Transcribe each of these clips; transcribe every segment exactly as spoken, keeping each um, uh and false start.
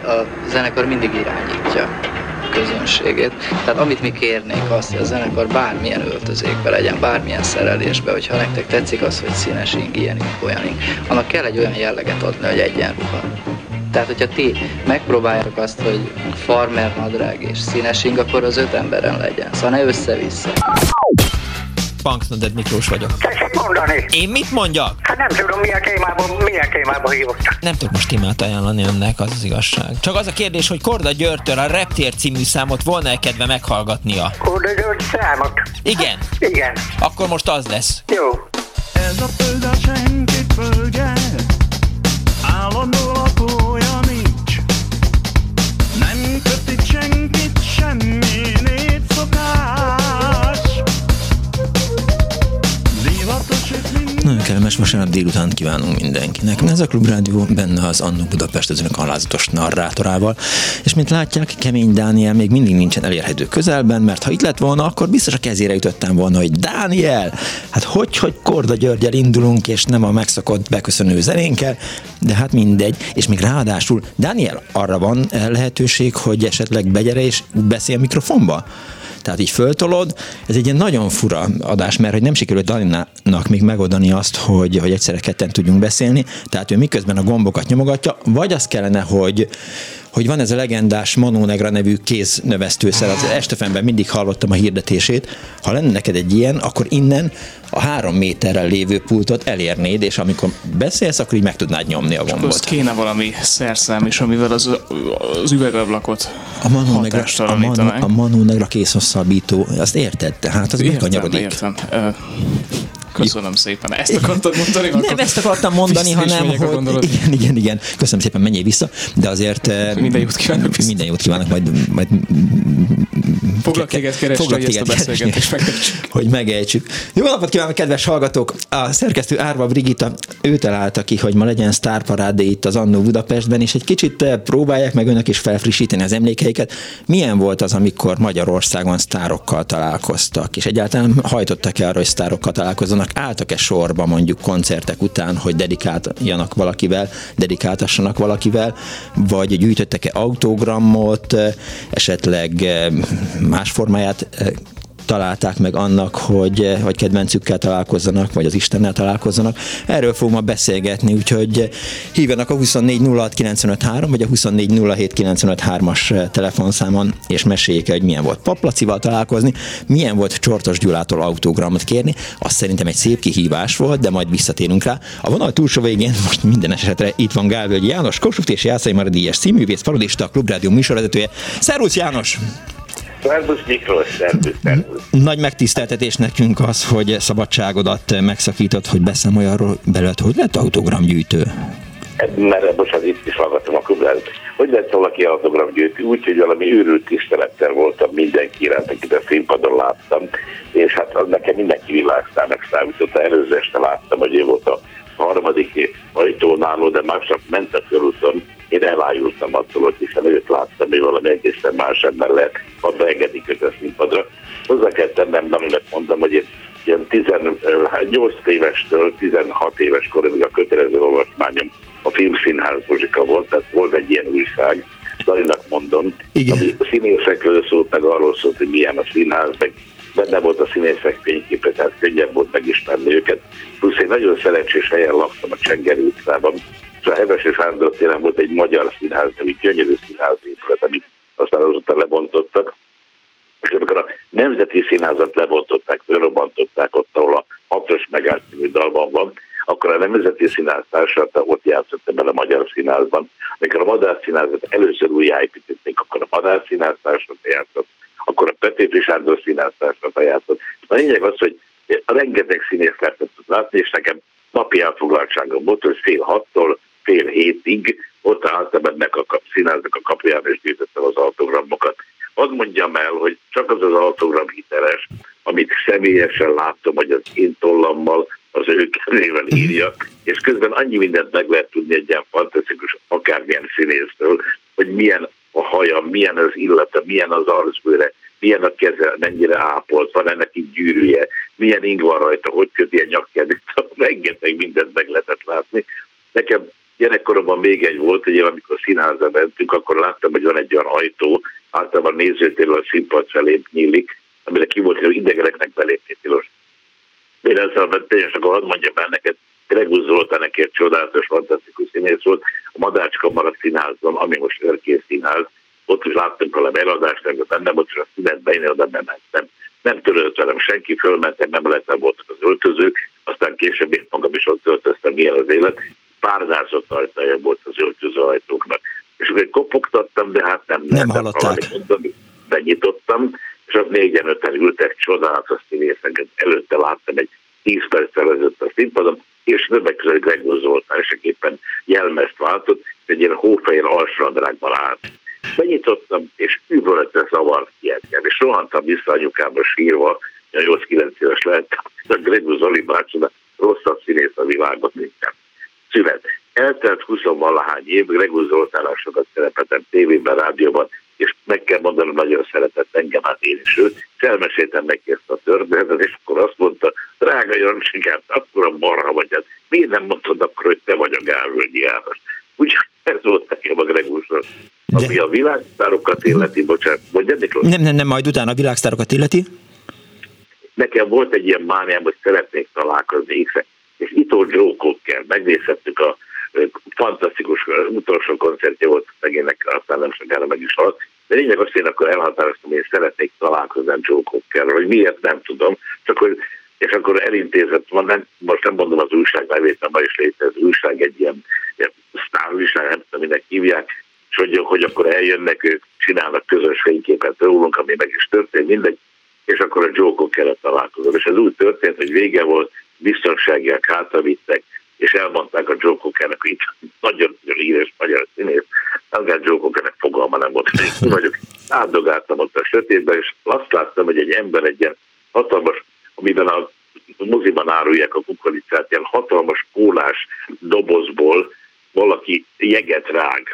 a zenekar mindig irányítja a közönségét. Tehát amit mi kérnénk azt, hogy a zenekar bármilyen öltözékbe legyen, bármilyen szerelésbe, hogyha nektek tetszik az, hogy színes ing, ilyenink, olyanink, annak kell egy olyan jelleget adni, hogy egyenruha. Tehát, hogyha ti megpróbáljátok azt, hogy farmer nadrág és színes ing, akkor az öt emberen legyen. Szóval ne össze-vissza. Punknoded Miklós vagyok. Tessék mondani. Én mit mondjak? Hát nem tudom, milyen témában, milyen témában hívott. Nem tudok most témát ajánlani önnek, az az igazság. Csak az a kérdés, hogy Korda Györgytől a Reptér című számot volna-e kedve meghallgatnia? Korda György számot? Igen. Igen. Akkor most az lesz. Jó. Ez a föld a senkit földje, állandó lakója nincs. Nem köti senkit semmi népszokás. Nagyon kellemes vasárnap délután kívánunk mindenkinek. Ez a Klubrádió, benne az Annó Budapest az önök alázatos narrátorával, és mint látják, Kemény Dániel még mindig nincsen elérhető közelben, mert ha itt lett volna, akkor biztos a kezére ütöttem volna, hogy Dániel, hát hogy, hogy Korda Györgyel indulunk, és nem a megszokott beköszönő zenénkkel, de hát mindegy, és még ráadásul, Dániel, arra van lehetőség, hogy esetleg begyere és beszél a mikrofonba? Tehát így föltolod, ez egy ilyen nagyon fura adás, mert hogy nem sikerült Daninak még megoldani azt, hogy, hogy egyszerre ketten tudjunk beszélni, tehát ő miközben a gombokat nyomogatja, vagy az kellene, hogy, hogy van ez a legendás Manó Negra nevű kéznövesztőszer, az Estefenben mindig hallottam a hirdetését, ha lenne neked egy ilyen, akkor innen a három méterrel lévő pultot elérnéd, és amikor beszélsz, akkor így meg tudnád nyomni a gombot. Csak kéne valami szerszám is, amivel az, az üvegablakot a Manó Negra, a Manó, a Manó Negra kézhosszabbító, azt érted? Tehát az meganyagodik. Értem, értem. Köszönöm szépen. Ezt akartad mondani? Nem akkor ezt akartam mondani, hanem, hogy igen, igen, igen. Köszönöm szépen, menjél vissza, de azért minden jót kívánok vissza. Minden jót kívánok, majd, majd foglak téged keresni, hogy ezt a beszélgetést megejtsük. Hogy megejtsük. Jó napot kívánok, kedves hallgatók! A szerkesztő Árva Brigitta, ő találta ki, hogy ma legyen sztárparádé itt az Annó Budapestben, és egy kicsit próbálják meg önök is felfrissíteni az emlékeiket. Milyen volt az, amikor Magyarországon sztárokkal találkoztak, és egyáltalán hajtottak-e arra, hogy sztárokkal találkozzanak? Álltak-e sorba mondjuk koncertek után, hogy dedikáljanak valakivel, dedikáltassanak valakivel, vagy gyűjtöttek-e autogramot, esetleg más formáját találták meg annak, hogy, hogy kedvencükkel találkozzanak, vagy az Istennel találkozzanak. Erről fogunk ma beszélgetni, úgyhogy hívjanak a huszonnégy nulla hat kilencvenöt három, vagy a huszonnégy nulla hét kilencvenöt hármas telefonszámon, és meséljék el, hogy milyen volt Paplacival találkozni, milyen volt Csortos Gyulától autogramot kérni. Azt szerintem egy szép kihívás volt, de majd visszatérünk rá. A vonal túlsó végén most minden esetre itt van Gálvölgyi János, Kossuth és Jászai Mari díjas színművész, parodista, a Klubrádió műsorvezetője. Szervusz János! Szervusz Miklós, szervusz, szervusz. Nagy megtiszteltetés nekünk az, hogy szabadságodat megszakított, hogy beszámolj arról belőled, hogy lett autogramgyűjtő. Mert most az itt is hallgatom a Klubrádiót. Hogy lett valaki autogramgyűjtő? Úgy, hogy valami őrült tisztelettel voltam mindenki iránt, akit a színpadon láttam, és hát az nekem mindenki világsztárnak számított. Előző este láttam, hogy ő volt a harmadik ajtónál, de másnap ment a körúton. Én elájultam attól, hogy hiszen őt láttam, hogy valami egészen más ember lehet, ha beengedik őt a színpadra. Hozzá kell tennem, aminek mondom, hogy én ilyen tizennyolc évestől tizenhat éves korig a kötelező olvasmányom a Filmszínház muzsika volt, tehát volt egy ilyen újság, Dalinak mondom, igen, ami a színészekről szólt, meg arról szólt, hogy milyen a színház, meg benne volt a színészek fényképe, tehát könnyebb volt megismerni őket. Plusz én nagyon szerencsés helyen laktam a Csengeri utcában, és a Hevesi Sándor téren volt egy magyar színház, ami gyönyörű színház épület, amit aztán azóta lebontottak. És amikor a Nemzeti Színházat lebontották, fölrobbantották ott, ahol a hatos megállt című dalban van, akkor a Nemzeti Színház társadalma ott játszott ebben a Magyar Színházban. Amikor a Madár Színházat először újjáépítették, akkor a Madár Színház társadalma játszott, akkor a Petőfi Sándor Színház társadalma játszott. A lényeg az, hogy rengeteg színész lehetett látni, és nekem napi elfoglaltságom volt, hogy fél hattól fél hétig ott álltam ennek a színháznak a kapujában, és gyűjtöttem az autogramokat. Hadd mondjam el, hogy csak az az autogram hiteles, amit személyesen láttam, hogy az én tollammal, az ő kezével írja, és közben annyi mindent meg lehet tudni egy ilyen fantasztikus akármilyen színésztől, hogy milyen a haja, milyen az illata, milyen az arcbőre, milyen a keze, mennyire ápolt, van ennek így gyűrűje, milyen ing van rajta, hogy köti a nyakkedét, rengeteg mindent meg lehetett látni. Nekem Gyerekkoromban még egy volt, hogy én amikor színházba mentünk, akkor láttam, hogy van egy olyan ajtó, általában nézőtérről a színpad felé nyílik, amire ki volt, hogy idegeneknek belépni tilos. Én ezzel mentem, és akkor hadd mondjam el neked, Gregusz Zoltán neki egy csodálatos, fantasztikus színész volt, a Madácska Maradt Színházban, ami most Örkész Színház, ott is láttunk valami eladást, meg bennem ott is a szünetben, én oda bementem. Nem törődött velem senki, fölmentem, nem lehetne voltak az öltözők, aztán később én magam is ott öltöztem, milyen az élet. Párnázott ajtaja volt az öltöző ajtóknak. És akkor kopogtattam, de hát nem, nem hallották. Benyitottam, és ott négyen öten ültek, csodálatos színészeket. Előtte láttam egy tíz perccel ezelőtt a színpadon, és többek között Gregusz Zoltán eseképpen jelmezt váltott, egy ilyen hófehér alsradrágban állt. Benyitottam, és üvölete zavart ki engem, és rohantam vissza anyukába sírva, nyolc-kilenc éves lehettem, a Gregusz Zoli bácsinak rosszabb színész a világon nincsen. Szület. Eltelt húsz-valahány év, Gregusz Zoltánnal sokat szerepeltem tévében, rádióban, és meg kell mondanom, nagyon szeretett engem, hát én is őt, és elmeséltem neki ezt a történetet, és akkor azt mondta, drága Jancsikát, akkor a marha vagy, hát miért nem mondtad akkor, hogy te vagy a Gálvölgyi János? Úgyhogy ez volt nekem a Greguszról. Ami a világsztárokat illeti, bocsánat, mondjad, Miklós? Nem, nem, nem, majd utána a világsztárokat illeti. Nekem volt egy ilyen mániám, hogy szeretnék találkozni X-en, és Ito Joe Cocker, megnézhettük a fantasztikus utolsó koncertje volt szegénynek, aztán nem sokára meg is halt, de lényeg azt én akkor elhatároztam, hogy én szeretnék találkozni Joe Cockerrel, hogy miért nem tudom, csak hogy, és akkor elintézett, van, nem, most nem mondom az újság nevét, nem ma is létező újság, egy ilyen, ilyen sztárújság, nem tudom, minek hívják, és hogy, hogy akkor eljönnek, ők csinálnak közös fényképet rólunk, ami meg is történt, mindegy, és akkor a Joe Cockerrel találkozom. És ez úgy történt, hogy vége volt, biztonságiak hátravittek, és elmondták a Joe Cockernek, hogy itt nagyon híres magyar színész, azgán Joe Cockernek fogalma nem volt, hogy én vagyok. Áldogáltam ott a sötétben, és azt láttam, hogy egy ember egy ilyen hatalmas, amiben a moziban árulják a kukoricát, ilyen hatalmas kólás dobozból valaki jeget rág.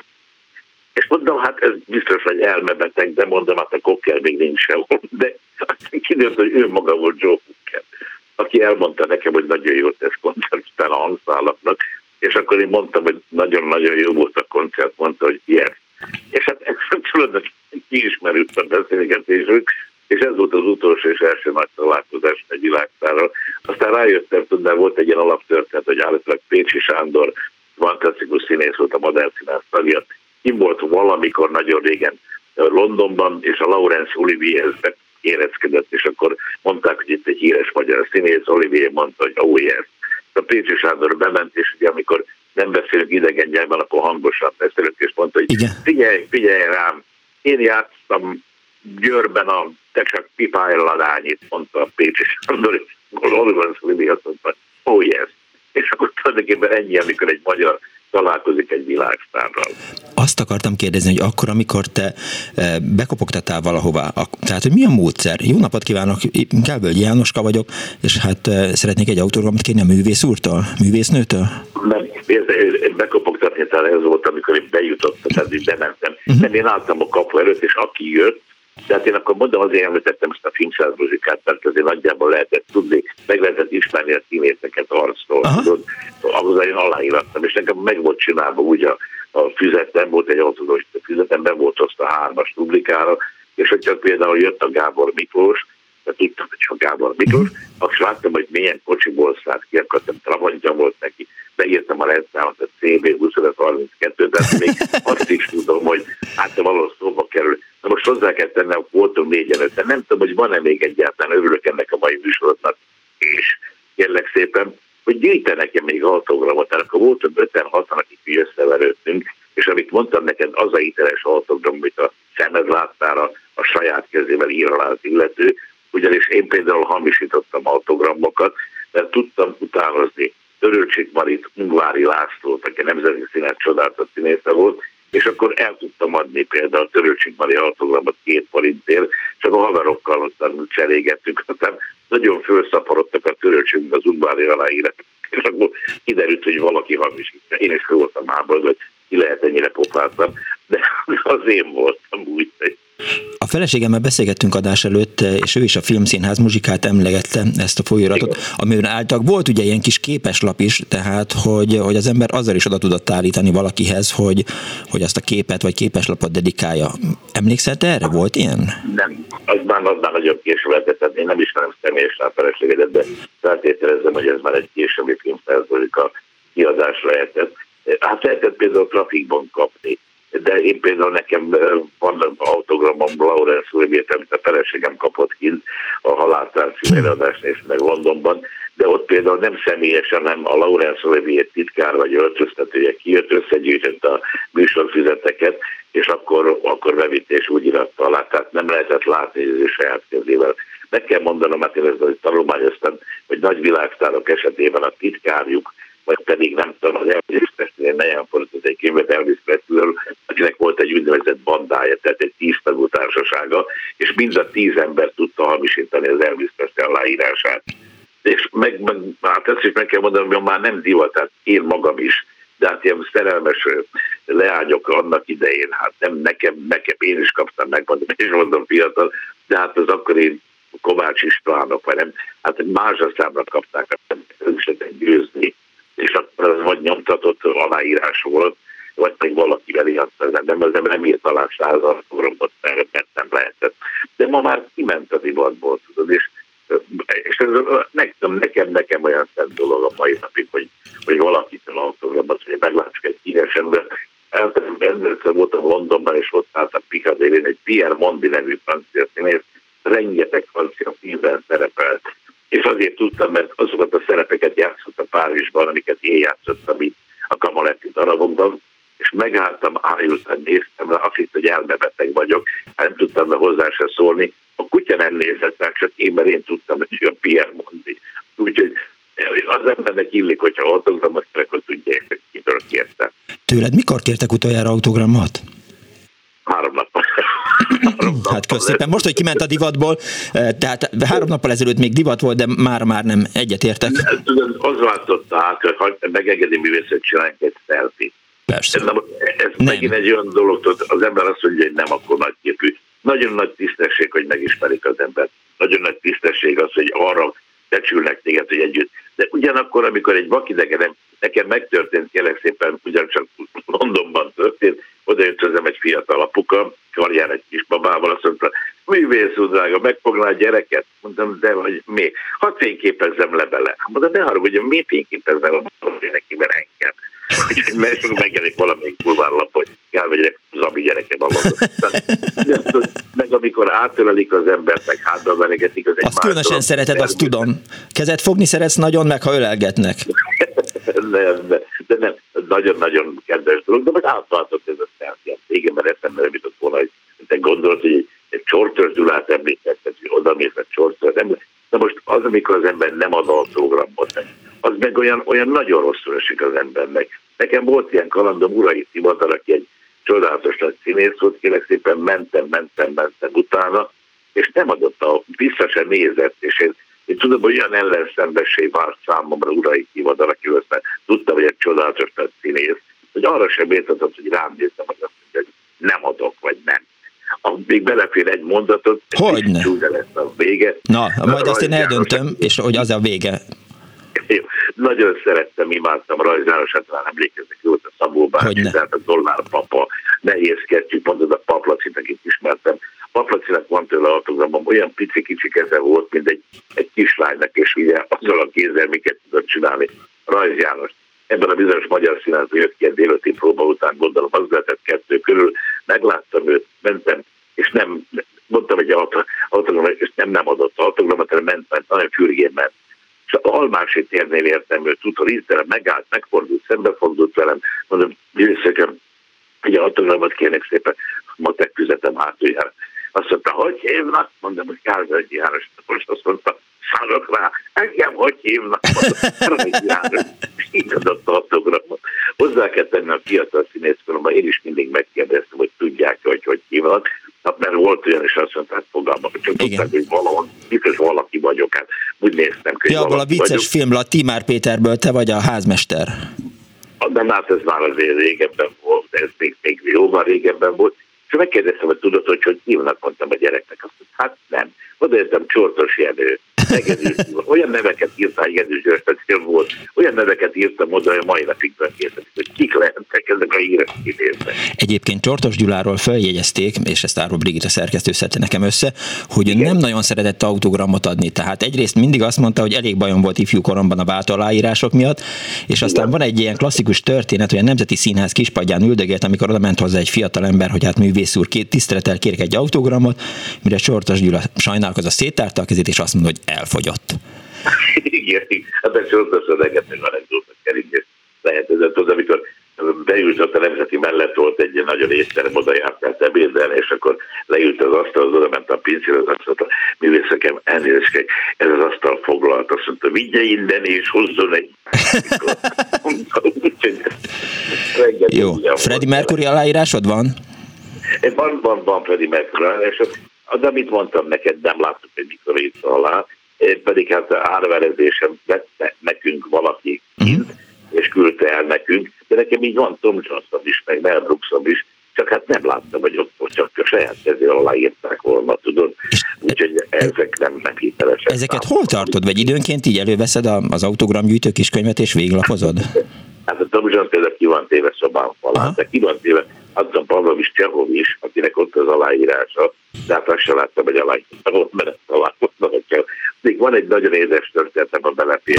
És mondom, hát ez biztos, hogy elmebeteg, de mondom, hát a Cocker még nincs sehol. De aztán kiderült, hogy ő maga volt Joe Cocker, aki elmondta nekem, hogy nagyon jó tesz koncertben a hangszálaknak, és akkor én mondtam, hogy nagyon-nagyon jó volt a koncert, mondta, hogy yes. És hát ezt tulajdonképpen kiismerült a beszélgetésünk, és ez volt az utolsó és első nagy találkozás egy világsztárral. Aztán rájöttem, tudnál, volt egy ilyen alaptörténet, hogy állítólag Pécsi Sándor fantasztikus színész volt, a Modern Színház tagja. Kim volt valamikor nagyon régen Londonban, és a Laurence Olivierhez érezkedett, és akkor mondták, hogy itt egy híres magyar színész, Olivier mondta, hogy oh yes. A Pécsi Sándor bement, és ugye amikor nem beszélünk idegen nyelven, akkor hangosan beszélünk, és mondta, hogy igen. figyelj, figyelj rám, én játsztam Győrben a te csak pipálj a lányit, mondta a Pécsi Sándor, és akkor Laurence Olivier azt mondta, oh yes. És akkor tulajdonképpen ennyi, amikor egy magyar találkozik egy világsztárral. Azt akartam kérdezni, hogy akkor, amikor te bekopogtattál valahová, tehát, hogy mi a módszer? Jó napot kívánok, Gálvölgyi Jánoska vagyok, és hát szeretnék egy autogramot kérni a művész úrtól, művésznőtől? Nem, bekopogtatni talán ez volt, amikor én bejutottam, tehát így bementem. Uh-huh. Nem, én álltam a kapu előtt, és aki jött, tehát én akkor mondom, azért említettem ezt a filmszáz muzsikát, mert azért nagyjából lehetett tudni, meg lehetett ismerni a színészeket arcról. Ahhoz én aláírattam, és nekem meg volt csinálva úgy a, a füzetem, volt egy autózós füzetem, be volt azt a hármas publikára, és hogyha például jött a Gábor Miklós, tehát tudtam, hogy a Gábor Miklós, akkor láttam, hogy milyen kocsiból szállt ki, akkor Trabantja volt neki, beírtam a rendszámot, a cé bé huszonöt harminckettő, tehát még azt is tudom, hogy hát valahol szóba kerül. Na most hozzá kell tennem, voltunk négyen öten, nem tudom, hogy van-e még egyáltalán, örülök ennek a mai műsorotnak, és kérlek szépen, hogy gyűjte nekem még autogramot, tehát akkor voltunk öten-hatan, akik mi összeverődtünk, és amit mondtam neked, az a hiteles autogram, amit a szemed láttára a saját kezével ír alá az illető, ugyanis én például hamisítottam autogramokat, mert tudtam utánozni Törőcsik Marit, Ungvári Lászlót, aki nemzeti színes csodálatos színésze volt, és akkor el tudtam adni például Törőcsik Mari autogramot két forintért, csak a haverokkal ottan cserégettük, aztán nagyon felszaporodtak a Törőcsik az Ungvári aláírek, és akkor kiderült, hogy valaki hamisítja. Én is fel voltam háborodva, hogy ki lehet ennyire pofáltam, de az én voltam úgy, hogy A feleségemmel beszélgettünk adás előtt, és ő is a Filmszínház muzsikát emlegette, ezt a folyóiratot, amiben álltak. Volt ugye ilyen kis képeslap is, tehát, hogy, hogy az ember azzal is oda tudott állítani valakihez, hogy, hogy azt a képet vagy képeslapot dedikálja. Emlékszel te erre? Volt ilyen? Nem, az már, az már nagyon később lehetett. Én nem ismerem személyesen a feleségedet, de feltételezem, hogy ez már egy későbbi filmszerződik a kiadásra lehetett. Hát lehetett például Trafikban kapni. De én például nekem van autogramom Laurence Olivier-t, amit a feleségem kapott kint a Haláltánc címéradás nézve meg Londonban, de ott például nem személyesen, nem a Laurence Olivier titkár vagy öltöztetője kijött, összegyűjtött a műsorfüzeteket, és akkor, akkor bevitt és úgy iratta alá, tehát nem lehetett látni az saját kezével. Meg kell mondanom, mert én ezt tanulmányoztam, hogy nagy világsztárok esetében a titkárjuk, vagy pedig nem tudom, az Elvis Presley, nagyon fontos egy könyvet Elvis Presleyről, akinek volt egy úgynevezett bandája, tehát egy tíz tagú társasága, és mind a tíz ember tudta hamisítani az Elvis Presley aláírását. És meg, meg, hát ezt is meg kell mondanom, hogy már nem divat, tehát én magam is, de hát ilyen szerelmes leányok annak idején, hát nem nekem, nekem én is kaptam meg, és mondom fiatal, de hát az akkori Kovács Istvánok, vagy nem, hát egy mázsaszámra kapták, őket győzni, és akkor az vagy nyomtatott aláírás volt, vagy pedig valakivel írta, de az ember nem írt alá százal forromot, mert nem lehetett. De ma már kiment a divatból, tudod, és, és ez nekem, nekem, nekem olyan szent dolog a mai napig, hogy, hogy valakitől autogramot, hogy meglátsuk egy híres ember. Először voltam Londonban, és ott álltam Piccadillyn, egy Pierre Mondi nevű francia színész, rengeteg francia filmben szerepelt. És azért tudtam, mert azokat a szerepeket játszott a Párizsban, amiket én játszottam itt a Kamaletti darabokban, és megálltam, ájultam, néztem rá, azt hitt, hogy elmebeteg vagyok, nem tudtam be hozzá se szólni. A kutya nem nézett rá, csak én, mert én tudtam, hogy ő a Pierre Mondi. Úgyhogy az embernek illik, hogyha autogramot, akkor tudják, hogy kitől kértem. Tőled mikor kértek utoljára autogramot? Három nappal. Hát köszönöm. Most, hogy kiment a divatból, tehát három nappal ezelőtt még divat volt, de már-már nem egyetértek. Az váltotta át, hogy megengedi művészet csinálni egy selfie. Persze. Ez, ez megint egy olyan dolog, az ember azt mondja, hogy nem akkor nagy képű. Nagyon nagy tisztesség, hogy megismerik az embert. Nagyon nagy tisztesség az, hogy arra becsülnek téged, hogy együtt. De ugyanakkor, amikor egy vakidegen, nekem megtörtént, kérlek szépen, ugyancsak Londonban történt, oda jött hozzám egy fiatal apuka, karján egy kis babával, azt mondta, művész úr drága, megfognál a gyereket? Mondtam, de vagy mi? Hadd fényképezzem le bele. Mondtam, ne haragudjon, mi fényképezzem a gyerekiben engem? Úgyhogy meg megjelenik valamelyik bulvárlap, hogy elvegyek Zabi gyerekem a London. Meg amikor átölelik az embert, meg hátba veregetik, az egy azt különösen szereted, azt tudom. Kezet fogni szeretsz nagyon, meg ha ölelgetnek. nem, de, de nem, nagyon-nagyon kedves dolog, de meg átváltott ez a szerzőt. Igen, mert eszembe nem jutott volna, hogy te gondolod, hogy egy, egy Csortőr Gyulát említetted, hogy oda mész egy Csortőr, nem. De most az, amikor az ember nem ad autogramot, az meg olyan, olyan nagyon rosszul esik az embernek. Nekem volt ilyen kalandom, Urai Tivadar, aki egy csodálatos nagy színész volt, kérlek szépen mentem, mentem, mentem utána, és nem adott, a, vissza sem nézett, és én, én tudom, hogy olyan ellenszembesség várt számomra Urai Tivadar, aki aztán tudta, hogy egy csodálatos nagy színész, hogy arra sem értetett, hogy rám néztem, hogy azt mondja, hogy nem adok, vagy nem. A, még belefér egy mondatot, hogyne? Csúnya lesz a vége. Na, majd azt én eldöntöm, és hogy az a vége. Én nagyon szerettem, imádtam Rajz Jánosát, talán emlékeznek, jó, a Szabó bácsi, tehát a Dollár papa, nehéz kettjük, mondod a Paplacit, akit ismertem. Paplacinak van tőle autogramom, olyan pici kicsi keze volt, mint egy, egy kislánynak, és ugye azzal a kézzel miket tudott csinálni. Rajz János. Ebben a bizonyos magyar színházban jött ki egy délőtti próba után, gondolom, az lehetett kettő körül, megláttam őt, mentem, és nem, mondtam, hogy autogramot, és nem, nem adott autogramot, hanem ment, ment, nagyon fürgén ment. És a Almási térnél értem őt, tudta, ízdelem, megállt, megfordult, szembefordult velem, mondom, győzőkem, egy autogramot kérnek szépen, matek füzetem hátuljára. Azt mondta, hogy hívnak? Mondom, hogy Kárvölgyi János. Most azt mondta, szarok rá, engem hogy hívnak? Mondom, János. És így adott autogramot. Hozzá kell tenni a fiatal színészkoromban, én is mindig megkérdeztem, hogy tudják, hogy hogy hívnak. Hát, mert volt olyan, és azt mondta, hát fogalmam, csak tudták, hogy valahol, biztos valaki vagyok, hát úgy néztem, hogy ja, abból a vicces vagyok. Filmből, a Timár Péterből te vagy a házmester. De hát ez már azért régebben volt, ez még, még jóval régebben volt, És megkérdeztem, hogy tudod, hogy hogy hívnak, mondtam a gyereknek. Azt mondta, hát nem. Odaértem, Csortos Jenő. Olyan neveket írta, Jenő Zsörstecél volt, olyan neveket írtam oda, hogy a mai napig megkérdezik, hogy kik lehetnek ezek a híres idéznek. Egyébként Csortos Gyuláról feljegyezték, és ezt Árva Brigitta szerkesztő szedte nekem össze, hogy ő nem nagyon szeretett autogramot adni. Tehát egyrészt mindig azt mondta, hogy elég bajom volt ifjú koromban a vált aláírások miatt, és aztán igen. Van egy ilyen klasszikus történet, hogy a Nemzeti Színház kispadján üldögélt, amikor oda ment hozzá egy fiatal ember, hogy hát művész úr, tisztelettel kérek egy autogramot, mire Csortos Gyula sajnálkozva széttárta a kezét, és azt mondta, hogy elfogyott. Igen, hát a Csortosra rengeteg anekdótat keringés lehet ezen tudod, amikor beült ott a Nemzeti mellett volt egy nagyon étterem, oda jártál ebédel, és akkor leült az asztalhoz, oda ment a pincér, az azt mondta, művészekem, elnézést, ez az asztal foglalt, azt mondta, vigye innen és hozzon egy jó, Freddie Mercury aláírásod van? Van, van, van Freddie Mercury aláírásod, de amit mondtam neked, nem láttuk, hogy mikor írta alá, pedig hát árverezésem vette nekünk valaki kint, uh-huh. és küldte el nekünk, de nekem így van Tom Johnson is, meg Mel Brooksom is, csak hát nem láttam, hogy ott csak a saját kezével aláírták volna, tudod, úgyhogy ezek nem, nem hitelesek. Ezeket hol tartod, vagy időnként így előveszed az autogramgyűjtő kiskönyvet és végiglapozod? Hát a Tom Johnson például ki van téve szobán falán, de ki van téve Anton Pavlovics Csehov is, akinek ott az aláírása, de hát azt sem láttam, hogy aláírtam, ott mert találkoztam, hogy kell. Még van egy nagyon édes történetem a belepé,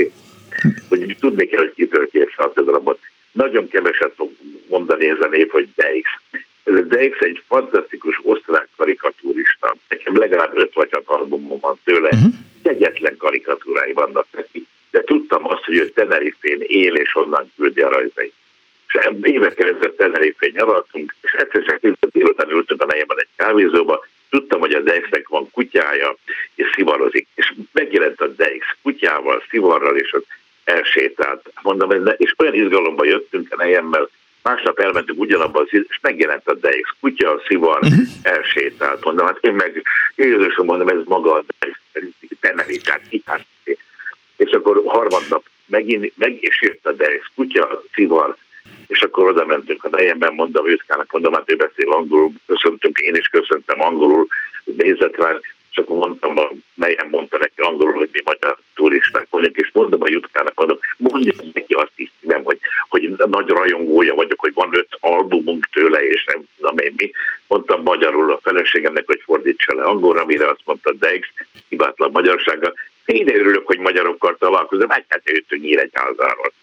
hogy tudni kell, hogy kitől kérsz a autogramot. Nagyon keveset fog mondani ez a név, hogy Deix. Ez a Deix egy fantasztikus osztrák karikatúrista. Nekem legalább öt vagy hat albumom van tőle. Uh-huh. Egyetlen karikatúrái vannak neki. De tudtam azt, hogy ő Tenerifén él, és onnan küldi a rajzait. És évekkel ezelőtt Tenerifén nyaraltunk, és egyszer csak délután ültünk a nejében egy kávézóba, tudtam, hogy a Deixnek van kutyája, és szivarozik. És megjelent a Deix kutyával, szivarral, és ott elsétált. Mondom, és olyan izgalomba jöttünk a nejemmel, másnap elmentünk ugyanabban, és megjelent a Deix kutya, a szivar, uh-huh. elsétált. Mondom, hát én meg Jézusom, mondom, ez maga a Deix, Tenerifát, kitárti. És akkor harmadnap megint, meg is jött a Deix kutya, a szivar, és akkor oda mentünk a nejemben, mondom, Őszkának, mondom, hát ő beszél angolul, köszöntünk, én is köszöntem angolul, nézett rá, és akkor mondtam, a nejem mondta neki angolul, hogy mi magyar turisták vagyunk, és mondom a Jutkának, mondom, mondja neki azt is, nem, hogy, hogy nagy rajongója vagyok, hogy van öt albumunk tőle, és nem tudom én mi. Mondtam magyarul a feleségemnek, hogy fordítsa le angolra, mire azt mondta Deix, hibátlan magyarsággal. Én örülök, hogy magyarokkal találkozom, hát hát őt Nyíregyházáról.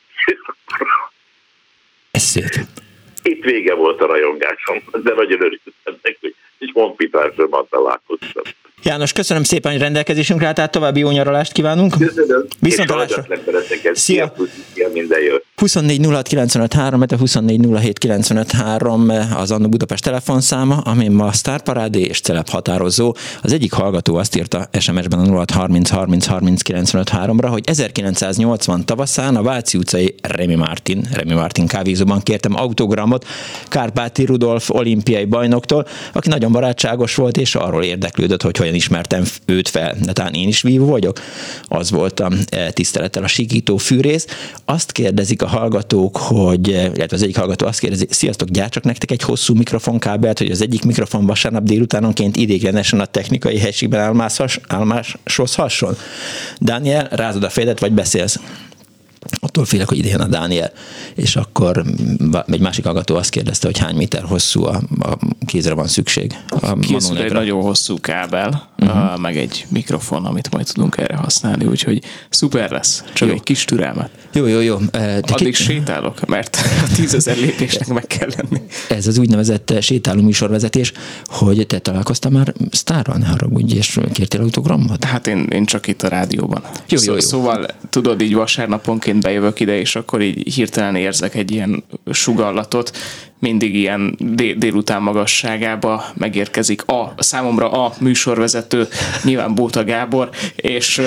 Ez szép. Itt vége volt a rajongásom, de nagyon örültem neki, hogy egy honfitársommal találkoztam. János, köszönöm szépen, hogy rendelkezésünkre álltál, további jó nyaralást kívánunk. Köszönöm. Viszontlátásra. Szia. Szia, minden jó. huszonnégy nulla hat kilencvenöt három, de huszonnégy nulla hét kilencvenöt három az Annó Budapest telefonszáma, amin ma sztárparádé és celeb határozó. Az egyik hallgató azt írta es em es-ben a nulla hat harminc harminc harminc kilencvenöt háromra, hogy ezerkilencszáznyolcvan tavaszán a Váci utcai Remy Martin, Remy Martin kávézóban kértem autogramot Kárpáti Rudolf olimpiai bajnoktól, aki nagyon barátságos volt, és arról érdeklődött, hogy hogyan ismertem őt fel. De talán én is vívó vagyok. Az voltam tisztelettel a sikító fűrész. Azt kérdezik a hallgatók, hogy, illetve az egyik hallgató azt kérdezi, sziasztok, gyártsak nektek egy hosszú mikrofonkábelt, hogy az egyik mikrofon vasárnap délutánonként idéglenesen a technikai helységben állmásozhasson. Dániel, rázod a fejedet, vagy beszélsz? Attól félek, hogy ide jön a Dániel. És akkor egy másik hallgató azt kérdezte, hogy hány méter hosszú a, a kézre van szükség. Készül egy nagyon hosszú kábel, uh-huh. meg egy mikrofon, amit majd tudunk erre használni, úgyhogy szuper lesz. Csak jó. Egy kis türelmet. Jó, jó, jó. Te Addig ki... sétálok, mert a tízezer lépésnek meg kell lenni. Ez az úgynevezett sétáló műsorvezetés, hogy te találkoztál már sztárral, ne haragudj, és kértél autogramot? Hát én, én csak itt a rádióban. Jó, jó, jó. Szóval tudod, így vasárnaponként bejövök ide, és akkor így hirtelen érzek egy ilyen sugallatot, mindig ilyen dél- délután magasságába megérkezik a számomra a műsorvezető, nyilván Bóta Gábor, és,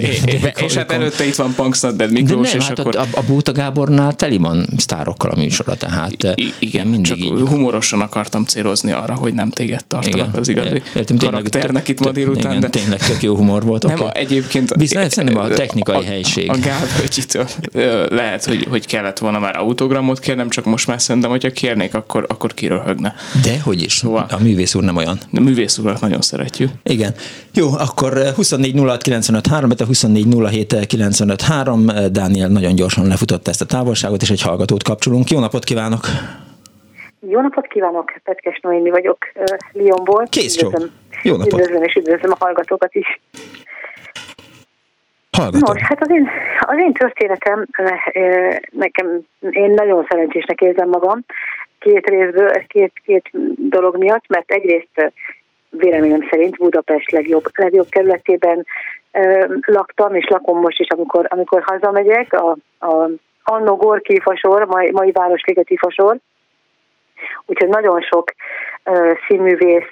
és hát előtte itt van Punksnodded Miklós, nem, és hát akkor... A, a Bóta Gábornál teli van sztárokkal a műsora, tehát I- igen, mindig csak így. Humorosan akartam célozni arra, hogy nem téged tartanak igen. az igazi értem, karakternek itt ma délután. Igen, de... tényleg tök jó humor volt. Nem, okay. Egyébként... Viszont szerintem a technikai a, helység. A Gábor lehet, hogy, hogy kellett volna már autogramot kérnem, csak most már szerintem, hogyha kérnék kérnék, akkor, akkor kiröhögne. De hogy is, szóval, a művész úr nem olyan. A művész urat nagyon szeretjük. Igen. Jó, akkor huszonnégy nulla hat kilencvenöt három, tehát huszonnégy nulla hét kilencvenöt három. Dániel nagyon gyorsan lefutott ezt a távolságot, és egy hallgatót kapcsolunk. Jó napot kívánok! Jó napot kívánok, Petkes Noémi vagyok Lyonból. Kész csó. Jó napot! Üdvözlöm és üdvözlöm a hallgatókat is. Hallgatom. Nos, hát az én, az én történetem, nekem, én nagyon szerencsésnek érzem magam, két részből, két, két dolog miatt, mert egyrészt véleményem szerint Budapest legjobb, legjobb kerületében laktam, és lakom most is, amikor, amikor hazamegyek, a, a Annó Gorki fasor, mai, mai Városligeti fasor, úgyhogy nagyon sok uh, színművész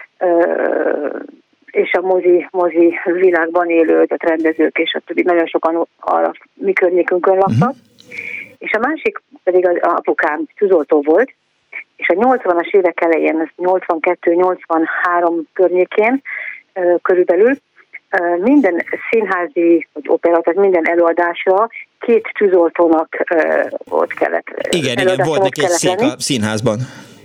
uh, és a mozi, mozi világban élő, tehát rendezők és a többi, nagyon sokan arra mi környékünkön laktak. Uh-huh. És a másik pedig az apukám tűzoltó volt, és a nyolcvanas évek elején, nyolcvankettő nyolcvanhárom környékén uh, körülbelül uh, minden színházi vagy opera, tehát minden előadásra két tűzoltónak uh, ott kellett. Igen, igen, volt neki egy szék a színházban.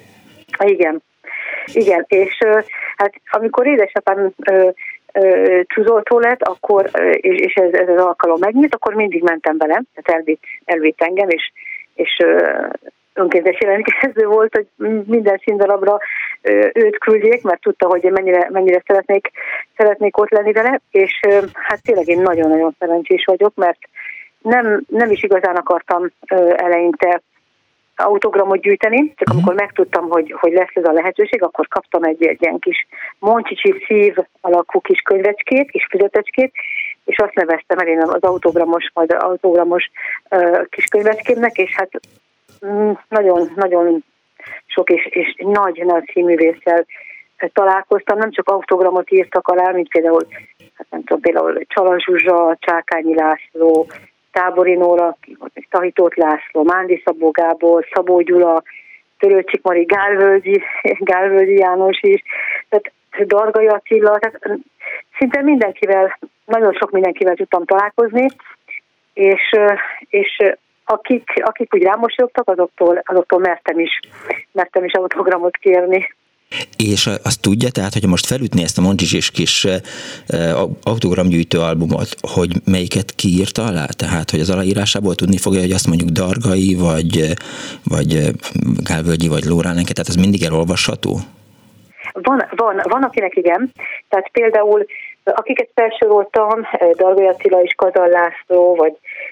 Igen, igen, és uh, hát amikor édesapám uh, uh, tűzoltó lett, akkor, uh, és, és ez, ez az alkalom megnyílt, akkor mindig mentem vele, tehát elvitt, elvitt engem, és, és uh, önkéntes jelentkező volt, hogy minden színdarabra uh, őt küldjék, mert tudta, hogy mennyire, mennyire szeretnék, szeretnék ott lenni vele, és uh, hát tényleg én nagyon-nagyon szerencsés vagyok, mert nem, nem is igazán akartam uh, eleinte autogramot gyűjteni, csak amikor megtudtam, hogy, hogy lesz ez a lehetőség, akkor kaptam egy, egy ilyen kis Moncsicsi szív alakú kis könyvecskét, kis füzetecskét, és azt neveztem el én az autogramos, majd az autogramos uh, kis könyvecskémnek, és hát nagyon-nagyon sok és, és nagy-nagy színművésszel találkoztam, nem csak autogramot írtak alá, mint például, hát nem tudom, például Csala Zsuzsa, Csákányi László, Tábori Nóra, Tahitót László, Mándi Szabó Gábor, Szabó Gyula, Törőcsik Mari, Gálvölgyi, Gálvölgyi János is, tehát Dargai Attila, tehát szinte mindenkivel, nagyon sok mindenkivel tudtam találkozni, és, és akik, akik úgy rámosolyogtak, azoktól, azoktól mertem is, mertem is autogramot kérni. És azt tudja, tehát, hogyha most felütné ezt a Moncsicsis kis autogramgyűjtő albumot, hogy melyiket kiírta alá? Tehát, hogy az aláírásából tudni fogja, hogy azt mondjuk Dargai, vagy, vagy Gálvölgyi, vagy Lóránenke, tehát az mindig elolvasható? Van, van, van, akinek igen. Tehát például, akiket felsoroltam, Dargai Attila és Kazal László, vagy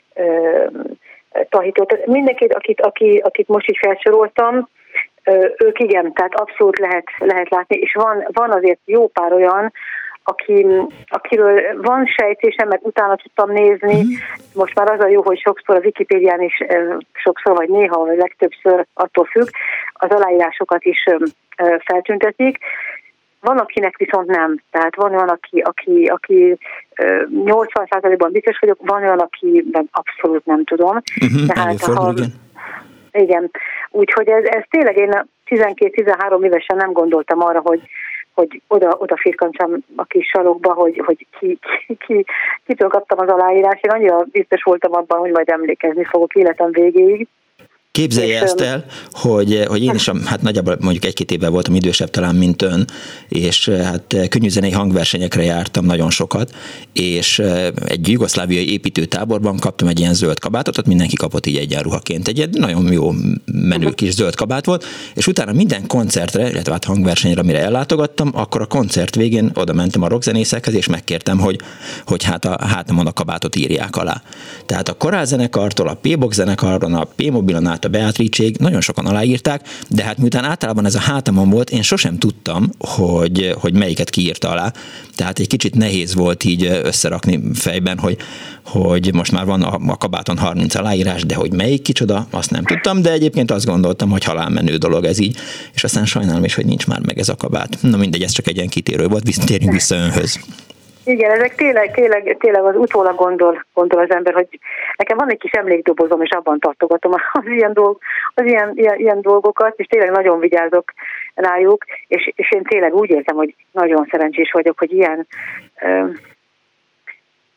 Tahitó, tehát mindenkit, akit, aki, akit most így felsoroltam, ők igen, tehát abszolút lehet, lehet látni, és van, van azért jó pár olyan, aki, akiről van sejtésem, mert utána tudtam nézni, mm-hmm. most már az a jó, hogy sokszor a Wikipédián is, sokszor vagy néha, vagy legtöbbször attól függ, az aláírásokat is feltüntetik. Van, akinek viszont nem. Tehát van olyan, aki, aki, aki nyolcvan százalékban biztos vagyok, van olyan, aki abszolút nem tudom. Uh-huh, Tehát, ha, igen. igen. Úgyhogy ez, ez tényleg én tizenkét-tizenhárom évesen nem gondoltam arra, hogy, hogy oda, oda firkancsam a kis sarokba, hogy, hogy ki, ki, ki, kitől kaptam az aláírást. Én annyira biztos voltam abban, hogy majd emlékezni fogok életem végéig. Képzelje ezt el, hogy, hogy én is, hát nagyjából mondjuk egy-két évvel voltam idősebb talán, mint ön, és hát könnyűzenei hangversenyekre jártam nagyon sokat, és egy jugoszláviai építőtáborban kaptam egy ilyen zöld kabátot, ott mindenki kapott így egyenruhaként. Egy nagyon jó menő kis zöld kabát volt, és utána minden koncertre, illetve hát hangversenyre, amire ellátogattam, akkor a koncert végén oda mentem a rockzenészekhez, és megkértem, hogy, hogy hát a hátamon a kabátot írják alá. Tehát a korálzenekartól, a P-Box zenekarron, a P-Mobilon át a Beatrice-ig nagyon sokan aláírták, de hát miután általában ez a hátamon volt, én sosem tudtam, hogy, hogy melyiket kiírta alá. Tehát egy kicsit nehéz volt így összerakni fejben, hogy, hogy most már van a, a kabáton harminc aláírás, de hogy melyik kicsoda, azt nem tudtam, de egyébként azt gondoltam, hogy halálmenő dolog ez így, és aztán sajnálom is, hogy nincs már meg ez a kabát. Na mindegy, ez csak egy ilyen kitérő volt, térjünk vissza önhöz. Igen, ezek tényleg, tényleg, tényleg az utólag gondol, gondol az ember, hogy nekem van egy kis emlékdobozom, és abban tartogatom az ilyen, dolg, az ilyen, ilyen, ilyen dolgokat, és tényleg nagyon vigyázok rájuk, és, és én tényleg úgy érzem, hogy nagyon szerencsés vagyok, hogy ilyen, ö,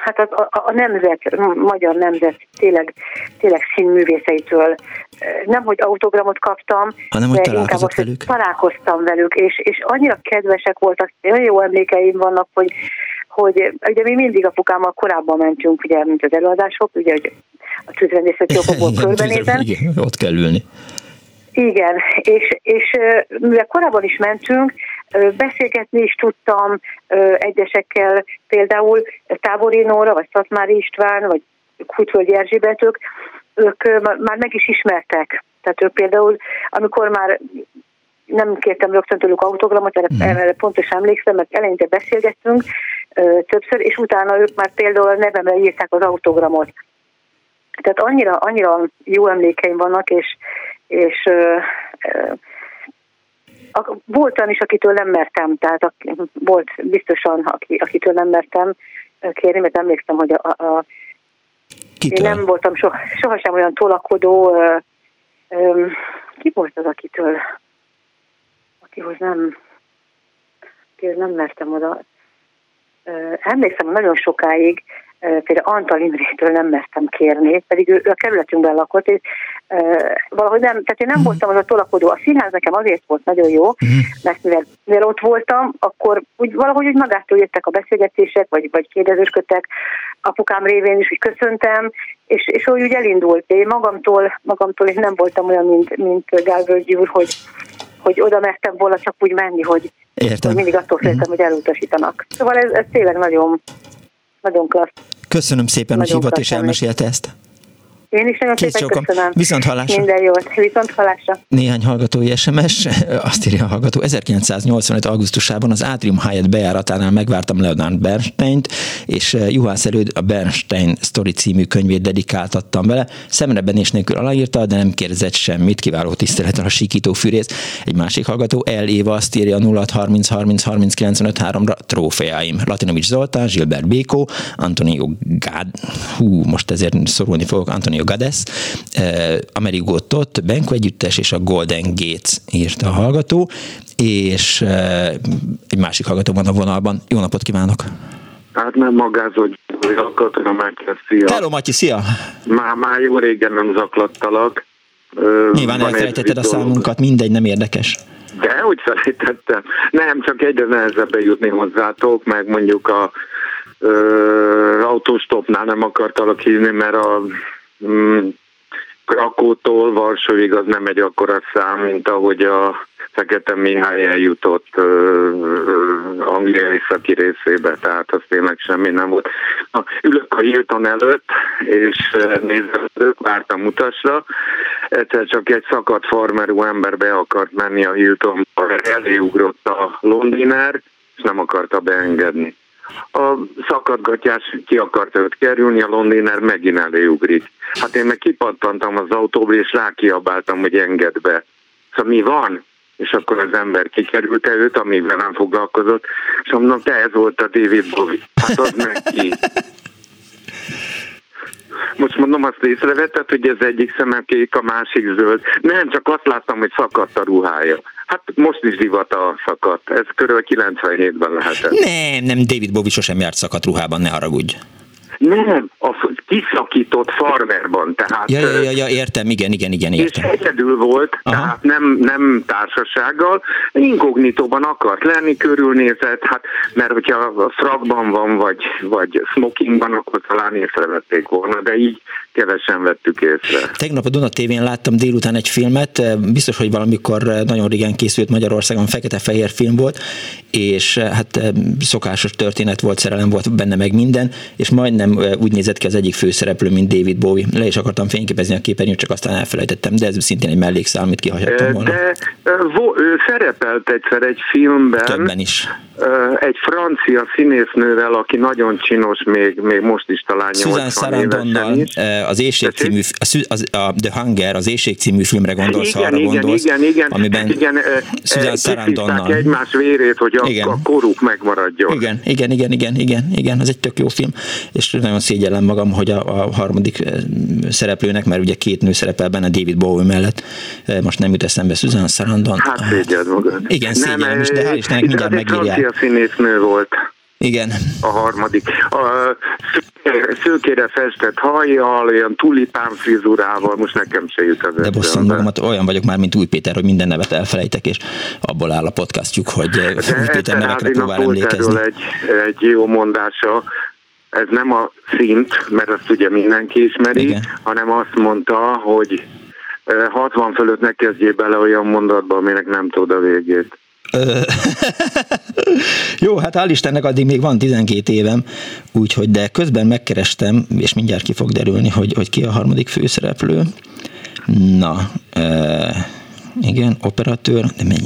hát a, a, a nemzet, a magyar nemzet tényleg, tényleg színművészeitől nem, hogy autogramot kaptam, hanem, hogy találkozott velük. Találkoztam velük, és, és annyira kedvesek voltak, olyan jó emlékeim vannak, hogy, hogy ugye mi mindig apukámmal korábban mentünk, ugye, mint az előadások, ugye, hogy a tűzrendészeti okokból körbenézem. Igen, ott kell ülni. Igen, és, és mivel korábban is mentünk, beszélgetni is tudtam egyesekkel, például Tábori Nóra, vagy Szatmári István, vagy Kútvölgyi Erzsébet, ők, ők már meg is ismertek. Tehát ők például, amikor már nem kértem rögtön tőlük autogramot, erre mm. pontosan emlékszem, mert eleinte beszélgettünk többször, és utána ők már például a nevemre írták az autogramot. Tehát annyira, annyira jó emlékeim vannak, és, és ö, ö, volt olyan is, akitől nem mertem, tehát volt biztosan, aki, akitől nem mertem kérni, mert emlékszem, hogy a, a, én nem voltam so, sohasem olyan tolakodó, ö, ö, ki volt az, akitől, akihoz nem, akihoz nem mertem oda. Ö, emlékszem, hogy nagyon sokáig például Antal Imrétől nem mertem kérni, pedig ő, ő a kerületünkben lakott, és e, valahogy nem, tehát én nem mm. voltam az a tolakodó. A színház nekem azért volt nagyon jó, mm. mert mivel, mivel ott voltam, akkor úgy, valahogy úgy magától jöttek a beszélgetések, vagy, vagy kérdezősködtek apukám révén is, hogy köszöntem, és, és úgy, úgy elindult. Én magamtól, magamtól én nem voltam olyan, mint, mint Gálvölgyi úr, hogy, hogy oda mertem volna csak úgy menni, hogy, hogy mindig attól féltem, mm. hogy elutasítanak. Szóval ez, ez tényleg nagyon Nagyon klassz. Köszönöm szépen, nagyon hogy hívott és elmesélte ezt. Én is nagyon Kész szépen sokan. Köszönöm. Viszont hallásra. Minden jót. Viszont hallásra. Néhány hallgatói es em es, azt írja a hallgató, ezerkilencszáznyolcvanöt augusztusában az Atrium Hyatt bejáratánál megvártam Leonard Bernsteint, és Juhász Előd a Bernstein Story című könyvét dedikáltattam vele. Szemrebenés nélkül aláírta, de nem kérdezett semmit, kiváló tisztelettel a sikító fűrész. Egy másik hallgató, El Éva azt írja nulla hat harminc harminc harminc kilencvenöt háromra trófeáim. Latinovics Zoltán, Gilbert Békó, Antonio Gad, hú, most ezért szorulni fogok, Antonio Gades, Amerigo Tott, Benko együttes és a Golden Gates írta a hallgató, és egy másik hallgató van a vonalban. Jó napot kívánok! Hát nem magázó, hogy akartam megkezdeni. Szia! Hello, Matyi, szia! Már, már jó régen nem zaklattalak. Nyilván elfelejtetted a számunkat, mindegy, nem érdekes. De, hogy felejtettem. Nem, csak egyre nehezebb bejutni hozzátok, meg mondjuk a ö, autóstopnál nem akartalak hívni, mert a mm, Krakótól Varsóig az nem egy akkora szám, mint ahogy a Fekete Mihály eljutott ö, ö, Anglia északi részébe, tehát az tényleg semmi nem volt. Na, ülök a Hilton előtt, és nézők, vártam utasra, egyszer csak egy szakadt farmerú ember be akart menni a Hiltonba, eléugrott a Londiner, és nem akarta beengedni. A szakadgatjás ki akart őt kerülni, a Londiner megint eléugrik. Hát én meg kipattantam az autóból, és rákiabáltam, hogy engedd be. Szóval mi van? És akkor az ember kikerülte őt, amivel nem foglalkozott, és mondom, te ez volt a David Bowie. Hát az meg ki. Most mondom, azt észrevetted, hogy az egyik szeme kék, a másik zöld. Nem, csak azt láttam, hogy szakadt a ruhája. Hát most is divat a szakadt. Ez körülbelül kilencvenhétben lehetett. Nem, nem, David Bowie sosem járt szakadt ruhában, ne haragudj. Nem, a kiszakított farmerban, tehát... Ja, ja, ja, ja, értem, igen, igen, igen, értem. És egyedül volt, aha, tehát nem, nem társasággal, inkognitóban akart lenni, körülnézett, hát, mert hogyha a frakban van, vagy, vagy smokingban, akkor talán észrevették volna, de így kevesen vettük észre. Tegnap a Duna té vén láttam délután egy filmet, biztos, hogy valamikor nagyon régen készült Magyarországon, fekete-fehér film volt, és hát szokásos történet volt, szerelem volt benne meg minden, és majdnem úgy nézett ki az egyik főszereplő, mint David Bowie. Le is akartam fényképezni a képernyőt, csak aztán elfelejtettem, de ez szintén egy mellékszál, amit kihagyhattam volna. De ő szerepelt egyszer egy filmben. Többen is. Egy francia színésznővel, aki nagyon csinos, még, még most is talán Susan Sarandonnal, az Éjség című, az, a The Hunger, az Éjség című filmre gondolsz, igen, arra igen, gondolsz, igen, igen, amiben igen, Susan Sarandonnal. egymás vérét, hogy a, a koruk megmaradjon. Igen, igen, igen, igen, igen, igen, ez egy tök jó film, és nagyon szégyellem magam, hogy a, a harmadik szereplőnek, mert ugye két nő szerepel benne David Bowie mellett, most nem jut eszembe Susan Sarandon. Hát szégyeld magad. Igen, szégyellem is, de hál' Istennek mindjárt megírják. Francia színésznő volt. Igen. A harmadik. A szőkére festett hajjal, olyan tulipán frizurával, most nekem se jut az. De bosszant magamat, olyan vagyok már, mint Új Péter, hogy minden nevet elfelejtek, és abból áll a podcastjuk, hogy Új Péter nevekre próbál emlékezni. Egy, egy jó mondása, ez nem a szint, mert azt ugye mindenki ismeri, igen, hanem azt mondta, hogy hatvan fölött ne kezdjél bele olyan mondatba, aminek nem tudod a végét. Jó, hát hál' Istennek addig még van tizenkét évem, úgyhogy, de közben megkerestem, és mindjárt ki fog derülni, hogy, hogy ki a harmadik főszereplő. Na, e- igen, operatőr,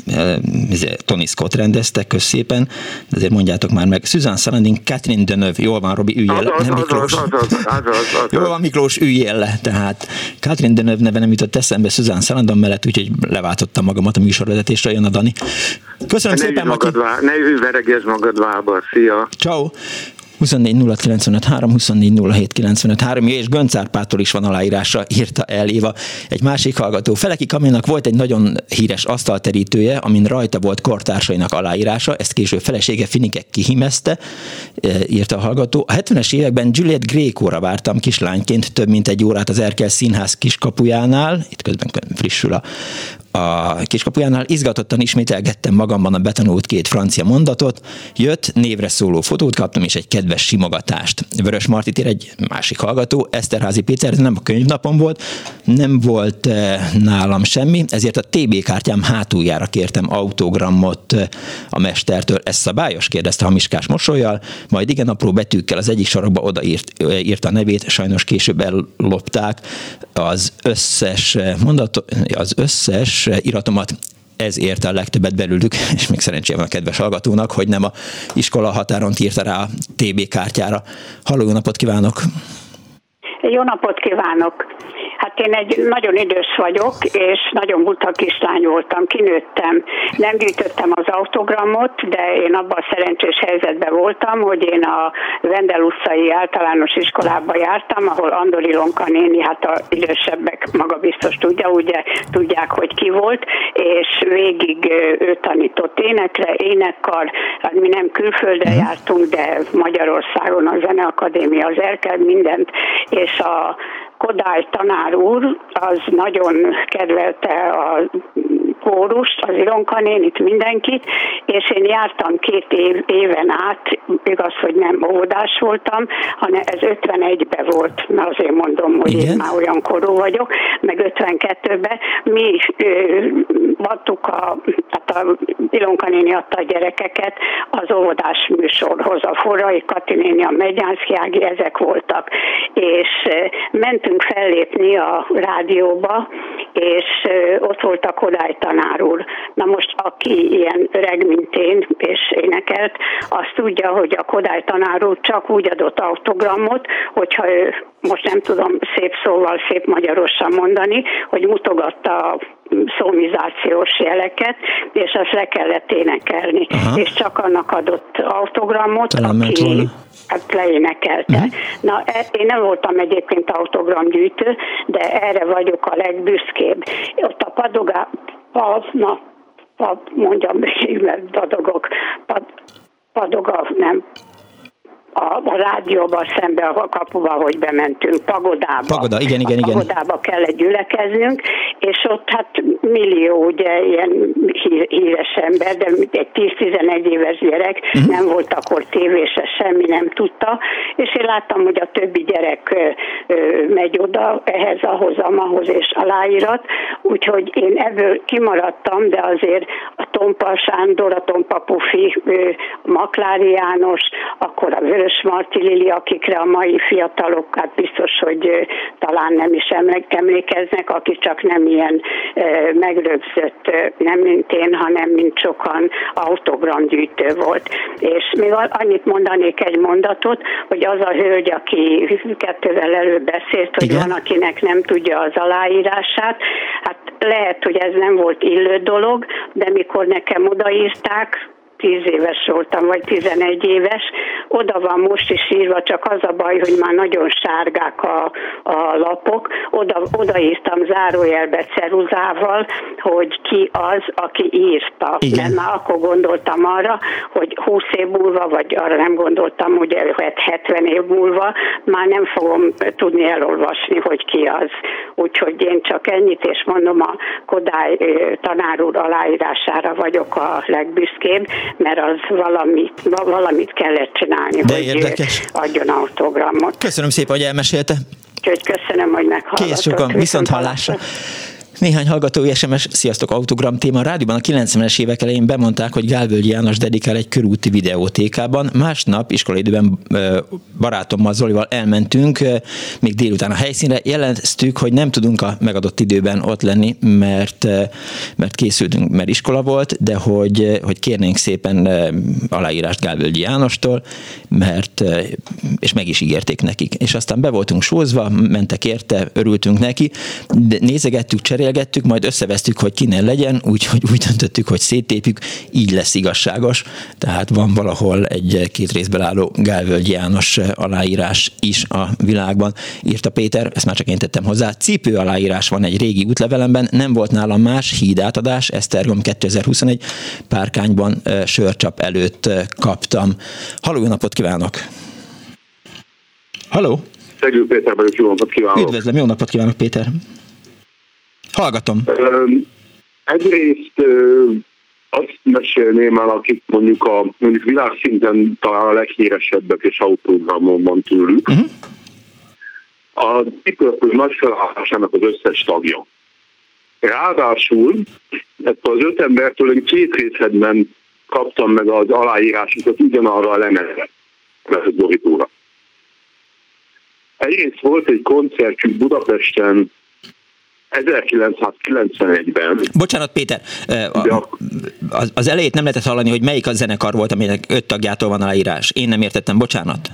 Tony Scott rendezte, kösz szépen, de azért mondjátok már meg. Susan Sarandon, Catherine Deneuve, jól van, Robi, üljél le, nem Miklós. Az, az, az, az, az, az. Jól van, Miklós, üljél le, tehát Catherine Deneuve neve nem jutott eszembe Susan Sarandon mellett, úgyhogy leváltottam magamat a műsorvezetésre, jön a Dani. Köszönöm ne szépen, Maki. Vá- ne ülj, veregesd magad vába, szia. Ciao. huszonnégy nulla kilencvenöt három, huszonnégy nulla hét kilencvenöt három, és Gönc Árpádtól is van aláírása, írta el Éva. Egy másik hallgató. Feleki Kamilnak volt egy nagyon híres asztalterítője, amin rajta volt kortársainak aláírása, ezt később felesége Finike kihimezte, írta a hallgató. A hetvenes években Juliette Grécóra vártam kislányként több mint egy órát az Erkel Színház kiskapujánál, itt közben frissül a a kiskapujánál, izgatottan ismételgettem magamban a betanult két francia mondatot, jött, névre szóló fotót kaptam, és egy kedves simogatást. Vörös Martit ír egy másik hallgató, Eszterházy Péter, ez nem a könyvnapom volt, nem volt e, nálam semmi, ezért a té bé kártyám hátuljára kértem autogramot a mestertől. Ez szabályos? Kérdezte hamiskás mosollyal, majd igen apró betűkkel az egyik sarokba odaírt írt a nevét, sajnos később ellopták az összes mondatot, az összes iratomat, ez érte a legtöbbet belőlük, és még szerencsére van a kedves hallgatónak, hogy nem a iskola határon írta rá a té bé kártyára. Halló, jó napot kívánok! Jó napot kívánok! Hát én egy nagyon idős vagyok, és nagyon buta kislány voltam, kinőttem. Nem gyűjtöttem az autogramot, de én abban a szerencsés helyzetben voltam, hogy én a Vendel utcai általános iskolába jártam, ahol Andor Ilonka néni, hát az idősebbek maga biztos tudja, ugye tudják, hogy ki volt, és végig ő tanított énekre, énekkar, hát mi nem külföldre jártunk, de Magyarországon a Zeneakadémia, az Erkel, mindent, és a Kodály tanár úr, az nagyon kedvelte a kórust, az Ilonka nénit, mindenkit, és én jártam két év, éven át, igaz, hogy nem óvodás voltam, hanem ez ötvenegyben volt, mert azért mondom, hogy igen, én már olyan korú vagyok, meg ötvenkettőben. Mi adtuk a, hát a Ilonka néni adta a gyerekeket az óvodás műsorhoz, a Forrai Kati néni, a Megyánszki Ági, ezek voltak, és mentünk fellépni a rádióba, és ott volt a Kodály tanár úr. Na most, aki ilyen öreg, mint én, és énekelt, azt tudja, hogy a Kodály tanár úr csak úgy adott autogramot, hogyha ő, most nem tudom szép szóval, szép magyarosan mondani, hogy mutogatta a szómizációs jeleket, és azt le kellett énekelni. Aha. És csak annak adott autogramot, talán aki hát leénekelte. Uh-huh. Na, én nem voltam egyébként autogramgyűjtő, de erre vagyok a legbüszkébb. Ott a padogá, pad, na, pad, mondjam, mert dadogok, pad, padoga, nem, a, a rádióban szembe a kapuba, hogy bementünk, pagodába. Pagoda, igen, igen, igen. Pagodába kellett gyülekeznünk, és ott hát millió, ugye, ilyen híres ember, de egy tíz-tizenegy éves gyerek, uh-huh. nem volt akkor tévése, semmi nem tudta, és én láttam, hogy a többi gyerek ö, ö, megy oda ehhez, ahhoz, amahoz, és aláírat, úgyhogy én ebből kimaradtam, de azért a Tompa Sándor, a Tompa Pufi, ö, Maklári János, akkor a Vörös Marti Lili, akikre a mai fiatalok, hát biztos, hogy ö, talán nem is emlékeznek, aki csak nem ilyen ö, megrögzött, ö, nem mint én, hanem mint sokan autogramgyűjtő volt. És még annyit mondanék egy mondatot, hogy az a hölgy, aki kettővel előbb beszélt, hogy igen, van, akinek nem tudja az aláírását, hát lehet, hogy ez nem volt illő dolog, de mikor nekem odaírták, tíz éves voltam, vagy tizenegy éves. Oda van most is írva, csak az a baj, hogy már nagyon sárgák a, a lapok. Oda, odaírtam zárójelbe ceruzával, hogy ki az, aki írta. Igen. Mert már akkor gondoltam arra, hogy húsz év múlva, vagy arra nem gondoltam, hogy hetven év múlva már nem fogom tudni elolvasni, hogy ki az. Úgyhogy én csak ennyit, és mondom, a Kodály tanár úr aláírására vagyok a legbüszkébb, mert az valamit, valamit kellett csinálni, de hogy érdekes. Adjon autogramot. Köszönöm szépen, hogy elmesélte. Úgyhogy köszönöm, hogy meghallgatott. Kész sokan, viszont hallásra. Néhány hallgatói es em es, sziasztok, autogram téma. A rádióban a kilencvenes évek elején bemondták, hogy Gálvölgyi János dedikál egy körúti videótékában. Másnap iskolaidőben barátommal, Zolival elmentünk, még délután a helyszínre. Jeleztük, hogy nem tudunk a megadott időben ott lenni, mert, mert készültünk, mert iskola volt, de hogy, hogy kérnénk szépen aláírást Gálvölgyi Jánostól, mert, és meg is ígérték nekik. És aztán be voltunk sózva, mentek érte, örültünk neki, de nézegettük, cserélgettük, majd összevesztük, hogy kinél legyen, úgyhogy úgy döntöttük, hogy széttépjük, így lesz igazságos. Tehát van valahol egy két részből álló Gálvölgyi János aláírás is a világban. Írta Péter, ezt már csak én tettem hozzá. Cipő aláírás van egy régi útlevelemben, nem volt nálam más, hídátadás, Esztergom kétezer-huszonegy, Párkányban sörcsap előtt kaptam. Halló, jó napot kívánok! Halló! Szegő Péter vagyok, jó napot kívánok! Üdvözlöm, jó napot kívánok, Péter! Hallgatom. Egyrészt azt mesélném el, akik mondjuk a mondjuk világszinten talán a leghíresebbek és autógramon tőlük. Uh-huh. A Deep nagy felállásának az összes tagja. Ráadásul ettől az öt embertől én két részedben kaptam meg az aláírásukat ugyanarra a lemezre, a borítóra. Egyrészt volt egy koncertjük Budapesten ezerkilencszázkilencvenegyben. Bocsánat, Péter, az elejét nem lehetett hallani, hogy melyik a zenekar volt, aminek öt tagjától van aláírás. Én nem értettem, bocsánat.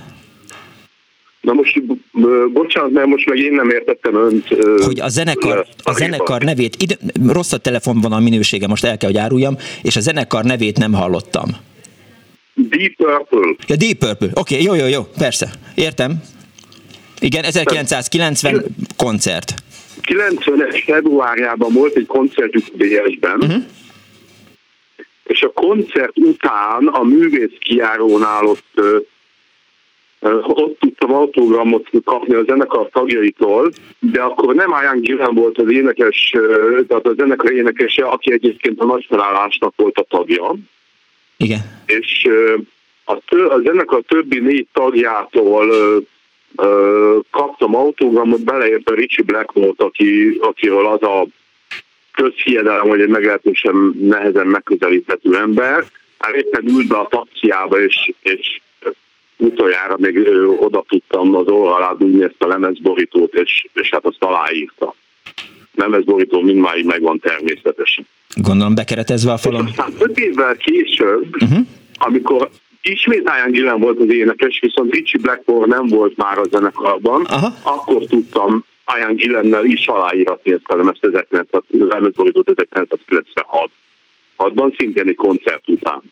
Na most, bocsánat, mert most meg én nem értettem önt. Hogy a zenekar, a zenekar nevét, ide, rossz a telefonvonal minősége, most el kell, hogy áruljam, és a zenekar nevét nem hallottam. Deep Purple. Ja, Deep Purple, oké, okay, jó, jó, jó, persze, értem. Igen, ezerkilencszázkilencven koncert. kilencvenes februárjában volt egy koncertjük bé es-ben, uh-huh. és a koncert után a művész kijárónál ott, ott tudtam autogramot kapni a zenekar tagjaitól, de akkor nem Ian Gillan volt az énekes, tehát a zenekar énekese, aki egyébként a nagy felállásnak volt a tagja. Igen. És a, tő, a zenekar többi négy tagjától kaptam autogramot, beleértve Richie Blackmore-t, aki, akiről az a közhiedelem, hogy egy meglehetősen nehezen megközelíthető ember. Hát éppen ült be a taxiába, és, és utoljára még oda tudtam az orra alá dugni ezt a lemezborítót, és, és hát azt aláírta. Lemezborító mindmáig megvan természetesen. Gondolom bekeretezve a falon. És aztán öt évvel később, uh-huh. amikor ismét Ian Gillan volt az énekes, viszont Richie Blackmore nem volt már a zenekarban. Aha. Akkor tudtam Ian Gillannel is aláíratni ezt a lemezt ezerkilencszázkilencvenhatban, szintén egy koncert után.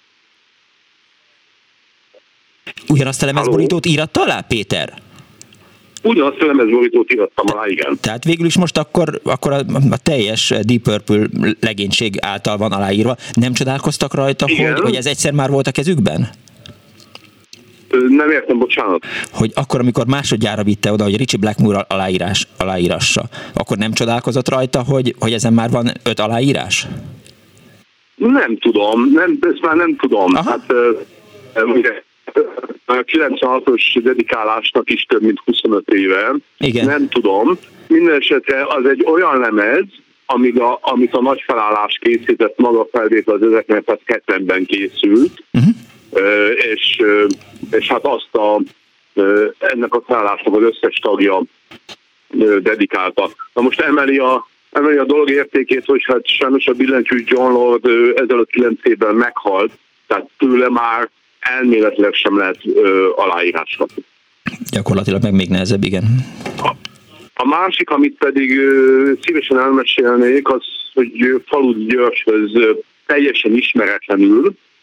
Ugyanazt a lemezborítót íratta alá, Péter? Ugyanazt a lemezborítót írattam alá, igen. Tehát végül is most akkor, akkor a, a teljes Deep Purple legénység által van aláírva. Nem csodálkoztak rajta, hogy, hogy ez egyszer már volt a kezükben? Nem értem, bocsánat. Hogy akkor, amikor másodjára vitte oda, hogy Richie Blackmore aláírás, aláírassa, akkor nem csodálkozott rajta, hogy, hogy ezen már van öt aláírás? Nem tudom, nem, ezt már nem tudom. Aha. Hát ugye, a kilencvenhatos dedikálásnak is több mint huszonöt éve. Igen. Nem tudom. Mindenesetre az egy olyan lemez, amíg a, amit a nagy felállás készített, maga felvétel az ezerkilencszázhetvenben készült, uh-huh. és, és hát azt a, ennek a felállásnak az összes tagja dedikálta. Na most emeli a, emeli a dolog értékét, hogy hát sajnos a billentyűs John Lord ezelőtt kilenc évben meghalt, tehát tőle már elméletileg sem lehet ö, aláírás kapni. Gyakorlatilag meg még nehezebb, igen. A, a másik, amit pedig ö, szívesen elmesélnék, az, hogy Faludy Györgyhöz ö, teljesen ismeretlenül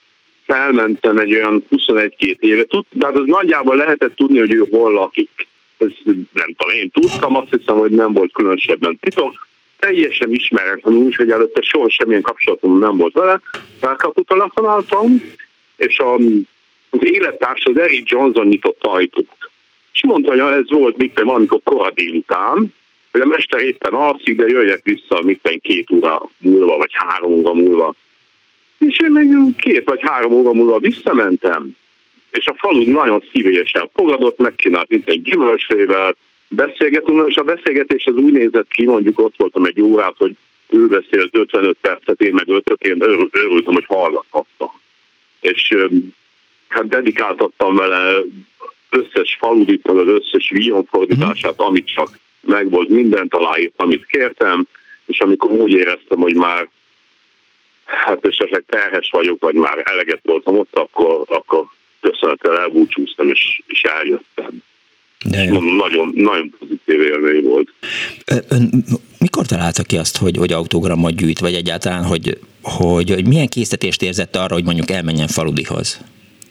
felmentem egy olyan huszonegy-két éve, tud, de az nagyjából lehetett tudni, hogy ő hol lakik. Ezt nem tudom, én tudtam, azt hiszem, hogy nem volt különösebben titok. Teljesen ismeretlen úgy, hogy előtte soha semmilyen kapcsolatom nem volt vele. Felkaputelefonáltam, és a, az élettárs, az Eric Johnson nyitott ajtót. És mondta, hogy ez volt mikor valamikor kora délután, hogy a mester éppen alszik, de jöjjek vissza mikor két óra múlva, vagy három óra múlva. És én meg két vagy három óra múlva visszamentem, és a falu nagyon szívélyesen fogadott, megkínált mint egy gyümölcsfével, beszélgetünk, és a beszélgetés az úgy nézett ki, mondjuk ott voltam egy órát, hogy ő beszélt ötvenöt percet, én meg ötöt, én örültem, hogy hallgathattam. És hát dedikáltattam vele összes faludit, az összes vízonfordítását, amit csak megvolt, mindent aláírt, amit kértem, és amikor úgy éreztem, hogy már hát esetleg terhes vagyok, vagy már eleget voltam ott, akkor, akkor köszönettel elbúcsúztam, és, és eljöttem. Nagyon, nagyon pozitív élmény volt. Ön mikor találta ki azt, hogy, hogy autogramot gyűjt, vagy egyáltalán, hogy, hogy, hogy milyen késztetést érzett arra, hogy mondjuk elmenjen Faludihoz?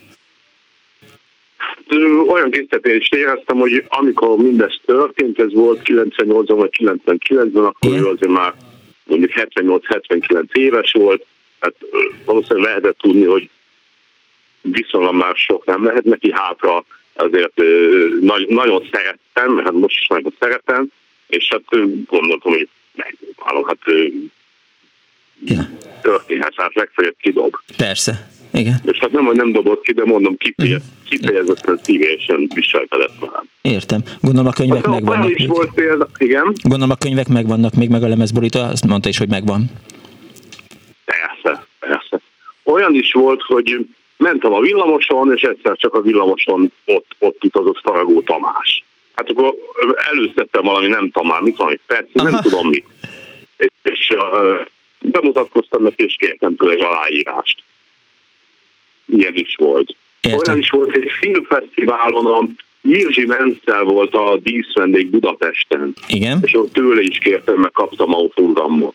Olyan késztetést éreztem, hogy amikor mindez történt, ez volt kilencvennyolcban vagy kilencvenkilencben, akkor ő azért már mondjuk hetvennyolc-hetvenkilenc éves volt, hát valószínűleg lehetett tudni, hogy viszonylag már sok nem lehet neki hátra, azért nagy, nagyon szerettem, hát most is nagyon szeretem, és hát gondoltam, hogy megpróbálom, hát ja. történhet, hát legfeljebb kidob. Persze, igen. És hát nem, hogy nem dobott ki, de mondom, kifejez, kifejezetten szívesen viselkedett már. Értem. Gondolom a könyvek hát, megvannak. Is volt példa, igen. Gondolom a könyvek megvannak még, meg a lemezborító, azt mondta is, hogy megvan. Persze, persze. Olyan is volt, hogy mentem a villamoson, és egyszer csak a villamoson ott, ott utazott Faragó Tamás. Hát akkor előszedtem valami, nem Tamás, mit valami perc, nem tudom mit. És, és uh, bemutatkoztam neki, és kértem tőle egy aláírást. Ilyen is volt. Értem. Olyan is volt, egy filmfesztiválon a Jirzsi Menzel volt a díszvendég Budapesten. Igen. És ott tőle is kértem, meg kaptam autogramot.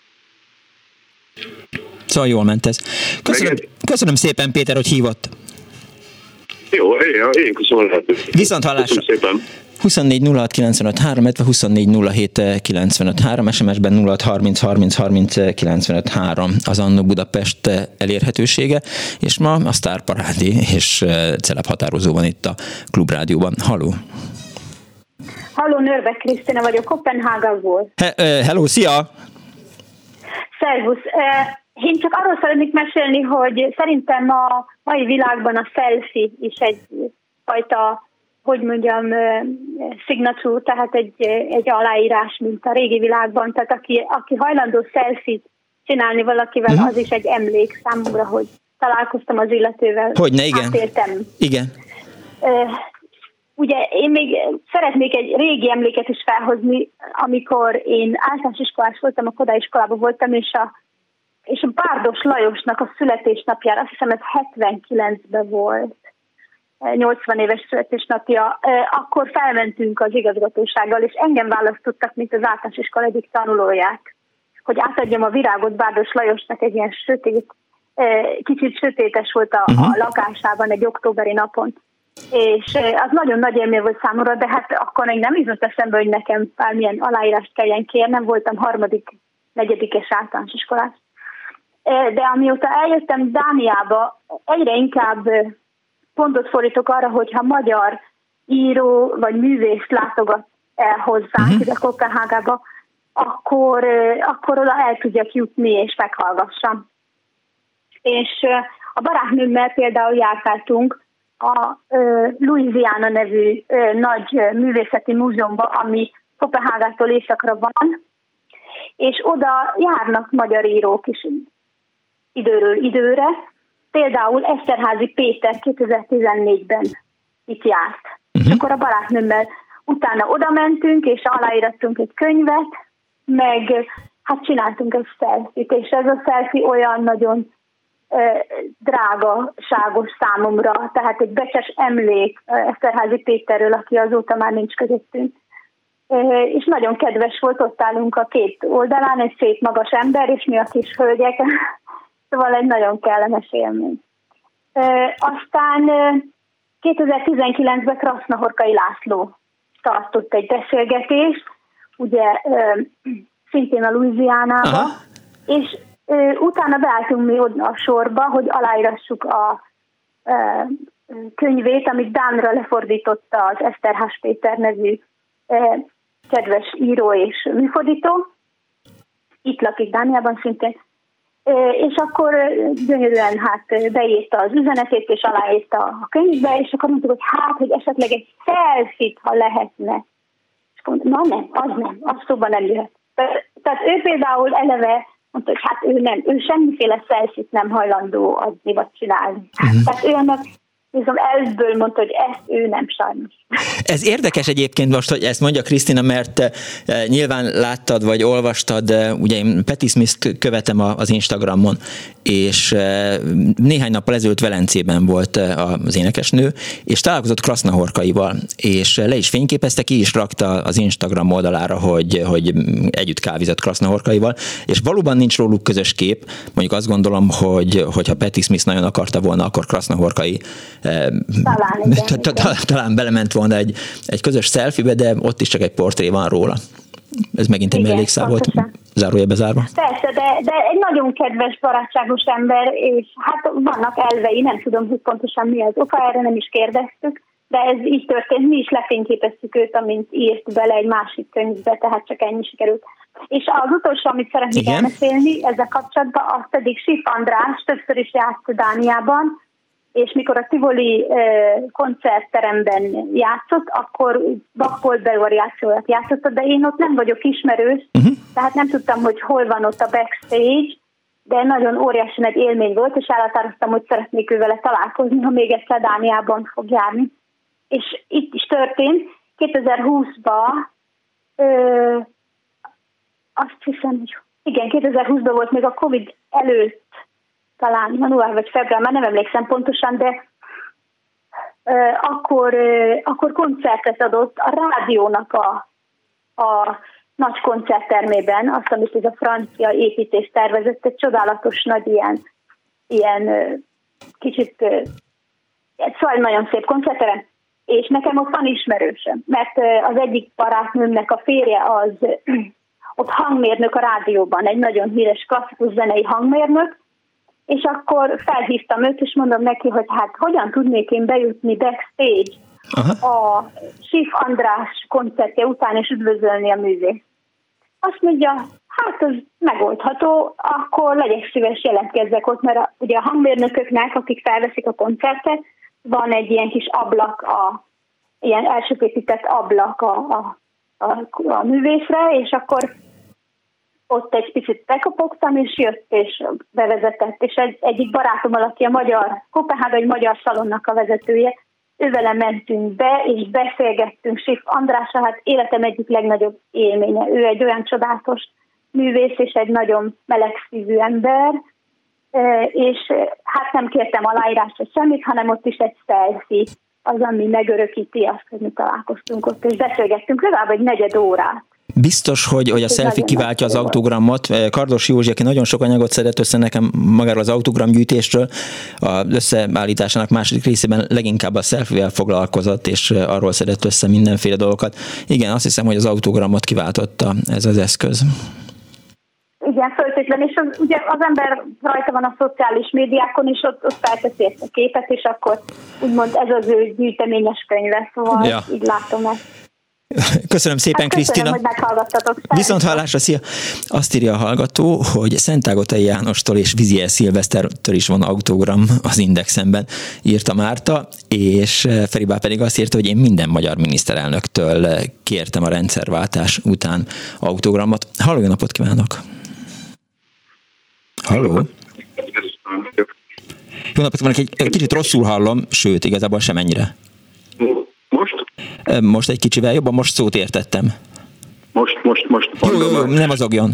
Szóval jól ment ez. Köszönöm, köszönöm szépen, Péter, hogy hívott. Jó, én, én köszönöm a lehetőséget. Viszont hallásra. Köszönöm szépen. huszonnégy nulla hat kilencvenöt három, illetve huszonnégy nulla hét kilencvenöt három, es em es-ben nulla hat harminc harminc harminc kilencvenöt három az Annó Budapest elérhetősége, és ma a Sztárparádi és celebhatározó van itt a Klubrádióban. Halló! Halló, Nőrbe Krisztina vagyok, Kopenhágából. He, uh, hello, szia! Szervusz! Én csak arról szeretnék mesélni, hogy szerintem a mai világban a selfie is egy fajta, hogy mondjam, signature, tehát egy, egy aláírás, mint a régi világban. Tehát aki, aki hajlandó selfie-t csinálni valakivel, uh-huh. az is egy emlék számomra, hogy találkoztam az illetővel. Hogyne, igen. Átéltem. Igen. Uh, ugye én még szeretnék egy régi emléket is felhozni, amikor én általános iskolás voltam, a Kodály iskolában voltam, és a és a Bárdos Lajosnak a születésnapjára, azt hiszem ez hetvenkilencben volt, nyolcvan éves születésnapja, akkor felmentünk az igazgatósággal, és engem választottak, mint az általános iskola egyik tanulóját, hogy átadjam a virágot Bárdos Lajosnak, egy ilyen sötét, kicsit sötétes volt a, uh-huh. a lakásában egy októberi napon. És az nagyon nagy élmény volt számomra, de hát akkor még nem jutott eszembe, hogy nekem bármilyen aláírást kelljen kérnem, voltam harmadik, negyedikes általános iskolás. De amióta eljöttem Dániába, egyre inkább pontot fordítok arra, hogyha magyar író vagy művész látogat el hozzánk uh-huh. ide Kopenhágába, akkor, akkor oda el tudjak jutni és meghallgassam. És a barátnőmmel például járkáltunk a Louisiana nevű nagy művészeti múzeumba, ami Kopenhágától északra van, és oda járnak magyar írók is időről időre. Például Eszterházy Péter kétezer-tizennégyben itt járt. Uh-huh. És akkor a barátnőmmel utána oda mentünk, és aláírattunk egy könyvet, meg hát csináltunk egy selfie-t, és ez a selfie olyan nagyon eh, drágaságos számomra, tehát egy becses emlék Eszterházy Péterről, aki azóta már nincs közöttünk. Eh, és nagyon kedves volt, ott állunk a két oldalán, egy szép magas ember, és mi a kis hölgyek. Szóval egy nagyon kellemes élmény. Aztán kétezer-tizenkilencben Krasznahorkai László tartott egy beszélgetést, ugye szintén a Louisianába, és utána beálltunk mi a sorba, hogy aláírassuk a könyvét, amit dánra lefordította az Eszterház Péter nevű kedves író és műfordító. Itt lakik Dániában szintén. És akkor gyönyörűen hát beírta az üzenetét, és aláírta a könyvbe, és akkor mondtuk, hogy hát, hogy esetleg egy selfie-t, ha lehetne. És mondta, na nem, az nem, az szóban nem jöhet. Tehát ő például eleve mondta, hogy hát ő nem, ő semmiféle selfie-t nem hajlandó adni, vagy csinálni. Uh-huh. Tehát ő annak Viszont elfből mondta, hogy ezt ő nem sajnos. Ez érdekes egyébként most, hogy ezt mondja Krisztina, mert nyilván láttad, vagy olvastad, ugye én Patti Smith-t követem az Instagramon, és néhány nappal ezelőtt Velencében volt az énekesnő, és találkozott Krasznahorkaival, és le is fényképezte, ki is rakta az Instagram oldalára, hogy, hogy együtt kávézott Krasznahorkaival, és valóban nincs róluk közös kép. Mondjuk azt gondolom, hogy hogyha Patti Smith nagyon akarta volna, akkor Krasznahorkai talán, igen, talán belement volna egy, egy közös selfie-be, de ott is csak egy portré van róla. Ez megint egy mellékszál volt, zárója bezárva. Persze, de, de egy nagyon kedves, barátságos ember, és hát vannak elvei, nem tudom, hogy pontosan mi az oka, erre nem is kérdeztük, de ez így történt, mi is lefényképeztük őt, amint írt bele egy másik könyvbe, tehát csak ennyi sikerült. És az utolsó, amit szeretnék elmesélni ezzel kapcsolatban, az pedig Sif András, többször is játszott Dániában, és mikor a Tivoli uh, koncertteremben játszott, akkor Bakpolt variációt játszott, de én ott nem vagyok ismerős, uh-huh. tehát nem tudtam, hogy hol van ott a backstage, de nagyon óriási nagy élmény volt, és elhatároztam, hogy szeretnék ő vele találkozni, ha még egyszer Dániában fog járni. És itt is történt, kétezer-húszban, uh, azt hiszem, hogy igen, kétezer-húszban volt még a Covid előtt, talán január vagy február, már nem emlékszem pontosan, de uh, akkor, uh, akkor koncertet adott a rádiónak a, a nagy koncerttermében, azt, amit ez a francia építés tervezett, egy csodálatos nagy ilyen, ilyen uh, kicsit, uh, szóval nagyon szép koncertterem, és nekem ott van ismerősöm, mert uh, az egyik barátnőmnek a férje az uh, ott hangmérnök a rádióban, egy nagyon híres klasszikus zenei hangmérnök, és akkor felhívtam őt, és mondom neki, hogy hát hogyan tudnék én bejutni backstage Aha. a Sif András koncertje után, és üdvözölni a művészt. Azt mondja, hát ez megoldható, akkor legyek szíves, jelentkezzek ott, mert a, ugye a hangmérnököknek, akik felveszik a koncertet, van egy ilyen kis ablak, a, ilyen elsötétített ablak a, a, a, a művészre, és akkor ott egy picit bekopogtam, és jött, és bevezetett, és egy, egyik barátom, aki a magyar, Kopenhágai Magyar Szalonnak a vezetője, ővele mentünk be, és beszélgettünk Sif Andrással, hát életem egyik legnagyobb élménye. Ő egy olyan csodálatos művész, és egy nagyon melegszívű ember, és hát nem kértem aláírást, vagy semmit, hanem ott is egy selfie, az, ami megörökíti azt, hogy mi találkoztunk ott, és beszélgettünk legalább egy negyed órát. Biztos, hogy, hogy a selfie kiváltja az autogramot. Kardos Józsi, aki nagyon sok anyagot szedett össze nekem magáról az autogramgyűjtésről, az összeállításának második részében leginkább a selfie-vel foglalkozott, és arról szedett össze mindenféle dolgokat. Igen, azt hiszem, hogy az autogramot kiváltotta ez az eszköz. Igen, föltétlenül, és az, ugye az ember rajta van a szociális médiákon, és ott, ott felteszi ezt a képet, és akkor úgymond ez az ő gyűjteményes könyve, szóval ja. így látom ezt. Köszönöm szépen, hát Krisztina. Köszönöm, hogy meghallgattatok. Viszont hallásra, szia! Azt írja a hallgató, hogy Szentágotai Jánostól és Viziel Szilvesztertől is van autogram az Indexemben, írta Márta, és Feribá pedig azt írta, hogy én minden magyar miniszterelnöktől kértem a rendszerváltás után autogramot. Halló, jó napot kívánok! Halló! Jó napot kívánok, egy, egy kicsit rosszul hallom, sőt, igazából semennyire. Most? Most egy kicsivel jobban, most szót értettem. Most, most, most. Jó, jó, jó, nem azogjon.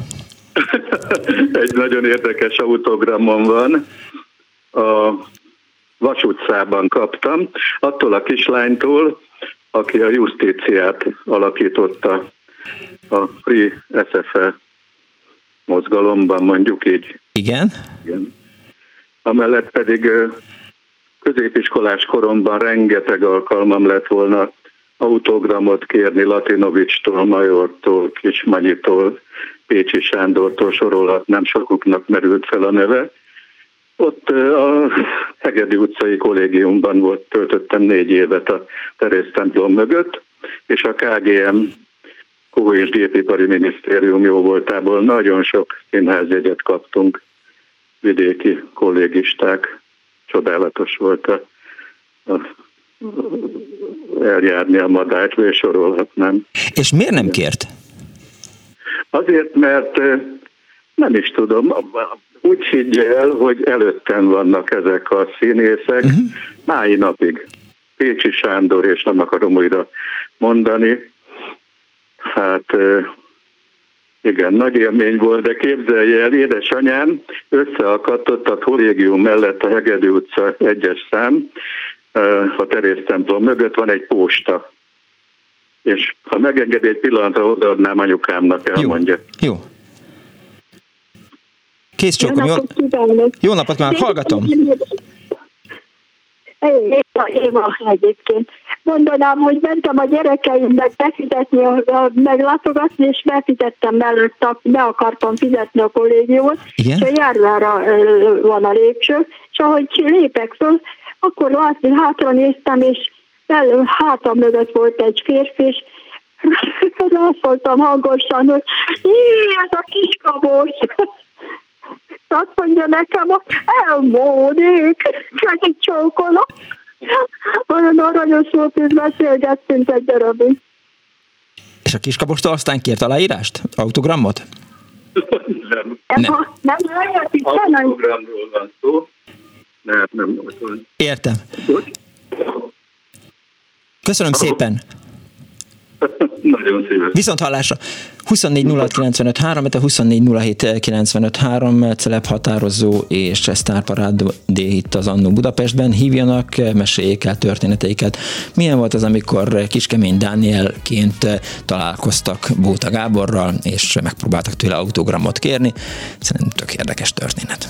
Egy nagyon érdekes autogramon van. A Vas utcában kaptam, attól a kislánytól, aki a Justíciát alakította a Free es ef e mozgalomban, mondjuk így. Igen. Igen. Amellett pedig középiskolás koromban rengeteg alkalmam lett volna autogramot kérni Latinovicstól, Majortól, Kismanyitól, Pécsi Sándortól, sorolhatnám, sokuknak merült fel a neve. Ott a Hegedi utcai kollégiumban volt, töltöttem négy évet a Terész templom mögött, és a ká gé em, Kó és Gépipari Minisztérium jó voltából nagyon sok színházjegyet kaptunk, vidéki kollégisták. Csodálatos volt a, a, eljárni a Madácsba, és sorolhatnám. És miért nem kért? Azért, mert nem is tudom, úgy higgy el, hogy előttem vannak ezek a színészek, uh-huh. mái napig. Pécsi Sándor, és nem akarom újra mondani. Hát igen, nagy élmény volt, de képzelje el, édesanyám összeakadtott a kollégium mellett a Hegedű utca egyes szám, a Terész templom mögött van egy posta. És ha megengedi, egy pillanatra odaadnám anyukámnak, elmondja. Jó. Jó. Kész csókom, jó, jó, jó napot kívánok, hallgatom. Éva, Éva egyébként. Mondanám, hogy mentem a gyerekeimnek befizetni, a, a, meglátogatni, és befizettem mellett, be akartam fizetni a kollégiumot, igen? És a járvára van a lépcső, és ahogy lépek föl, akkor látni, hátra néztem, és elő, hátam mögött volt egy férfi, és rászóltam hangosan, hogy ez a kiskabos. Azt mondja nekem, hogy elmódik, csak egy csókolok. Olyan aranyos volt, hogy beszélgettünk egy darabig. És a kiskabostól aztán kért aláírást? Autogramot? Nem. Nem. Nem, Autogramról van szó. Nem, nem. Értem. Köszönöm szépen. Nagyon szívesen. Viszont hallásra. huszonnégy nulla hat kilencvenöt három, a huszonnégy nulla hét kilencvenöt három celeb határozó és sztárparádé itt az Annó Budapestben. Hívjanak, meséljék el történeteiket. Milyen volt az, amikor Kiskemény Dánielként találkoztak Bóta Gáborral, és megpróbáltak tőle autogramot kérni. Szerintem tök érdekes történet.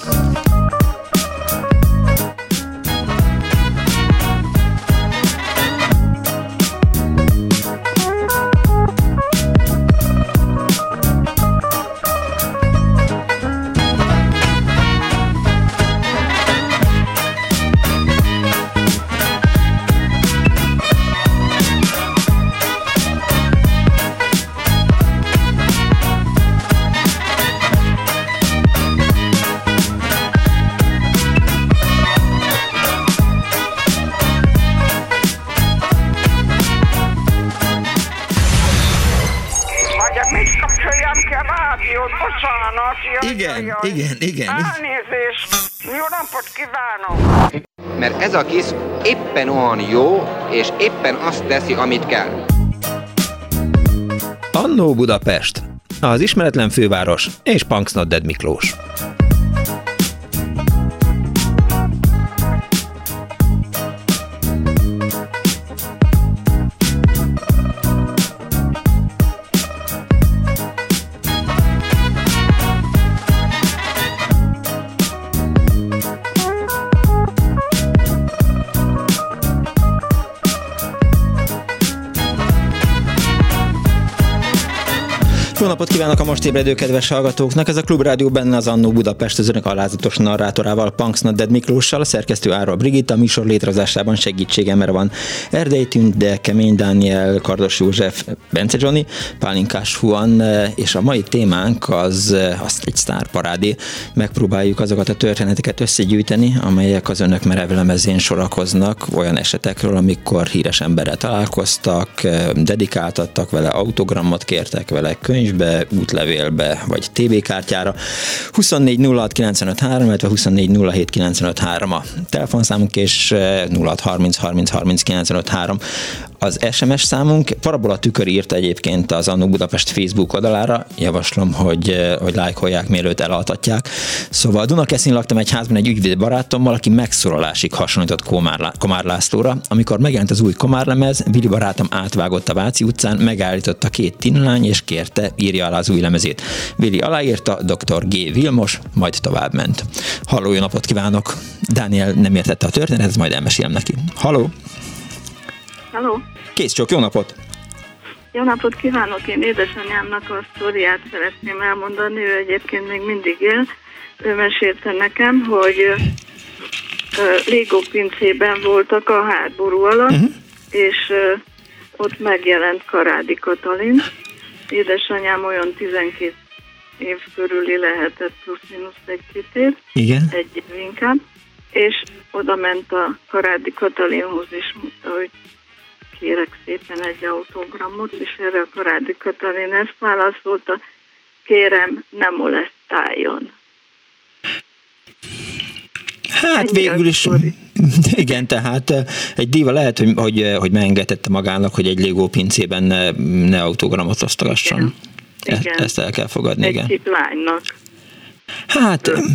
Igen, igen, igen. Elnézést! Jó napot kívánok! Mert ez a kis éppen olyan jó, és éppen azt teszi, amit kell. Annó Budapest, az ismeretlen főváros és Punks Not Dead Miklós. Jó napot kívánok a most ébredő kedves hallgatóknak! Ez a Klubrádió, benne az Annó Budapest, az önök alázatos narrátorával, Punks Not Dead Miklóssal, a szerkesztő Árva Brigitta, a műsor létrehozásában segítségemre van Erdei Tünde, Kemény Dániel, Kardos József, Bence Johnny, Pálinkás Huan, és a mai témánk az, az egy sztárparádé. Megpróbáljuk azokat a történeteket összegyűjteni, amelyek az önök merevlemezén sorakoznak, olyan esetekről, amikor híres emberrel találkoztak, dedikáltattak vele, autogramot kértek vele, könyvbe, útlevélbe, vagy té bé kártyára. huszonnégy nulla hat kilencvenöt három, illetve huszonnégy nulla hét kilencvenöt három a telefonszámunk, és nulla hat harminc harminc harminc kilencvenöt három az es em es számunk. Parabola Tükör írta egyébként az Annó Budapest Facebook oldalára, javaslom, hogy, hogy lájkolják, mielőtt elaltatják. Szóval Dunakeszin laktam egy házban egy ügyvéd barátommal, aki megszólalásig hasonlított Komár, Komár Lászlóra. Amikor megjelent az új Komárlemez, Vili barátom átvágott a Váci utcán, megállította két tinlány, és kérte, írja alá az új lemezét. Vili aláírta, doktor G. Vilmos, majd tovább ment. Halló, jó napot kívánok! Dániel nem értette a történetet, majd elmesélem neki. Halló! Halló! Kész csak, jó napot! Jó napot kívánok! Én édesanyámnak a sztoriát szeretném elmondani, ő egyébként még mindig él. Ő mesélte nekem, hogy uh, Lego pincében voltak a háború alatt, uh-huh. és uh, ott megjelent Karádi Katalin. Édesanyám olyan tizenkét év körüli lehetett, plusz-minusz egy-két év. Igen. Egy év inkább. És oda ment a Karádi Katalinhoz, és mondta, hogy kérek szépen egy autogramot, és erre a Karádi Katalin ezt válaszolta, kérem, ne molesztáljon. Hát ennyi végül is, igen, tehát egy diva lehet, hogy, hogy, hogy megengedette magának, hogy egy Lego pincében ne, ne autogramot osztogasson. Igen. E, ezt el kell fogadni, egy igen. Egy kis lánynak. Hát... Ö.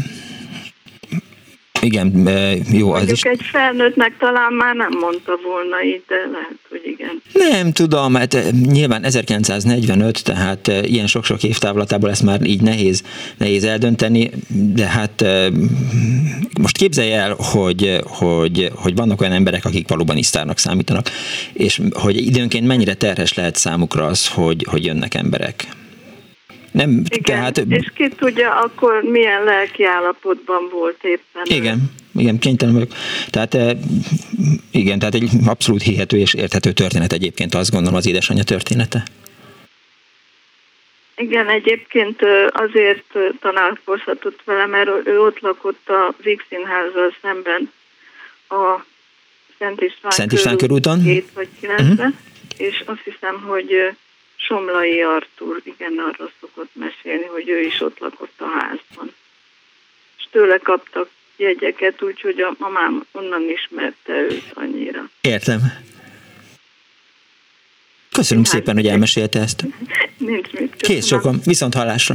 Igen, jó, mondjuk az is... egy felnőttnek talán már nem mondta volna így, de lehet, hogy igen. Nem tudom, hát nyilván ezerkilencszáznegyvenöt, tehát ilyen sok-sok évtávlatából ezt már így nehéz, nehéz eldönteni, de hát most képzelj el, hogy, hogy, hogy vannak olyan emberek, akik valóban isztárnak számítanak, és hogy időnként mennyire terhes lehet számukra az, hogy, hogy jönnek emberek. Nem, igen, tehát... és ki tudja, akkor milyen lelki állapotban volt éppen. Igen, igen, kénytelen vagyok. Tehát igen, tehát egy abszolút hihető és érthető történet egyébként, azt gondolom, az édesanyja története. Igen, egyébként azért találkozhatott vele, mert ő ott lakott a Víg Színházzal szemben a Szent István, Szent István körúton, hét vagy kilencben, uh-huh. és azt hiszem, hogy Somlai Artúr, igen, arról szokott mesélni, hogy ő is ott lakott a házban. És tőle kaptak jegyeket, úgyhogy a mamám onnan ismerte őt annyira. Értem. Köszönöm hát, szépen, hogy elmesélte ezt. Nincs mit. Kész sokan, viszont hallásra.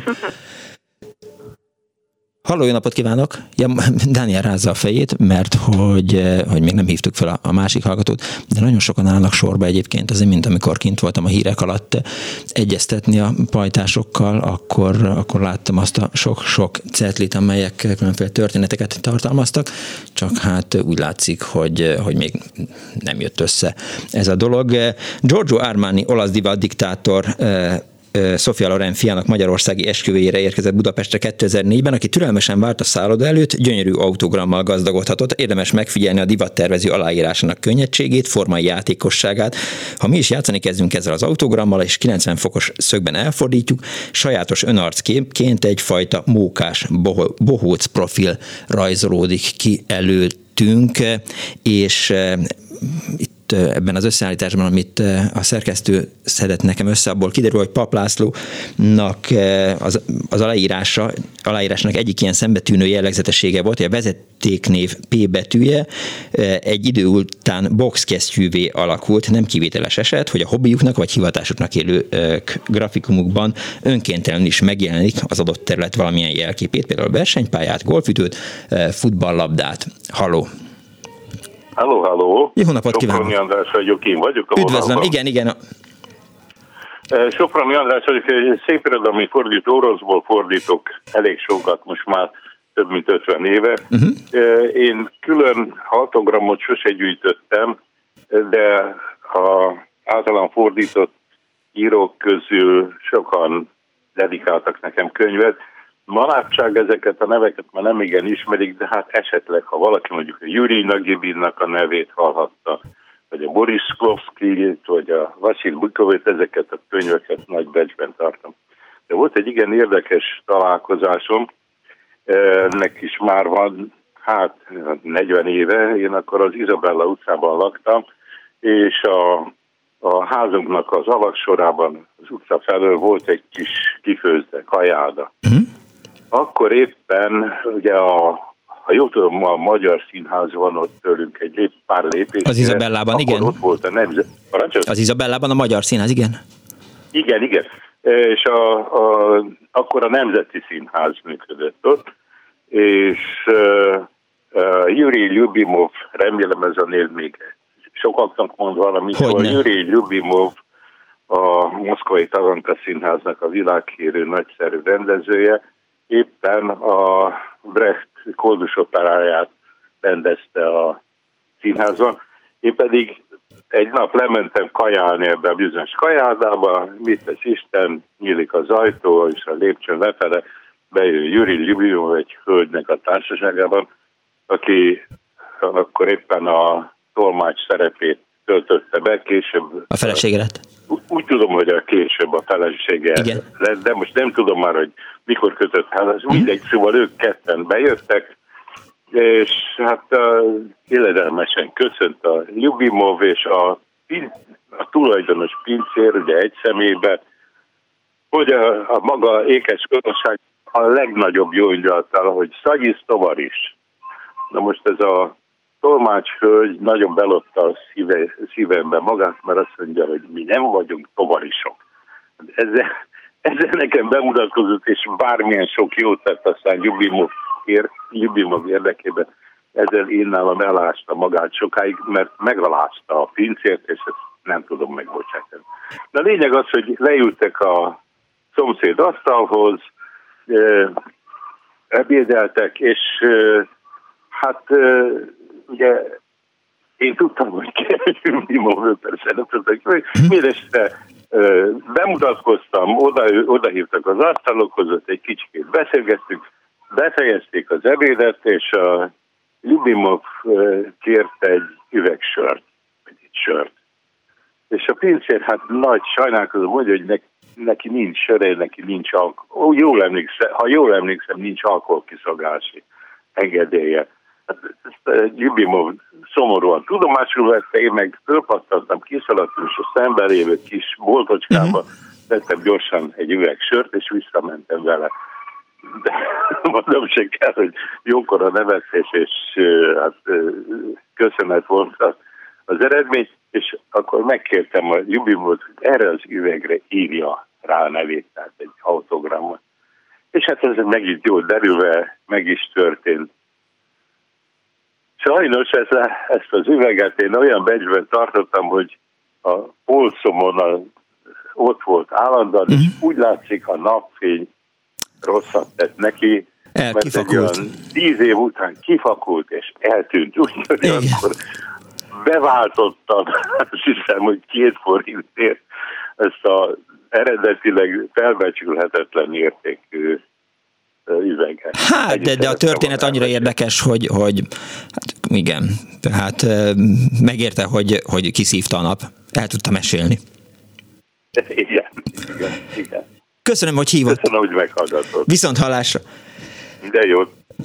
Halló, jó napot kívánok! Ja, Dániel rázza a fejét, mert hogy, hogy még nem hívtuk fel a, a másik hallgatót, de nagyon sokan állnak sorba egyébként, azért, mint amikor kint voltam a hírek alatt egyeztetni a pajtásokkal, akkor, akkor láttam azt a sok-sok cetlit, amelyek különféle történeteket tartalmaztak, csak hát úgy látszik, hogy, hogy még nem jött össze ez a dolog. Giorgio Armani, olasz diva diktátor, Sofia Loren fiának magyarországi esküvőjére érkezett Budapestre kétezer-négyben, aki türelmesen várt a szálloda előtt, gyönyörű autogrammal gazdagodhatott. Érdemes megfigyelni a divattervező aláírásának könnyedségét, formai játékosságát. Ha mi is játszani kezdünk ezzel az autogrammal, és kilencven fokos szögben elfordítjuk, sajátos önarcképként egyfajta mókás bohóc profil rajzolódik ki előttünk, és itt ebben az összeállításban, amit a szerkesztő szedett nekem össze, abból kiderül, hogy Pap Lászlónak az, az aláírása, aláírásnak egyik ilyen szembetűnő jellegzetessége volt, hogy a vezetéknév P betűje egy idő után boxkesztyűvé alakult, nem kivételes eset, hogy a hobbiuknak vagy hivatásuknak élő grafikumukban önkéntelenül is megjelenik az adott terület valamilyen jelképét, például versenypályát, golfütőt, futballlabdát. Halló! Halló, halló! Jó napot kívánok! Soproni András vagyok, én vagyok a Üdvözlöm, vonalban. igen, igen. Soproni András vagyok, egy szép irodalmi fordító, oroszból fordítok elég sokat, most már több mint ötven éve. Uh-huh. Én külön autogramot sose gyűjtöttem, de a általán fordított írók közül sokan dedikáltak nekem könyvet. Manapság ezeket a neveket már nem igen ismerik, de hát esetleg, ha valaki mondjuk a Jurij Nagyibinnak a nevét hallhatta, vagy a Boris Szklovszkijt, vagy a Vasil Bukovét, ezeket a könyveket nagy becsben tartom. De volt egy igen érdekes találkozásom, ennek is már van, hát negyven éve, én akkor az Izabella utcában laktam, és a, a házunknak az alaksorában, az utca felől volt egy kis kifőzde, kajáda. Mm. Akkor éppen ugye a ha jól tudom, a Magyar Színház van ott tőlünk egy lép, pár lépés. Az Izabellában, igen. Ott volt a nemzet... Az Izabellában a Magyar Színház, igen. Igen, igen. És a, a, akkor a Nemzeti Színház működött ott, és uh, uh, Jurij Ljubimov, remélem ez a név még sokaknak mond valamit, hogy Jurij Ljubimov, a Moszkvai Taranka Színháznak a világhírű nagyszerű rendezője, éppen a Brecht Koldus operáját rendezte a színházban. Én pedig egy nap lementem kajálni ebbe a bizonyos kajádába, mit tesz Isten, nyílik az ajtó, és a lépcsőn lefele bejön Jurij Ljubimov egy hölgynek a társaságában, aki akkor éppen a tolmács szerepét töltötte be, később... A felesége lett? Úgy, úgy tudom, hogy a később a felesége lett, de most nem tudom már, hogy mikor kötött el, mindegy, szóval ők ketten bejöttek, és hát uh, illedelmesen köszönt a Ljubimov, és a, a tulajdonos pincér, ugye egy személyben, hogy a, a maga ékes gazdaság a legnagyobb jó indulattal, hogy Szagyisz tovaris. Na most ez a tolmácshölgy nagyon belopta a szíve, szívembe magát, mert azt mondja, hogy mi nem vagyunk tovarisok. Ezzel, ezzel nekem bemutatkozott, és bármilyen sok jót tett aztán Ljubimov, ér, Ljubimov érdekében, ezzel én nálam elásta magát sokáig, mert megalázta a pincért, és ezt nem tudom megbocsátani. De a lényeg az, hogy leültek a szomszéd asztalhoz, ebédeltek, és hát ugye én tudtam, hogy Ljubimov, persze nem tudtam, hogy mindeste bemutatkoztam, oda, oda hívtak az asztalokhoz, ott egy kicsit beszélgettünk, befejezték az ebédet, és a Ljubimov kért egy üveg sört, egy sört. És a pincér hát nagy sajnálkozó mondja, hogy neki, neki nincs söre, neki nincs alkohol. Jól emlékszem, ha jól emlékszem, nincs alkoholkiszolgálási engedélye. Hát ezt Ljubimov szomorúan tudomásul vette, én meg fölpattantam, kiszaladtam, és a szemben lévő kis boltocskába vettem gyorsan egy üveg sört, és visszamentem vele. De mondom se kell, hogy jókor a nevetés, és hát köszönet volt az eredmény, és akkor megkértem a Ljubimovot, hogy erre az üvegre írja rá a nevét, tehát egy autogramot. És hát ez megint jól derülve, meg is történt. Sajnos ezt, ezt az üveget én olyan becsben tartottam, hogy a polcomon a, ott volt állandóan, uh-huh. és úgy látszik, a napfény rosszat tett neki, El, mert egy olyan tíz év után kifakult és eltűnt. Úgyhogy akkor beváltottam, azt hiszem, hogy két forintért ezt az eredetileg felbecsülhetetlen értékű üveget. Hát, de, de a történet annyira érdekes, hogy, hogy hát igen, tehát megérte, hogy, hogy kiszívta a nap. El tudta mesélni. Igen, igen, igen. Köszönöm, hogy hívott. Köszönöm, hogy meghallgatott. Viszont hallásra. De jó.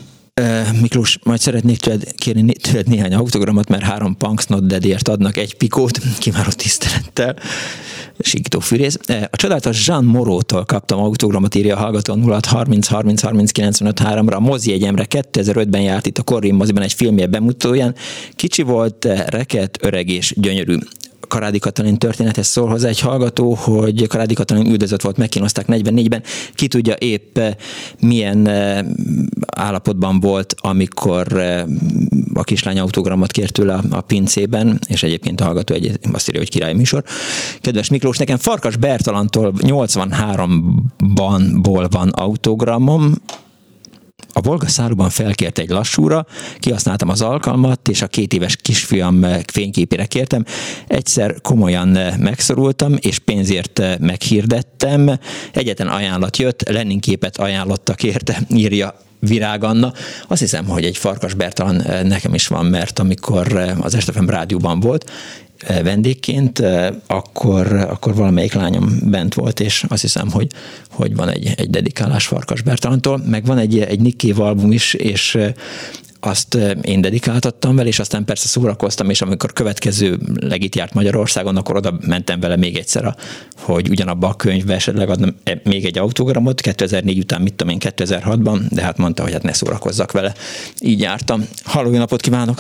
Miklós, majd szeretnék tőled kérni tőled néhány autogramot, mert három Punks Not Deadért adnak egy pikót, kiváló tisztelettel. Sikító fűrész. A csodálatos Jean Moreau-tól kaptam autogramot, írja a hallgató nulla hat harminc harminc harminc kilencvenöt háromra. A mozi egyemre kétezer-ötben járt itt a Corvin moziban egy filmje bemutatóján. Kicsi volt, reket, öreg és gyönyörű. Karádi Katalin történethez szól hozzá egy hallgató, hogy Karádi Katalin üldözött volt, megkínozták negyvennégyben. Ki tudja épp milyen állapotban volt, amikor a kislány autogramot kért tőle a pincében, és egyébként a hallgató egy, azt írja, hogy király műsor. Kedves Miklós, nekem Farkas Bertalantól nyolcvanháromban van autogramom, a Volga szállóban felkért egy lassúra, kihasználtam az alkalmat, és a két éves kisfiam fényképére kértem. Egyszer komolyan megszorultam, és pénzért meghirdettem. Egyetlen ajánlat jött, Lenin képet ajánlottak érte, írja Virág Anna. Azt hiszem, hogy egy Farkas Bertalan nekem is van, mert amikor az Est ef em rádióban volt vendégként, akkor, akkor valamelyik lányom bent volt, és azt hiszem, hogy, hogy van egy, egy dedikálás Farkas Bertalantól, meg van egy, egy Nick Cave album is, és azt én dedikáltattam vele, és aztán persze szórakoztam, és amikor következő legit járt Magyarországon, akkor oda mentem vele még egyszer, hogy ugyanabba a könyvbe esetleg adnom még egy autogramot, kétezer-négy után, mit tudom én, kétezer-hatban, de hát mondta, hogy hát ne szórakozzak vele. Így jártam. Halló, jó napot kívánok!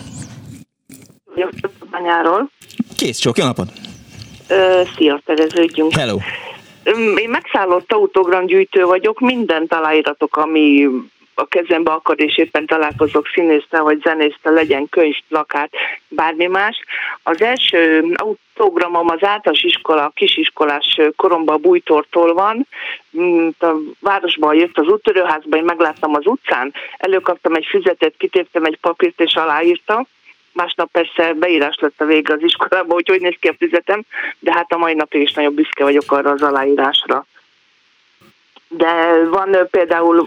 Jó nyáról. Kész csók, jó napot! Ö, szia, tegeződjünk. Hello! Én megszállott autogramgyűjtő vagyok, mindent aláíratok, ami a kezembe akad, és éppen találkozok színésztel vagy zenésztel, legyen könyv, plakát, bármi más. Az első autogramom az általános iskola, kisiskolás koromban a Bújtortól van. A városban jött az úttörőházba, én megláttam az utcán, előkaptam egy füzetet, kitéptem egy papírt és aláírtam. Másnap persze beírás lett a vége az iskolában, hogy hogy néz ki a füzetem, de hát a mai napig is nagyon büszke vagyok arra az aláírásra. De van például,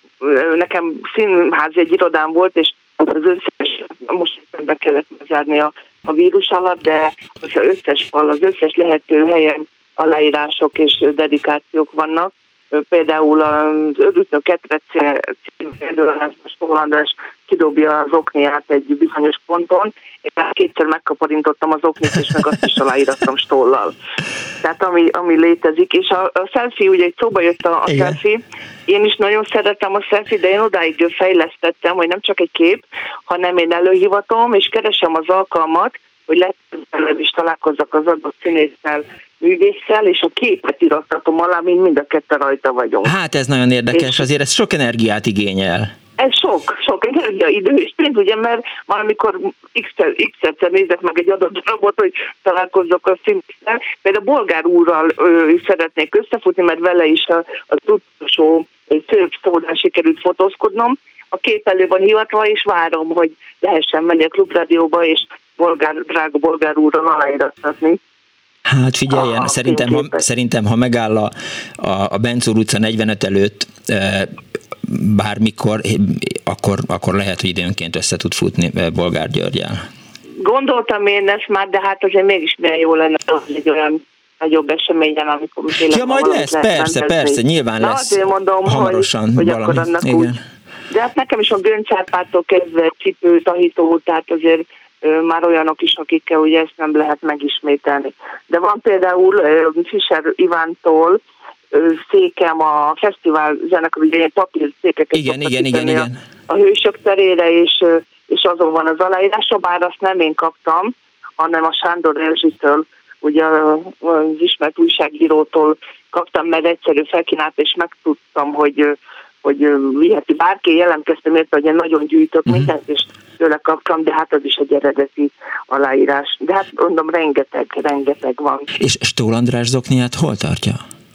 nekem színházi egy irodám volt, és az összes, most be kellett zárni a, a vírus alatt, de az összes fal, az összes lehető helyen aláírások és dedikációk vannak. Például az Örültnök Ketrece című előadásban Stoll András kidobja az okniát egy bizonyos ponton, és már kétszer megkaparintottam az oknit, és meg azt is aláírattam Stollal. Tehát ami, ami létezik, és a, a selfie, ugye egy szóba jött a, a selfie, én is nagyon szeretem a selfie, de én odáig fejlesztettem, hogy nem csak egy kép, hanem én előhivatom, és keresem az alkalmat, hogy legközelebb is találkozzak az adott színésszel, művésszel, és a képet irattatom alá, mint mind a ketten rajta vagyunk. Hát ez nagyon érdekes, és azért ez sok energiát igényel. Ez sok, sok energia, idő és pénz, ugye, mert valamikor x-szer nézek meg egy adott darabot, hogy találkozzak a színésszel. Például a Bolgár úrral ö, szeretnék összefutni, mert vele is a, az utolsó szép szódán sikerült fotózkodnom. A kép elő van hivatva, és várom, hogy lehessen menni a Klubrádióba, és Bolgár, drága Bolgár úrral aláírattatni. Hát figyeljen, ah, szerintem, ha, szerintem, ha megáll a, a, a Bencúr utca negyvenöt előtt e, bármikor, akkor, akkor lehet, hogy időnként össze tud futni Bolgár Györgyel. Gondoltam én ezt már, de hát azért mégis milyen jó lenne, hogy egy olyan nagyobb eseményen, amikor ja, majd lesz, persze, persze, nyilván Na, lesz. azért mondom, hamarosan hogy, hogy valami. Akkor annak igen. úgy. De hát nekem is a Göncárpától kezdve cipő, tahító, tehát azért már olyanok is, akikkel ugye ezt nem lehet megismételni. De van például Fischer Ivántól székem a fesztivál zenekar, ugye ilyen papír székeket igen, igen, igen, igen. A, a hősök terére, és, és azon van az aláírása, bár azt nem én kaptam, hanem a Sándor Erzsitől, ugye az ismert újságírótól kaptam, mert egyszerű felkínált, és megtudtam, hogy hogy viheti bárki, jelentkeztem érte, hogy én nagyon gyűjtök uh-huh. mindent, és tőle kaptam, de hát az is egy eredeti aláírás. De hát mondom, rengeteg, rengeteg van. És Stoll András zokniát hol tartja?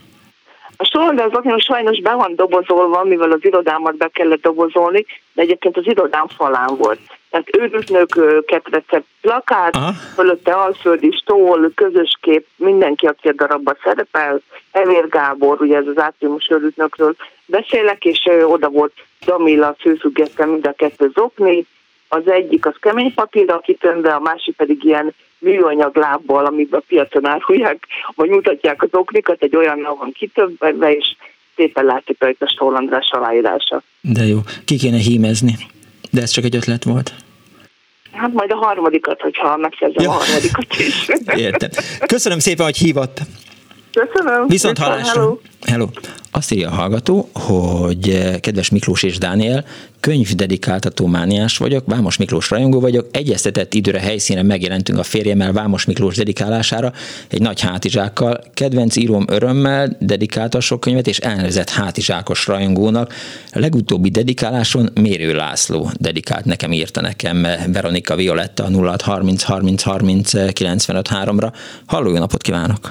A Stoll András zokniát most be van dobozolva, mivel az irodámat be kellett dobozolni, de egyébként az irodám falán volt. Tehát Örültnök Ketrece plakát, aha. fölötte Alföldi Stoll, közös kép, mindenki, aki a darabban szerepel, Evér Gábor, ugye ez az átriumos Örültnökről beszélek, és ö, oda volt Damilla főfüggesztve mind a kettő zokni, az egyik az kemény papírra kitönve, a másik pedig ilyen műanyag lábbal, amiben a piacon árulják, vagy mutatják az oknikat, egy olyannal van kitönve, és szépen látszik rajta Stoll András aláírása. De jó, ki kéne hímezni. De ez csak egy ötlet volt. Hát majd a harmadikat, hogyha megszerzem ja. a harmadikat is. Értem. Köszönöm szépen, hogy hívott. Köszönöm. Viszont hallásra. Hello. Hello. Azt írja a hallgató, hogy kedves Miklós és Dániel, könyvdedikáltató mániás vagyok, Vámos Miklós rajongó vagyok, egyeztetett időre helyszínen megjelentünk a férjemmel Vámos Miklós dedikálására egy nagy hátizsákkal. Kedvenc íróm örömmel dedikálta a sok könyvet, és elnevezett hátizsákos rajongónak. A legutóbbi dedikáláson Mérő László dedikált nekem, írta nekem Veronika Violetta a nulla hat harminc harminc harminc kilencvenöt háromra. Halló, jó napot kívánok!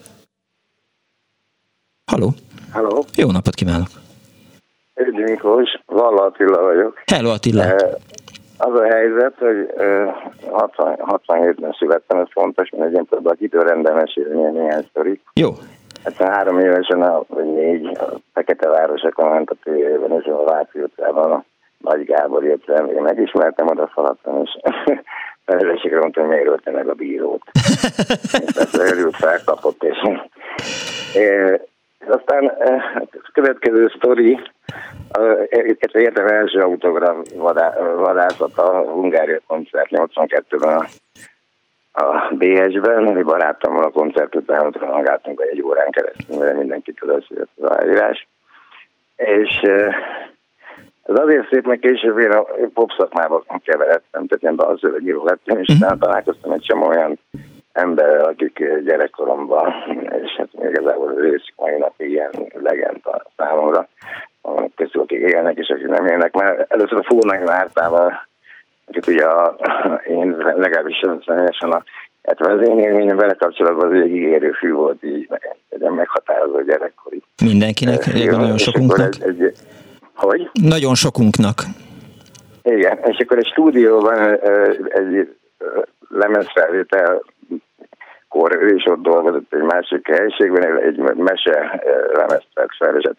Halló! Halló! Jó napot kívánok! Üdv Miklós, Valla Attila vagyok. Hello Attila! Az a helyzet, hogy hatvan, hatvanhétben születtem, ez fontos, mert egyébként tudok időrendben mesélni néhány sztorit. Jó. hetvenhárom évesen, vagy négy, a Feketevárosokon ment a tévében, és a Váci utcában a Nagy Gábor jött rám, én megismertem, oda szaladtam, és felelősségre mondtam, hogy miért ölte meg a bírót. Persze örült, felkapott, és aztán a következő sztori, értem első autogram vadászat a Hungária koncert nyolcvankettőben a, a bé es-ben, mi barátommal a koncert után ott magáltunk egy órán keresztül, mert mindenki tudott, hogy az aláírás. És ez azért szép, mert később én a pop szakmában keveredtem, tehát ilyen dalszövegíró lettem, és utána találkoztam egy csomó olyan emberrel, akik gyerekkoromban, és hát igazából az őszük mai napig ilyen legenda számomra, közül akik élnek és akik nem élnek, mert először a Fúrnai Mártával, akit ugye a, én legalábbis személyesen a hát az én élményem vele kapcsolatban az egy ígérő fű volt, így egy meghatározó gyerekkori. Mindenkinek, igen, nagyon sokunknak. Egy, egy, hogy? Nagyon sokunknak. Igen, és akkor egy stúdióban egy lemezfelvétel, akkor ő is ott dolgozott egy másik helyiségben, egy mese lemezt vett fel, és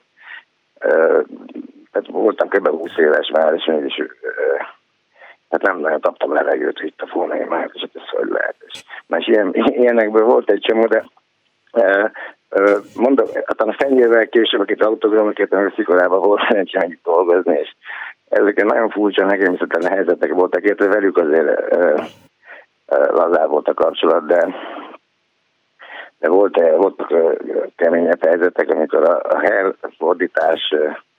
hát voltam kb. húsz éves már, és mégis hát nem nagyon kaptam levegőt itt a Fúrnai Márta, és ez hogy lehet. És más ilyen, ilyenekből volt egy csomó, de mondom, hát a fenyővel később, akit autogramokért, meg a szikolában volt szerencsém együtt dolgozni, és ezek nagyon furcsa, nekem viszont helyzetek voltak, érte velük azért lazább volt a kapcsolat, de, de volt, voltak keményebb helyzetek, amikor a, a Hair fordítás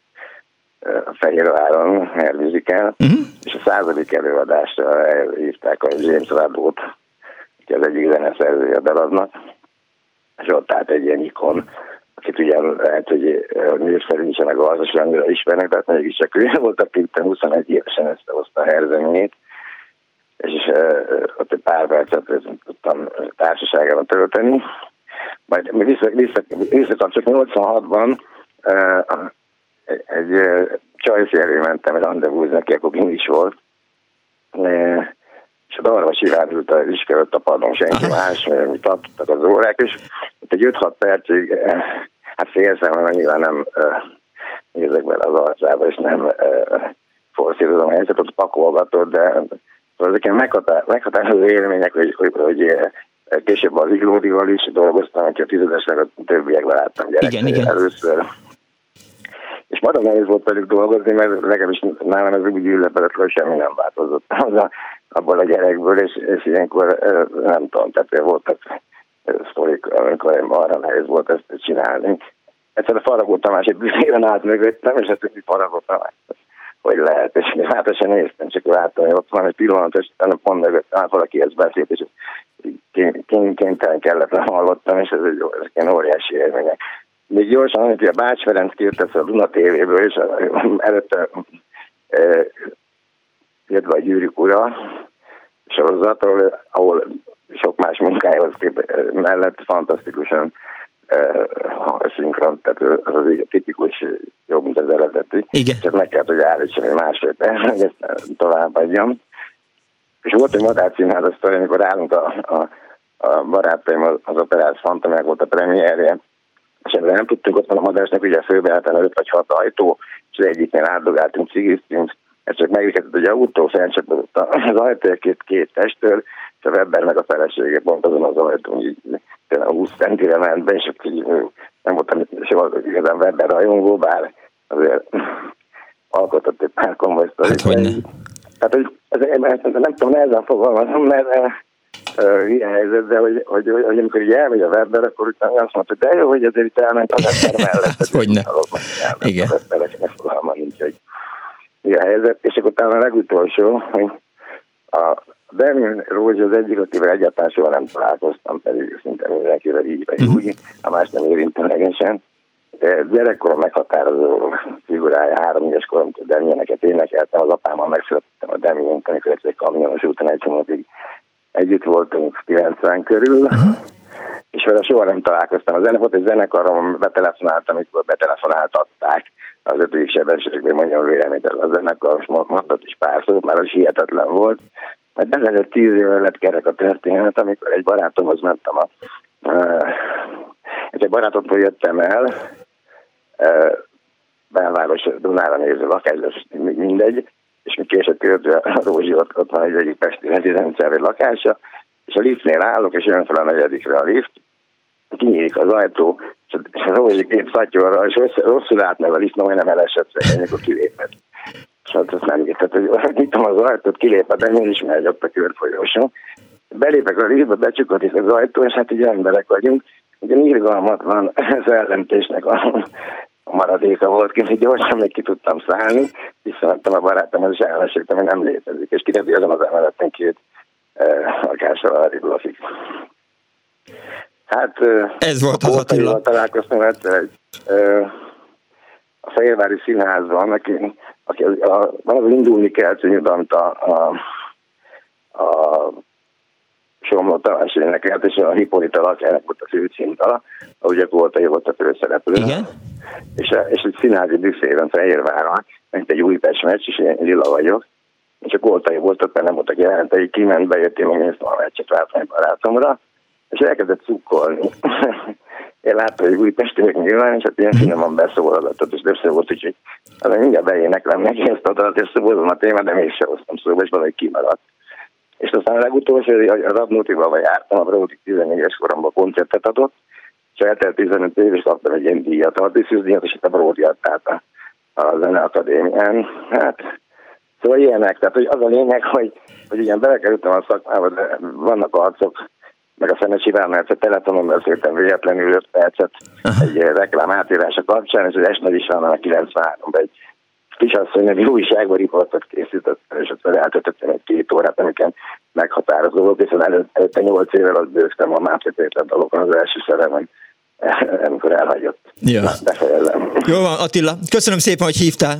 a Fehérváron, Hair Musical, uh-huh. és a századik előadásra hívták a James Radót, aki az egyik zeneszerzője a darabnak, és ott állt egy ilyen ikon, akit ugye lehet, hogy nőszerű nincsenek a gazdaságra ismernek, tehát mégiscsak ő volt, aki huszonegy évesen összehozta a Hair zenét, és uh, ott egy pár percet tudtam társaságában tölteni. Majd vissza, vissza, visszakapcsolok nyolcvanhatban uh, egy, egy uh, Csajci elé mentem, egy rendezvúzni, aki akkor kint is volt, uh, és a darba sivárult az iskolott a padon, senki más, mert mi tartottak az órák, és ott egy öt-hat percig, uh, hát félszem, mert nyilván nem uh, nézek bele az arcába, és nem uh, forszírozom a helyzetet, ott pakolgatott, de ezek ilyen meghatározó élmények, hogy, hogy, hogy később az Iglódival is dolgoztam, hogy a tizedesnek a többiekben láttam gyerekek először. És nagyon nehéz volt velük dolgozni, mert legalábbis nálam ez úgy üllepedett, hogy semmi nem változott abból a gyerekből, és, és ilyenkor nem tudom, tehát voltak sztorik, amikor arra nehéz volt ezt csinálni. Egyszer a Faragó Tamás egy büszében állt mögöttem, és hát Faragó Tamás, hogy lehet, és én hát sem néztem, csak láttam, hogy ott van egy pillanat, és pont mögöttem, hát valaki ezt beszélt, és kénytelen kelletlen hallottam, és ez egy, ez egy óriási élmények. Még gyorsan, amit a Bács Ferenc kérdezte a Duna té véből, és előtte e, jött be a Gyűrűk ura sorozatról, ahol sok más munkájához mellett fantasztikusan a szinkron, tehát az az tipikus jobb, mint az eredeti. Igen. Csak meg kellett, hogy állítsam egy másfél perc, hogy ezt továbbadjam. És volt egy madárszínház sztori, amikor állunk a, a, a barátaim az Operáz Fanta, meg volt a premierje, és ebben nem tudtunk, ott van a Madásnak, ugye főbeálltán öt vagy hat ajtó, és az egyiknél átdogáltunk, cigiztünk, ez csak megvihetett, hogy autó felcsapodott az ajtó, két, két testől, és a Weber meg a felesége pont azon az ajtón, így a húsz centire ment be, és akkor így nem voltam soha igazán Weber rajongó, bár azért alkotott egy pár komoly sztorit. Hát, hogy ne. Tehát, hogy ez, ez, nem tudom, nehezen fogalmazom, mert uh, ilyen helyzet, de hogy, hogy, hogy, hogy amikor így elmegy a Weber, akkor utána azt mondta, hogy de jó, hogy azért itt elment az ember mellett. Hát, hogy ne. Igen. Az embereknek fogalma nincs, hogy ilyen helyzet. És akkor utána a legutolsó, hogy a Berlin Rózsi az egyik, akivel egyáltalán soha nem találkoztam, pedig szinte mindenkivel így vagy úgy, a más nem érintőlegesen. De gyerekkorom meghatározó figurája, három éves koromtól Demieneket énekeltem, az apámmal megszülettem a Demient, amikor egy kamionos úton egy csomótig együtt voltunk kilencven körül, uh-huh. és vele soha nem találkoztam. A zene volt egy zenekarom, betelefonáltam, amikor betelefonáltatták az ötödik sebességben, mondjam véleményt a zenekar, és mondott is pár szót, már az hihetetlen volt. Mert ezelőtt tíz éve lett kerek a történet, amikor egy barátomhoz mentem a... Uh, egy barátomtól jöttem el, uh, belváros Dunára néző lakás, mindegy, és mi később költő a Rózsi, ott, ott van egy egyik pesti rezidenciári lakása, és a liftnél állok, és jön fel a negyedikre a lift, kinyílik az ajtó, és az óvói két szatyorra, és rosszul állt meg a liszt, majdnem elesett szegény, akkor kilépett. És hát azt nem értett, hogy nyitom az ajtót, kilépett, de én is megy ott a körfolyoson. Belépek a liftbe, becsukódik az ajtó, és hát így emberek vagyunk. Ugye irgalmatlan az ellentésnek a, a maradéka volt, kint gyorsan még ki tudtam szállni, visszavettem a barátomhoz, és elmeséltem, hogy nem létezik, és kiderült, hogy azon az emeleten két eh, lakással arrébb lakik. Hát ez volt az Attila. Találkoztam egyszer egy eh, a Fehérvári Színházban, aki, aki a, a, van az Indulni kell című, amit a, a, a Somló Tamás énekelt, és a Hippolyta lakjának volt a főcímdala, ahogy a Koltai volt a főszereplő. Igen? És, és egy színházi büfében Fehérváron, mint egy Újpest meccs, és én lila vagyok, és a Koltai volt ott, mert nem voltak jelentei, kiment, bejött, én megnéztem a meccset, láttam egy barátomra, és elkezdett cukkolni. Én láttam, hogy Újpestinek nyilván, és hát ilyen finoman beszólalgatott, és többször volt, úgyhogy azért mindjárt beéneklem neki ezt a dalat, és szobozom a témát, de mégse hoztam szóba, és valahogy kimaradt. És aztán a legutolsó, a Radnótival jártam, a Bródi tizennégyes koromban koncertet adott, és eltelt tizenöt év, és kaptam egy ilyen díjat, a Diszus díjat, és itt a Bródi adtát a, a Zeneakadémián. Hát, szóval ilyenek, tehát hogy az a lényeg, hogy, hogy igen, belekerültem a szakmába, de vannak arcok, meg a Fenesi Várnál egyszer teletonon beszéltem véletlenül öt percet egy reklám átírása kapcsán, és az Esnagy Istvánnak a kilencvenháromban egy kisasszony nevű újságban riportot készített, és ott eltöltöttem egy két órát, amiken meghatározó volt, és előtt, előtte nyolc évvel azt bőztem a Máté Péter dalokon az első szeremen, amikor elhagyott. Ja. Na, befejezem. Jó van, Attila. Köszönöm szépen, hogy hívtál.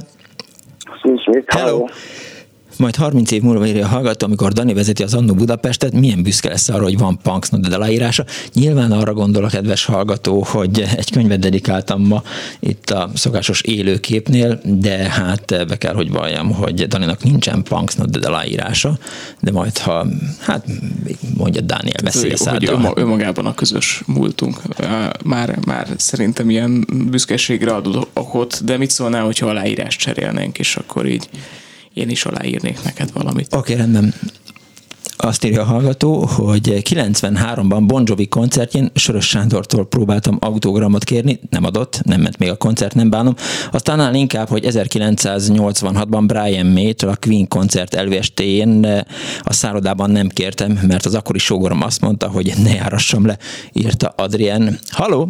Hello. Majd harminc év múlva írja a hallgató, amikor Dani vezeti az Annó Budapestet, milyen büszke lesz arra, hogy van Punksnodded aláírása. Nyilván arra gondol a kedves hallgató, hogy egy könyvet dedikáltam ma itt a szokásos élőképnél, de hát be kell, hogy valljam, hogy Daninak nincsen Punksnodded aláírása, de majd, ha, hát mondja Dániel, beszélsz át. Hogy önmagában a közös múltunk. Már, már szerintem ilyen büszkeségre ad okot, de mit szólnál, hogyha aláírást cserélnénk, és akkor így én is aláírnék neked valamit. Oké, okay, rendben. Azt írja a hallgató, hogy kilencvenháromban Bon Jovi koncertjén Sörös Sándortól próbáltam autogramot kérni, nem adott, nem ment még a koncert, nem bánom. Aztán áll inkább, hogy ezerkilencszáznyolcvanhatban Brian May-től a Queen koncert előestéjén a szállodában nem kértem, mert az akkori sógorom azt mondta, hogy ne járassam le, írta Adrien. Halló?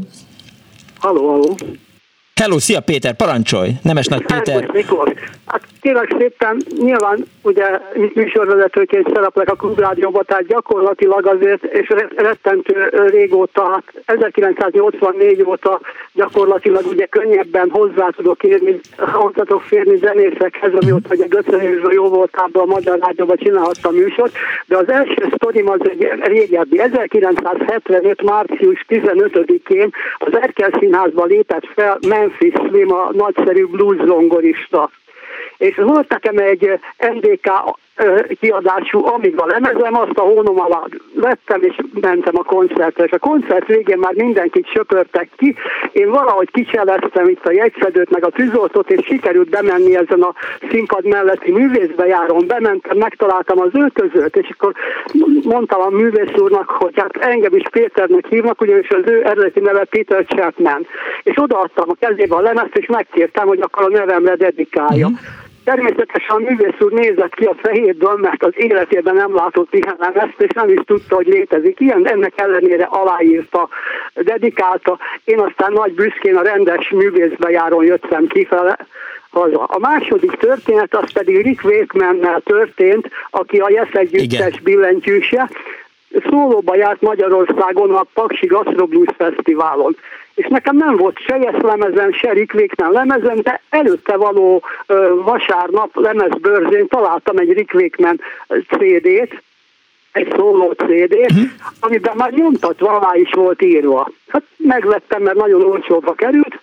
Halló, halló. Hello, szia Péter, parancsolj! Nemes Nagy Péter. Hát, mikor? Hát kérlek szépen, nyilván ugye műsorvezetőként szereplek a Klubrádióban, tehát gyakorlatilag azért, és rettentő régóta, hát ezerkilencszáznyolcvannégy óta gyakorlatilag ugye könnyebben hozzá tudok érni, hozzá tudok férni zenészekhez, amióta ugye Götze jó voltából a Magyar Rádióban csinálhattam műsort, de az első sztorim az egy régebbi. ezerkilencszázhetvenöt március tizenötödikén az Erkel Színházban lépett fel Memphis Slim, a nagyszerű blues zongorista. És volt nekem egy en dé ká kiadású Amiga lemezem, azt a hónom alá vettem, és mentem a koncertre. És a koncert végén már mindenkit söpörtek ki. Én valahogy kicseleztem itt a jegyszedőt, meg a tűzoltót, és sikerült bemenni ezen a színpad melletti művészbejáron. Bementem, megtaláltam az öltözőt, és akkor mondtam a művész úrnak, hogy hát engem is Péternek hívnak, ugyanis az ő eredeti neve Peter Chapman. És odaadtam a kezébe a lemezt, és megkértem, hogy akkor a nevemre dedikálja. Mm. Természetesen a művész úr nézett ki a fehérből, mert az életében nem látott ilyen lemezt, és nem is tudta, hogy létezik. Ilyen, ennek ellenére aláírta, dedikálta. Én aztán nagy büszkén a rendes művészbejáron jöttem kifele haza. A második történet az pedig Rick Wakeman-nel történt, aki a Yes együttes billentyűse. Szólóba járt Magyarországon a Paksi Gastro Blues Fesztiválon. És nekem nem volt se Yes lemezem, se Rick Wakeman lemezem, de előtte való ö, vasárnap lemezbörzén találtam egy Rick Wakeman cé dét, egy szóló cé dét, uh-huh. amiben már nyomtatva alá is volt írva. Hát megvettem, mert nagyon olcsóba került,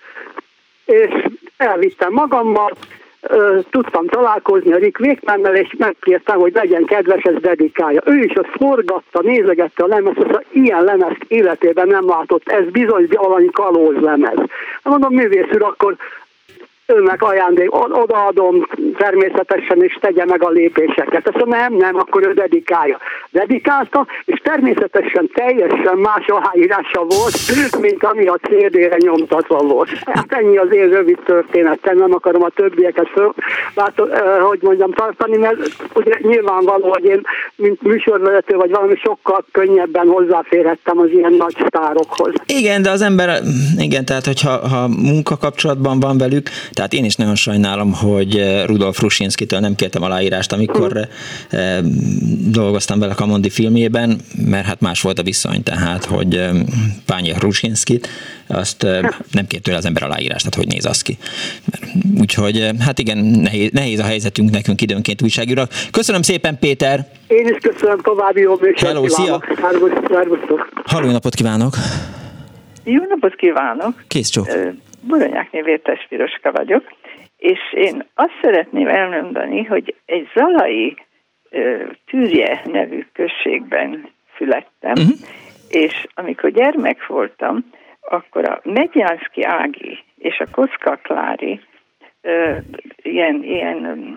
és elvittem magammal, tudtam találkozni a Rick Wakemannel, és megkértem, hogy legyen kedves, ez dedikálja. Ő is azt forgatta, nézegette a lemezt, azt ilyen lemezt életében nem látott, ez bizony valami kalóz lemez. Mondom, művész úr, akkor önnek ajándék, odaadom természetesen, és tegye meg a lépéseket. Azt mondja, nem, nem, akkor ő dedikálja. Dedikálta, és természetesen teljesen más aláírása volt, mint ami a cé dére nyomtatva volt. Hát ennyi az én rövid történetem, nem akarom a többieket föl, lát, hogy mondjam, tartani, mert ugye nyilvánvaló, hogy én, mint műsorvezető, vagy valami sokkal könnyebben hozzáférhettem az ilyen nagy sztárokhoz. Igen, de az ember, igen, tehát hogyha ha munkakapcsolatban van velük, tehát én is nagyon sajnálom, hogy Rudolf Rusinskitől nem kértem aláírást, amikor mm. eh, dolgoztam vele a Mondi filmjében, mert hát más volt a viszony, tehát, hogy eh, Pányér Rusinskit, azt eh, nem kért tőle az ember aláírást, tehát hogy néz az ki. Úgyhogy eh, hát igen, nehéz, nehéz a helyzetünk nekünk időnként újságírók. Köszönöm szépen, Péter! Én is köszönöm, további jó műsort. Hello, szia! Halló, napot kívánok! Jó napot kívánok! Kész csók! Buronyákné Vértes Piroska vagyok, és én azt szeretném elmondani, hogy egy zalai Tűrje nevű községben születtem, uh-huh. és amikor gyermek voltam, akkor a Medjánszky Ági és a Koszka Klári ilyen, ilyen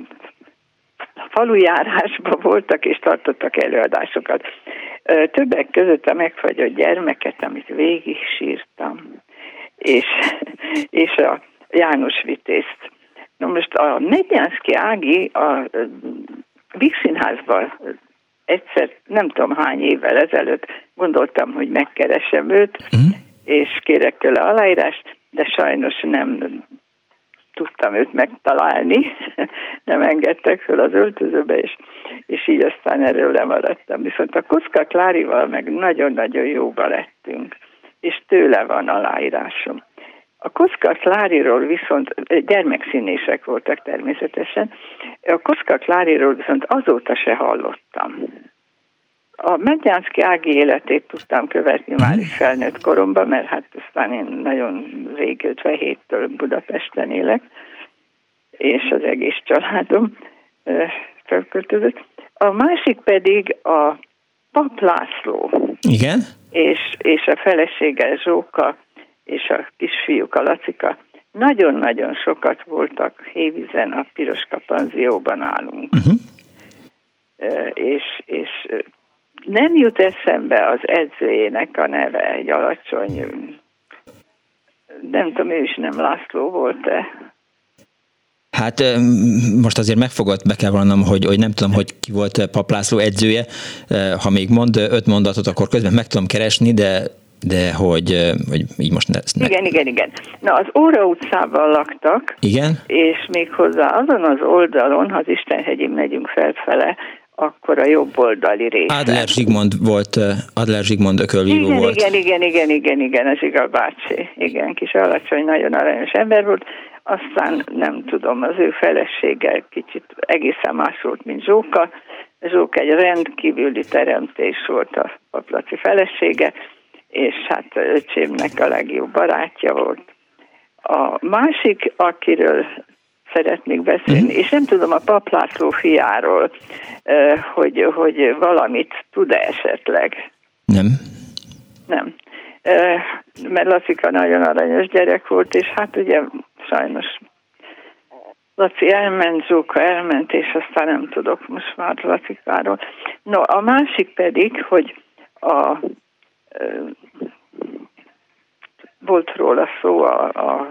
falujárásban voltak és tartottak előadásokat. Többek között a megfagyott gyermeket, amit végig sírtam, és, és a János Vitézt. Na most a Medjánszky Ági a Víg Színházban egyszer, nem tudom hány évvel ezelőtt gondoltam, hogy megkeresem őt, uh-huh. és kérek tőle aláírást, de sajnos nem tudtam őt megtalálni, nem engedtek föl az öltözőbe, és, és így aztán erről lemaradtam. Viszont a Koszka Klárival meg nagyon-nagyon jóba lettünk, és tőle van aláírásom. A Koszka Kláriról viszont, gyermekszínések voltak természetesen, a Koszka Kláriról viszont azóta se hallottam. A Medjánszky Ági életét tudtam követni már is felnőtt koromban, mert hát aztán én nagyon rég ötvenhéttől Budapesten élek, és az egész családom felköltözött. A másik pedig a Pap László. Igen? És, és a felesége Zsóka, és a kisfiúk, a Lacika, nagyon-nagyon sokat voltak Hévízen a Piroska panzióban állunk. Uh-huh. És, és nem jut eszembe az edzőjének a neve, egy alacsony, nem tudom, ő is nem László volt-e. Hát most azért megfogott, be kell vallanom, hogy, hogy nem tudom, hogy ki volt Pap László edzője. Ha még mond öt mondatot, akkor közben meg tudom keresni, de de hogy, hogy így most ne, ne... Igen, igen, igen. Na, az Óra utcában laktak, igen? És méghozzá azon az oldalon, ha az Istenhegyin megyünk felfele, akkor a jobb oldali része. Adler Zsigmond volt, Adler Zsigmond ökölvívó igen, volt. Igen, igen, igen, igen, igen, a Zsiga bácsi. Igen, kis alacsony, nagyon aranyos ember volt. Aztán nem tudom, az ő felesége kicsit egészen más volt, mint Zsóka. Zsóka egy rendkívüli teremtés volt a Paplaci felesége, és hát öcsémnek a legjobb barátja volt. A másik, akiről szeretnék beszélni, és nem tudom a Pap László fiáról, hogy, hogy valamit tud-e esetleg? Nem. Nem. Mert Lacika nagyon aranyos gyerek volt, és hát ugye sajnos Laci elment, Zsóka elment, és aztán nem tudok most már Lacikáról. No, a másik pedig, hogy a volt róla szó a, a, a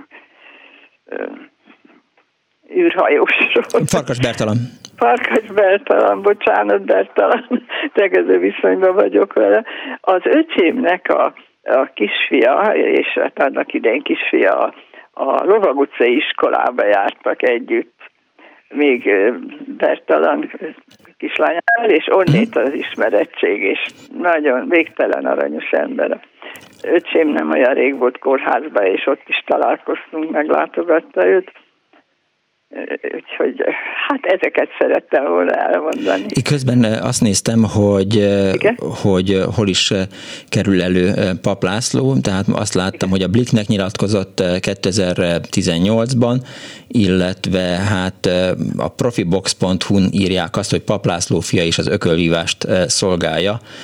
űrhajósról. Farkas Bertalan. Farkas Bertalan, bocsánat, Bertalan, tegező viszonyban vagyok vele. Az öcsémnek a, a kisfia, és hát annak idején kisfia a, a Lovag utcai iskolába jártak együtt, még Bertalan kislányával, és onnét az ismerettség, és nagyon végtelen aranyos ember. Öcsém nem olyan rég volt kórházban, és ott is találkoztunk, meglátogatta őt. Úgyhogy hát ezeket szerettem volna elmondani. Közben azt néztem, hogy, hogy hol is kerül elő Pap László, tehát azt láttam, hogy a Blicknek nyilatkozott kétezer-tizennyolcban, illetve hát a profibox pont hu-n írják azt, hogy Pap László fia is az ökölvívást szolgálja,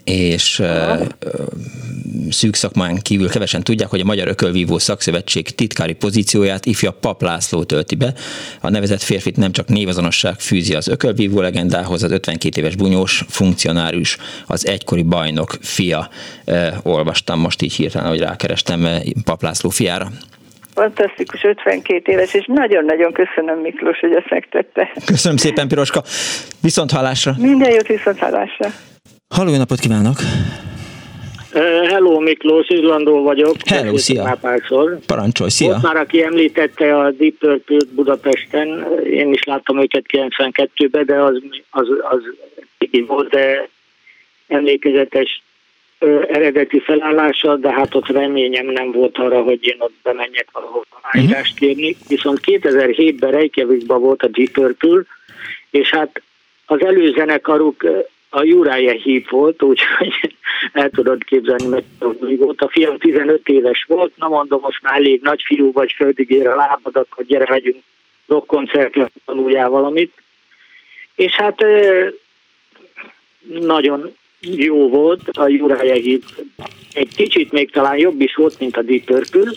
és uh, szűk szakmán kívül kevesen tudják, hogy a Magyar Ökölvívó Szakszövetség titkári pozícióját ifja Pap László tölti be. A nevezett férfit nem csak névazonosság fűzi az ökölvívó legendához, az ötvenkét éves bunyós funkcionárius, az egykori bajnok fia. Uh, olvastam most így hirtelen, hogy rákerestem Pap László fiára. Fantasztikus, ötvenkét éves, és nagyon-nagyon köszönöm, Miklós, hogy ezt megtette. Köszönöm szépen, Piroska. Viszont hallásra. Minden jót, viszont hallásra. Halló, jó napot kívánok! Uh, hello, Miklós, Izlandó vagyok. Hello, szia! Parancsolj, szia! Ott már, aki említette a Deep Purple-t Budapesten, én is láttam őket kilencvenkettőben, de az, az, az így volt, de emlékezetes ö, eredeti felállása, de hát ott reményem nem volt arra, hogy én ott bemenjek valahol aláírást kérni. Viszont kétezer-hétben Reykjavikban volt a Deep Purple, és hát az előzenekaruk a Uriah Heep volt, úgyhogy el tudod képzelni, meg volt. A fiam tizenöt éves volt, na mondom, most már elég nagy fiú vagy, földig ér a lábad, akkor gyere, megyünk rockkoncertre, tanuljál valamit. És hát nagyon jó volt a Uriah Heep. Egy kicsit még talán jobb is volt, mint a Deep Purple.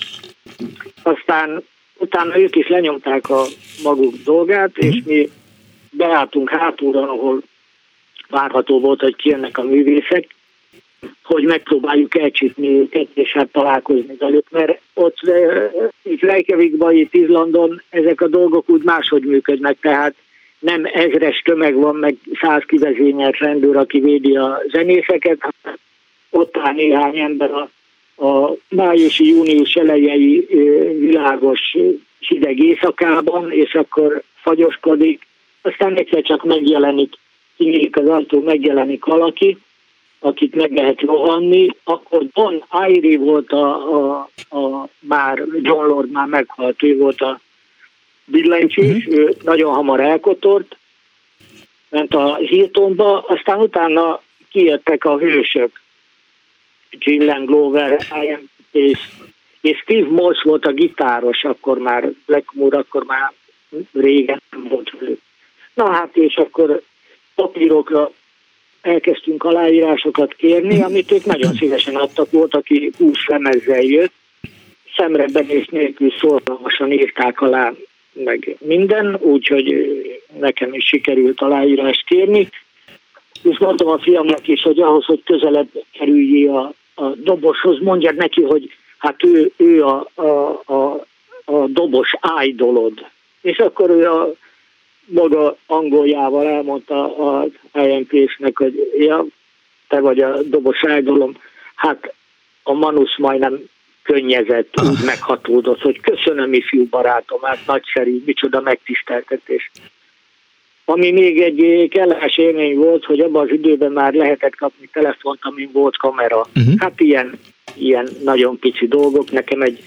Aztán utána ők is lenyomták a maguk dolgát, és mi beálltunk hátulra, ahol várható volt, hogy kijönnek a művészek, hogy megpróbáljuk elcsípni őket, és hát találkozni velük, mert ott itt Reykjavikban, itt Izlandon ezek a dolgok úgy máshogy működnek, tehát nem ezres tömeg van, meg száz kivezényelt rendőr, aki védi a zenészeket, ott áll néhány ember a, a májusi-június elejei világos hideg éjszakában, és akkor fagyoskodik, aztán egyszer csak megjelenik, kinyílik az ajtó, megjelenik valaki, akit meg lehet rohanni, akkor Don Irie volt a, a, a már John Lord már meghalt, ő volt a billentyűs, uh-huh. ő nagyon hamar elkotort, ment a Hiltonba, aztán utána kijöttek a hősök, Gillian Glover, Ian Pace, és Steve Moss volt a gitáros, akkor már Blackmore, akkor már régen nem volt ő. Na hát, és akkor papírokra elkezdtünk aláírásokat kérni, amit ők nagyon szívesen adtak, volt, aki húsz lemezzel jött, szemrebenés nélkül szorgalmasan írták alá meg minden, úgyhogy nekem is sikerült aláírást kérni. És mondtam a fiamnak is, hogy ahhoz, hogy közelebb kerüljél a, a doboshoz, mondjad neki, hogy hát ő, ő a, a, a, a dobos idolod. És akkor ő a maga angoljával elmondta az I M P-snek, hogy ja, te vagy a dobos idolom. Hát a Manus majdnem könnyezett, úgy ah. meghatódott, hogy köszönöm, ifjú barátom, hát nagyszerű, micsoda megtiszteltetés. Ami még egy kellemes élmény volt, hogy abban az időben már lehetett kapni telefont, amin volt kamera. Uh-huh. Hát ilyen, ilyen nagyon pici dolgok. Nekem egy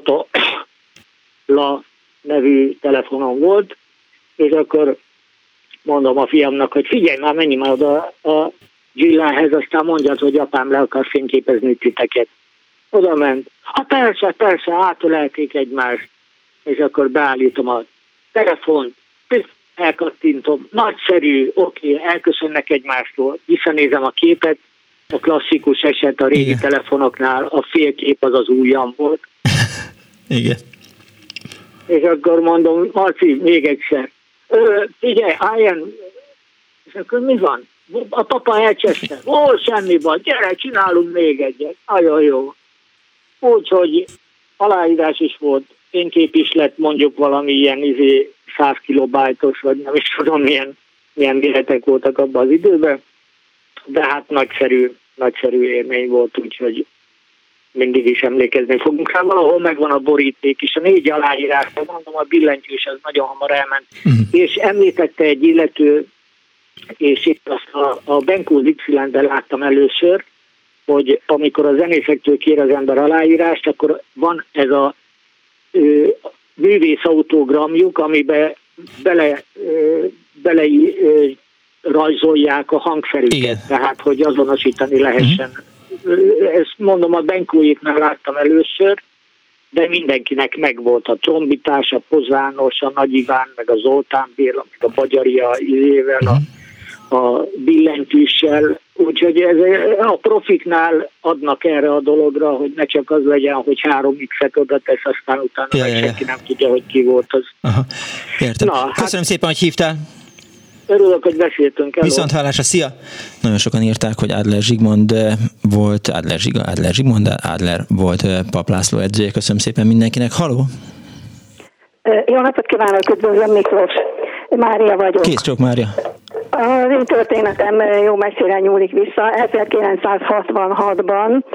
Motorola nevű telefonom volt, és akkor mondom a fiamnak, hogy figyelj már, menj már oda a Gillenhez, aztán mondjad, hogy apám le akar fényképezni titeket. Oda ment. Hát persze, persze, átölelték egymást, és akkor beállítom a telefont, elkattintom, nagyszerű, oké, elköszönnek egymástól, visszanézem a képet, a klasszikus eset a régi Igen. telefonoknál, a félkép az az ujjam volt. Igen. És akkor mondom, Marci, még egyszer. Ö, figyelj, álljen, és akkor mi van? A papa elcseszte. Ó, semmi baj, gyere, csinálunk még egyet. Nagyon jó. Úgyhogy aláírás is volt, fénykép is lett, mondjuk valami ilyen izé, száz kilobájtos, vagy nem is tudom, milyen, milyen méretek voltak abban az időben, de hát nagyszerű, nagyszerű élmény volt, úgyhogy mindig is emlékezni fogunk rá. Valahol megvan a boríték is, a négy aláírás, de mondom, a billentyűs az nagyon hamar elment, uh-huh. és említette egy illető, és itt azt a, a Benko Dixielandben láttam először, hogy amikor a zenészektől kér az ember aláírást, akkor van ez a ö, művész autogramjuk, amiben bele, ö, bele ö, rajzolják a hangszerüket, Igen. tehát hogy azonosítani lehessen. Uh-huh. Ezt mondom, a Benkóéknál láttam először, de mindenkinek megvolt a trombitás, a Pozános, a Nagy Iván, meg a Zoltán Béla, meg a Bagyaria izével, a, a billentyűssel, úgyhogy ez a profiknál adnak erre a dologra, hogy ne csak az legyen, hogy három X-et oda tesz, aztán utána ja, ja, senki ja. nem tudja, hogy ki volt az. Aha, értem. Na, Köszönöm hát, szépen, hogy hívtál. Örülök, hogy beszéltünk el. Viszont hallásra, szia! Nagyon sokan írták, hogy Adler Zsigmond volt, Adler Zsiga, Adler Zsigmond, Adler volt Pap László edzője. Köszönöm szépen mindenkinek. Halló! Jó napot kívánok, üdvözlöm, Miklós. Mária vagyok. Kész csók, Mária. Az én történetem jó messzire nyúlik vissza. ezerkilencszázhatvanhatban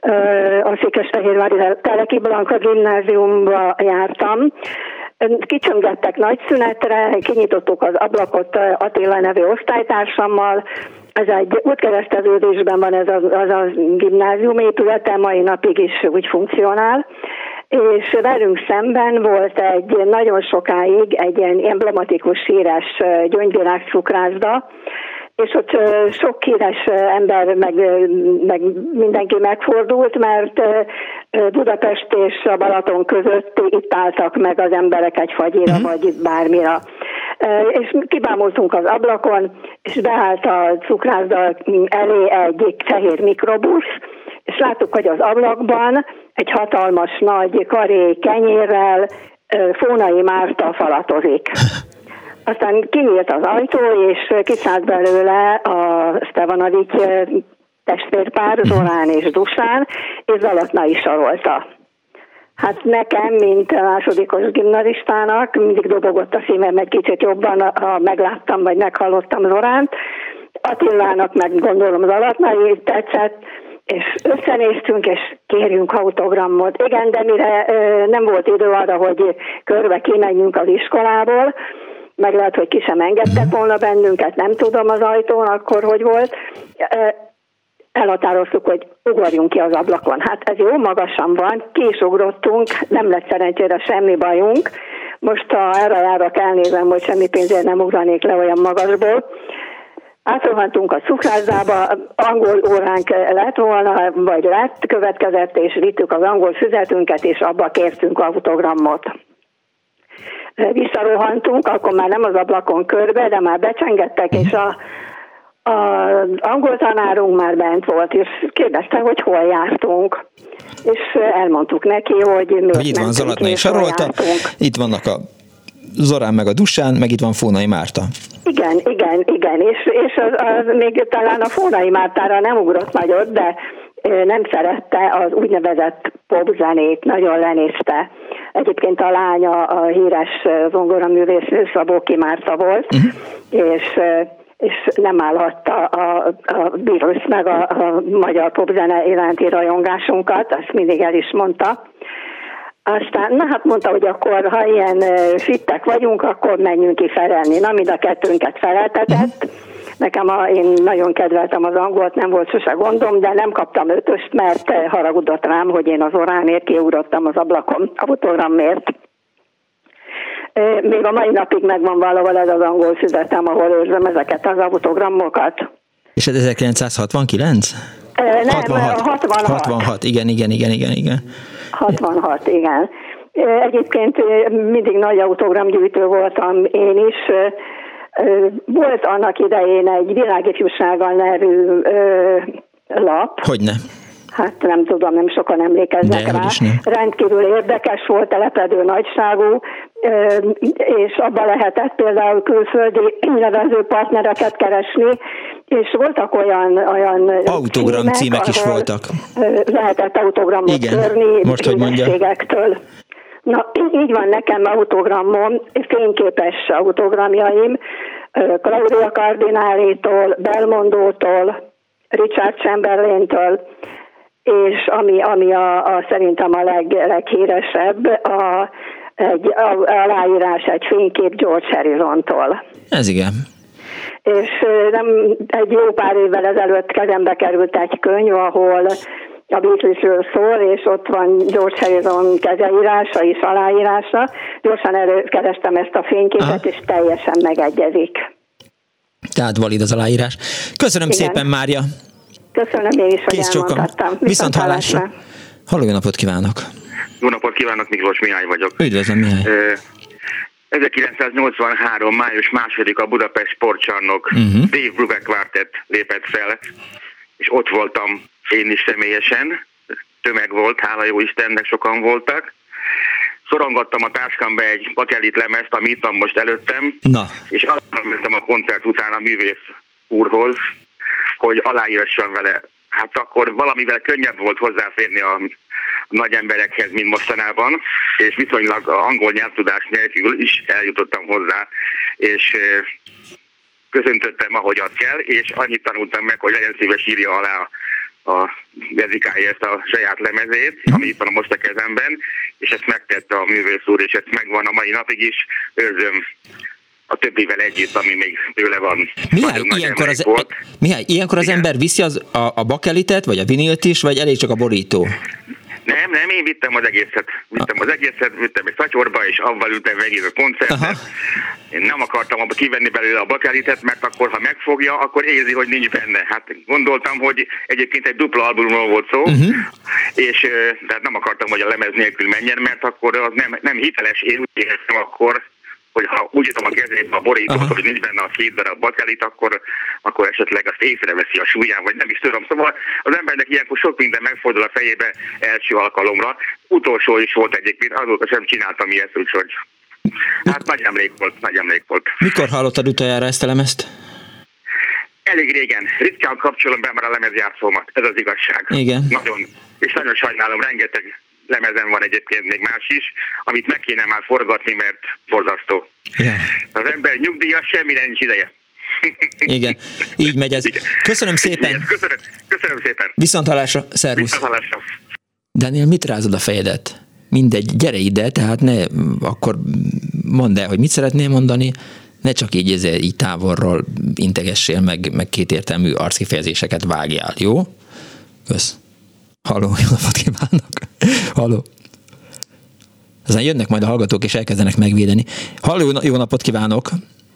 a Székesfehérvári Teleki Blanka gimnáziumba jártam. Kicsöngettek nagy szünetre, kinyitottuk az ablakot Attila nevű osztálytársammal. Ez egy útkereszteződésben van ez az, az a gimnázium épülete, mai napig is úgy funkcionál. És velünk szemben volt egy nagyon sokáig egy ilyen emblematikus híres gyöngyvirág cukrászda, és ott sok híres ember, meg, meg mindenki megfordult, mert Budapest és a Balaton között itt álltak meg az emberek egy fagyira, uh-huh. vagy bármira. És kibámultunk az ablakon, és beállt a cukrászda elé egy fehér mikrobusz, és láttuk, hogy az ablakban egy hatalmas nagy karé kenyérrel Fónai Márta falatozik. Aztán kinyílt az ajtó, és kiszállt belőle a Stevanovics testvérpár, Zorán és Dusán, és Zalatna is sarolta. Hát nekem, mint másodikos gimnazistának, mindig dobogott a szívem egy kicsit jobban, ha megláttam, vagy meghallottam Zoránt. Attilának meg gondolom Zalatnai tetszett, és összenéztünk, és kérjünk autogramot. Igen, de mire ö, nem volt idő arra, hogy körbe kimenjünk az iskolából, meg lehet, hogy ki sem engedtek volna bennünket, nem tudom az ajtón akkor, hogy volt. Elhatároztuk, hogy ugorjunk ki az ablakon. Hát ez jó magasan van, ki is ugrottunk, nem lett szerencsére semmi bajunk. Most ha erre járok, elnézem, hogy semmi pénzért nem ugranék le olyan magasból. Átrohantunk a cukrászdába, angol óránk lett volna, vagy lett, következett, és vittük az angol füzetünket, és abba kértünk autogramot. Visszarohantunk, akkor már nem az ablakon körbe, de már becsengettek, és a, a angol tanárunk már bent volt, és kérdezte, hogy hol jártunk. És elmondtuk neki, hogy miért hogy itt van Zalatnai sarolta, itt vannak a Zorán meg a Dusán, meg itt van Fónai Márta. Igen, igen, igen, és, és az, az még talán a Fónai Mártára nem ugrott nagyot, de nem szerette az úgynevezett popzenét, nagyon lenézte. Egyébként a lánya a híres zongoraművésznő Szabóki Márta volt, uh-huh. és, és nem állhatta a, a Beatles meg a, a magyar popzene iránti rajongásunkat, azt mindig el is mondta. Aztán, na hát mondta, hogy akkor, ha ilyen fittek vagyunk, akkor menjünk ki felelni. Na, mind a kettőnket feleltetett. Nekem a, én nagyon kedveltem az angolt, nem volt sose gondom, de nem kaptam ötöst, mert haragudott rám, hogy én az oránért kiugrottam az ablakon, autogramért. Még a mai napig megvan valahol ez az angol füzetem, ahol őrzöm ezeket az autogramokat. És ez ezerkilencszázhatvankilenc? Nem, hatvanhat. hatvanhat. hatvanhat, igen, igen, igen, igen, igen. hatvanhat, igen. Egyébként mindig nagy autogramgyűjtő voltam én is. Volt annak idején egy Világifjúsággal nevű ö, lap. Hogyne? Hát nem tudom, nem sokan emlékeznek rá. Rendkívül érdekes volt, telepedő nagyságú, és abban lehetett például külföldi nevező partnereket keresni, és voltak olyan, olyan autogram címek, címek is voltak. Lehetett autogramot igen. törni most, hogy mondja. Na, így van nekem autogramom, fényképes autogramjaim, Claudia Cardinálitól, Belmondótól, Richard Chamberlaintől, és ami, ami a, a, szerintem a leg, leghíresebb, a, egy aláírás, egy fénykép George Harrisontól. Ez igen. És nem, egy jó pár évvel ezelőtt kezembe került egy könyv, ahol a Beatlesről szól, és ott van George Harrison kezeírása és aláírása. Gyorsan előkerestem ezt a fényképet, aha. és teljesen megegyezik. Tehát valid az aláírás. Köszönöm igen. szépen, Mária! Köszönöm én is, hogy Kész elmondhattam. Viszont, Viszont hallásra. Halló, jó napot kívánok! Jó napot kívánok, Miklós Mihály vagyok. Üdvözlöm, Mihály! ezerkilencszáznyolcvanhárom. május másodika a Budapest Sportcsarnok, uh-huh. Dave Brubeck Quartet lépett fel, és ott voltam én is személyesen, tömeg volt, hála jó Istennek, sokan voltak. Szorongattam a táskámba egy bakelit lemezt, ami itt van most előttem, Na. és azt mentem a koncert után a művész úrhoz, hogy aláírassam vele. Hát akkor valamivel könnyebb volt hozzáférni a nagy emberekhez, mint mostanában, és viszonylag angol nyelvtudás nélkül is eljutottam hozzá, és köszöntöttem, ahogy az kell, és annyit tanultam meg, hogy legyen szíves, írja alá a dedikáért a saját lemezét, ami itt van most a kezemben, és ezt megtette a művész úr, és ez megvan a mai napig is, őrzöm a többivel együtt, ami még tőle van. Mihály, ilyenkor az, Mihály, ilyenkor az ember viszi az, a, a bakelitet, vagy a vinilt is, vagy elég csak a borító? Nem, nem, én vittem az egészet. Vittem az egészet, vittem egy szatyorba, és avval ültem végig a koncertet. Aha. Én nem akartam abba kivenni belőle a bakelitet, mert akkor, ha megfogja, akkor érzi, hogy nincs benne. Hát gondoltam, hogy egyébként egy dupla albumról volt szó, uh-huh. és tehát nem akartam, hogy a lemez nélkül menjen, mert akkor az nem, nem hiteles. Én úgy éreztem akkor, hogy ha úgy jutom a kezébe a borítót, uh-huh. hogy nincs benne a két darab bakelit, akkor, akkor esetleg azt észreveszi a súlyán, vagy nem is tudom. Szóval az embernek ilyenkor sok minden megfordul a fejébe első alkalomra. Utolsó is volt egyébként, azóta sem csináltam ilyet, úgyhogy hát nagy emlék volt, nagy emlék volt. Mikor hallottad utoljára ezt a lemezt? Elég régen. Ritkán kapcsolom be már a lemezjátszómat, ez az igazság. Igen. Nagyon. És nagyon sajnálom, rengeteg lemezen van egyébként még más is, amit meg kéne már forgatni, mert borzasztó. Yeah. Az ember nyugdíjas, semmire nincs ideje. Igen, így megy ez. Köszönöm szépen. Igen, köszönöm, köszönöm szépen. Viszonthallásra, szervusz. Viszonthallásra. Daniel, mit rázod a fejedet? Mindegy, gyere ide, tehát ne akkor mondd el, hogy mit szeretnél mondani, ne csak így, ezért, így távolról integessél, meg, meg kétértelmű arckifejezéseket vágjál, jó? Kösz. Halló, jó napot kívánok! Halló! Aztán jönnek majd a hallgatók, és elkezdenek megvédeni. Halló, jó napot kívánok!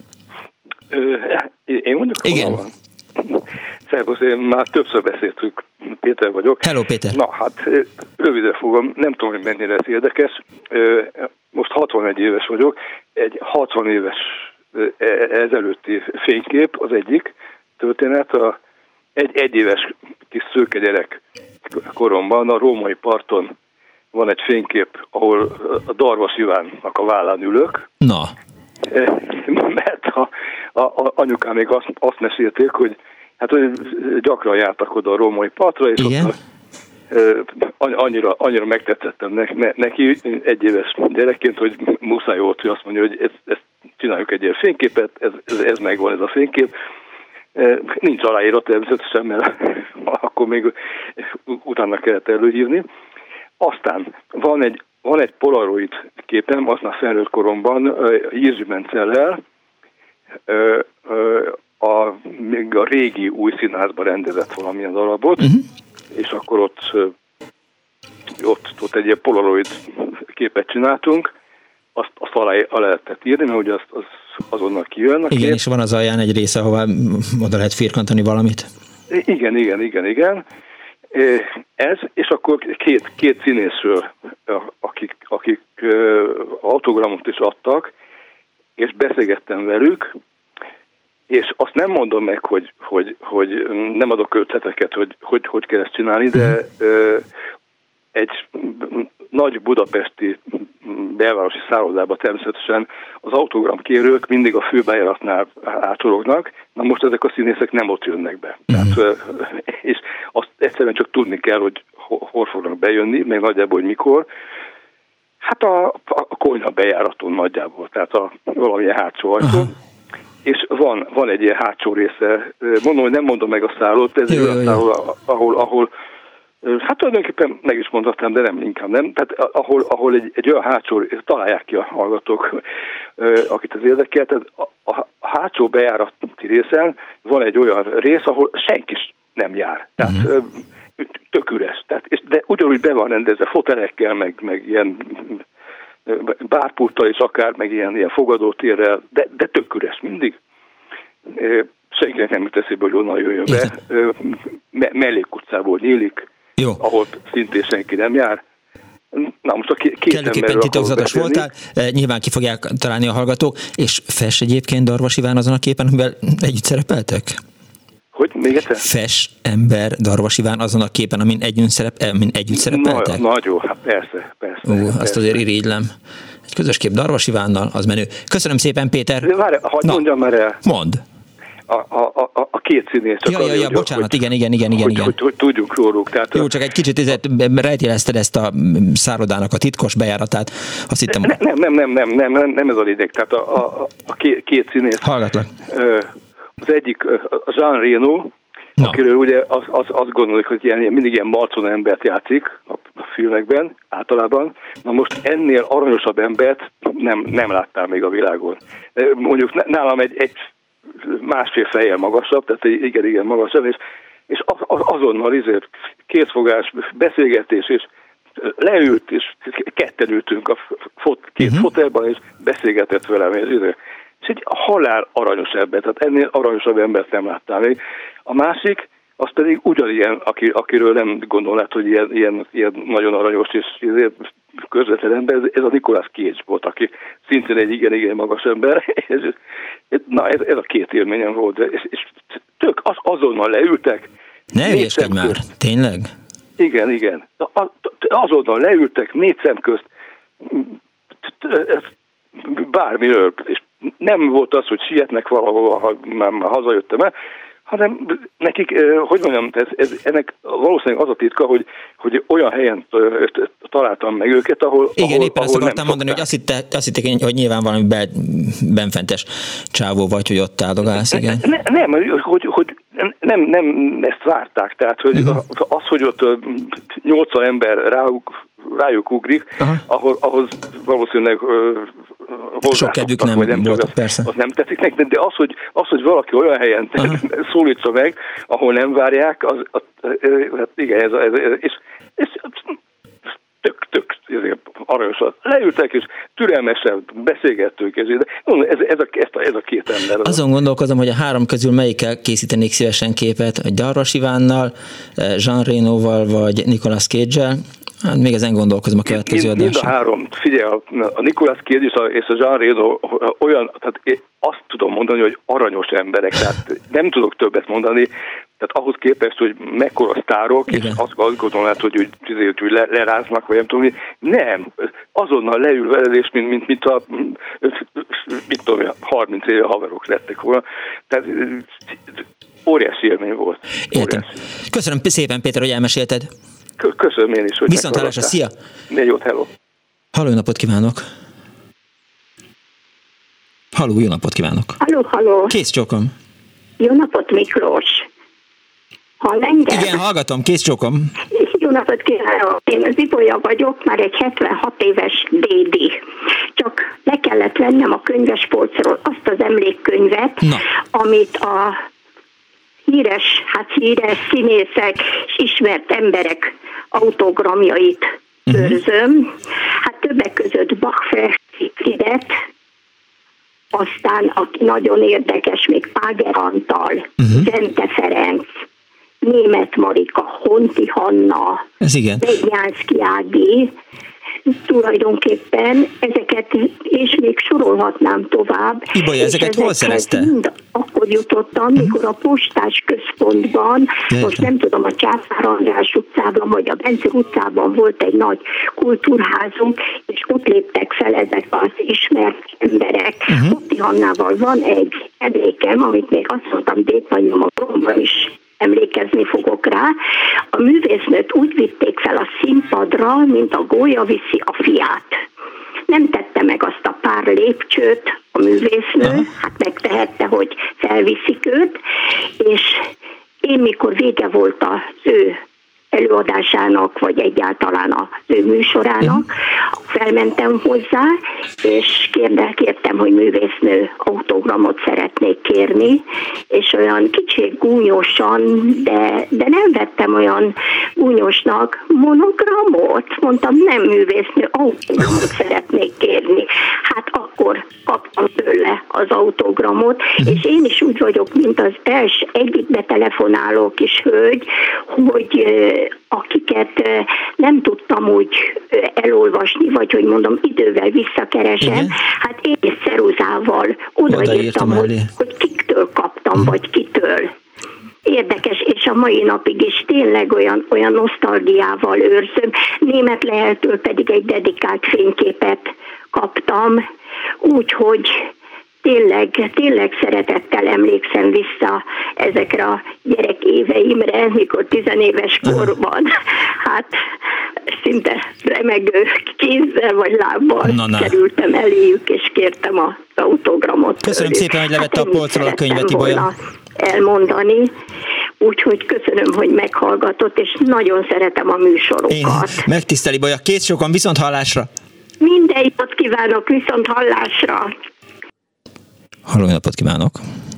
Ö, én mondjuk, igen. Van. Szervusz, én már többször beszéltük, Péter vagyok. Hello, Péter! Na, hát röviden fogom, nem tudom, hogy mennyire ez érdekes. Most hatvanegy éves vagyok, egy hatvan éves ezelőtti fénykép az egyik történet, a egy egyéves kis szőke gyerek koromban a római parton van egy fénykép, ahol a Darvas Ivánnak a vállán ülök. Na. Mert a, a, a anyukám még azt, azt mesélték, hogy hát hogy gyakran jártak oda a római partra, és igen? Ott annyira, annyira megtetszettem neki egyéves gyerekként, hogy muszáj volt, hogy azt mondja, hogy ezt, ezt csináljuk egy ilyen fényképet, ez, ez, ez megvan ez a fénykép. Nincs aláírva természetesen, mert akkor még utána kellett előhívni. Aztán van egy, van egy polaroid képem, az már felnőtt koromban, Jirzsi Mencellel, a, még a régi új színházban rendezett valamilyen darabot, uh-huh. és akkor ott, ott, ott egy ilyen polaroid képet csináltunk, azt, azt alá, alá lehetett írni, mert ugye azt, az azonnal kijön. Igen, kép. És van az alján egy része, ahová oda lehet firkantani valamit. Igen, igen, igen, igen. Ez, és akkor két, két színészről, akik, akik autogramot is adtak, és beszélgettem velük, és azt nem mondom meg, hogy, hogy, hogy nem adok ötleteket, hogy, hogy hogy kell ezt csinálni, de egy nagy budapesti belvárosi szállodában természetesen az autogramkérők mindig a főbejáratnál átsorognak, na most ezek a színészek nem ott jönnek be. Mm. Tehát, és azt egyszerűen csak tudni kell, hogy hol fognak bejönni, meg nagyjából, hogy mikor. Hát a, a konyha bejáraton nagyjából, tehát a valamilyen hátsó ajtón. És van, van egy ilyen hátsó része, mondom, hogy nem mondom meg a szállót, ez egy olyan szálló, ahol, ahol hát tulajdonképpen meg is mondhatnám, de nem, inkább nem. Tehát ahol, ahol egy, egy olyan hátsó, találják ki a hallgatók, akit az érdekel, tehát a, a hátsó bejárati részen van egy olyan rész, ahol senki nem jár. Tehát uh-huh. tök üres. Tehát, és, de ugyanúgy be van rendezve fotelekkel, meg, meg ilyen bárpulttal és akár, meg ilyen, ilyen fogadótérrel, de, de tök üres mindig. Senkinek nem jut eszébe, hogy onnan jöjjön be. Me- mellékutcából nyílik, jó. Ahol szintén senki nem jár. Na most a két kellőképpen titokzatos voltál, nyilván ki fogják találni a hallgatók, és Fes egyébként Darvas Iván azon a képen, amivel együtt szerepeltek? Hogy? Még egyszer? Fes ember Darvas Iván azon a képen, amin együtt, szerep, amin együtt szerepeltek? Na, nagyon, hát persze, persze. Ú, persze. azt azért irigylem. Egy közös kép Darvas Ivánnal, az menő. Köszönöm szépen, Péter. De várj, hagyd mondjam már el. Mondd. A, a, a, a két színész. Csak ja, ja, ja, hogy, bocsánat, hogy, igen, igen, igen, igen. Hogy, igen. Hogy, hogy, hogy tudjuk róluk. Tehát jó, csak egy kicsit rejtélezted ezt a szállodának a titkos bejáratát. Azt hittem... Ne, nem, nem, nem, nem, nem, nem, nem ez a lényeg. Tehát a, a, a két, két színész. Hallgatlak. Az egyik a Jean Reno, no. akiről ugye az, az, azt gondoljuk, hogy ilyen, mindig ilyen marcon embert játszik a, a filmekben általában. Na most ennél aranyosabb embert nem, nem láttál még a világon. Mondjuk nálam egy, egy másfél fejjel magasabb, tehát igen, igen magasabb, és, és az, az, azonnal izért készfogás, beszélgetés, és leült, és ketten ültünk a fot, két uh-huh. fotelban, és beszélgetett velem, és, és egy halál aranyos ember, tehát ennél aranyosabb embert nem láttál még. A másik, az pedig ugyanilyen, aki, akiről nem gondolnád, hogy ilyen, ilyen, ilyen nagyon aranyos, és közvetlen ember, ez a Nicolas Cage volt, aki szintén egy igen-igen magas ember. Na, ez, ez a két élményem volt, és, és tök az, azonnal leültek. Ne ügyeskedj már, tényleg? Igen, igen. Azonnal leültek, négy szem közt, bármiről, és nem volt az, hogy sietnek valahol, ha már, már hazajöttem el, hanem nekik, hogy mondjam, ez, ez, ennek valószínűleg az a titka, hogy, hogy olyan helyen találtam meg őket, ahol igen, ahol, éppen ahol azt akartam mondani, hogy azt hitték, azt hitték, hogy nyilván valami be, benfentes csávó vagy, hogy ott áldogálsz, igen. Ne, nem, hogy, hogy nem, nem ezt várták, tehát hogy uh-huh. az, hogy ott nyolcvan ember rájuk, rájuk ugrik, ahhoz, ahhoz valószínűleg sok kedvük nem, nem volt, az, persze. Az nem tetszik nekik, de az, hogy, az, hogy valaki olyan helyen szólítsa meg, ahol nem várják, az, az, hát igen, ez, ez, ez és, és tök, tök, aranyosan leültek, és türelmesen beszélgettünk, és ez, ez, a, ez, a, ez a két ember. Azon gondolkozom, hogy a három közül melyikkel készítenék szívesen képet, a Darvas Ivánnal, Jean Renoval, vagy Nicolas Cage-el. Hát még ezen gondolkozom a következő adásra. Mind a három, figyelj, a, a Nicolas Cage és a, és a Jean Reno olyan, tehát én azt tudom mondani, hogy aranyos emberek, tehát nem tudok többet mondani, tehát ahhoz képest, hogy mekkora sztárok, igen. és azt, azt gondolnád, hogy úgy, úgy le, leráznak, vagy nem tudom, nem, azonnal leül veled, és mint, mint, mint a mit tudom, harminc éve haverok lettek volna. Tehát óriási élmény volt. Értem. Köszönöm szépen, Péter, hogy elmesélted. Köszönöm én is, hogy viszontlátásra, szia! Még jót, hello! Halló, jó napot kívánok! Halló, jó napot kívánok! Halló, halló! Kész csókom! Jó napot, Miklós! Hall engem? Igen, hallgatom, kész csókom! Jó napot kívánok! Én az Ibolya vagyok, már egy hetvenhat éves dédi. Csak le kellett vennem a könyvespolcról azt az emlékkönyvet, na. amit a híres, hát híres színészek és ismert emberek autogramjait uh-huh. őrzöm. Hát többek között Bach Fridet, aztán aki nagyon érdekes, még Páger Antal, uh-huh. Zente Ferenc, Németh Marika, Honti Hanna, Bednyánszky Ági, tulajdonképpen ezeket, és még sorolhatnám tovább. Ibolya, ezeket hol szerezte? Mind akkor jutottam, mikor a postás központban, Jaj, most nem tudom, a Császár András utcában, vagy a Bence utcában volt egy nagy kultúrházunk, és ott léptek fel ezek az ismert emberek. Uh-huh. Honti Hannával van egy emlékem, amit még azt mondtam, dédnagyomban is emlékezni fogok rá. A művésznőt úgy vitték fel a színpadra, mint a gólya viszi a fiát. Nem tette meg azt a pár lépcsőt a művésznő, hát megtehette, hogy felviszik őt, és én mikor vége volt az ő előadásának, vagy egyáltalán az ő műsorának, felmentem hozzá, és kérde, kértem, hogy művésznő autogramot szeretnék kérni, és olyan kicsit gúnyosan, de, de nem vettem olyan gúnyosnak, monogramot, mondtam, nem művésznő, autogramot szeretnék kérni. Hát akkor kaptam tőle az autogramot, és én is úgy vagyok, mint az első egyik betelefonáló kis hölgy, hogy akiket nem tudtam úgy elolvasni, vagy hogy mondom, idővel visszakeresem, igen. Hát én is ceruzával odaírtam, hogy, hogy kiktől kaptam, vagy kitől. Érdekes, és a mai napig is tényleg olyan, olyan nosztalgiával őrzöm. Német Leheltől pedig egy dedikált fényképet kaptam, úgyhogy tényleg, tényleg szeretettel emlékszem vissza ezekre a gyerek éveimre, mikor tizenéves korban, hát szinte remegő kézzel vagy lábbal na, na. kerültem eléjük, és kértem az autogramot. Köszönöm szépen, hogy levette hát a polcról a könyvet, Ibolya. Elmondani, úgyhogy köszönöm, hogy meghallgatott, és nagyon szeretem a műsorokat. Én megtiszteli, Ibolya, két sokan, viszont hallásra! Minden jót kívánok, viszont hallásra! Halló, jó napot kívánok!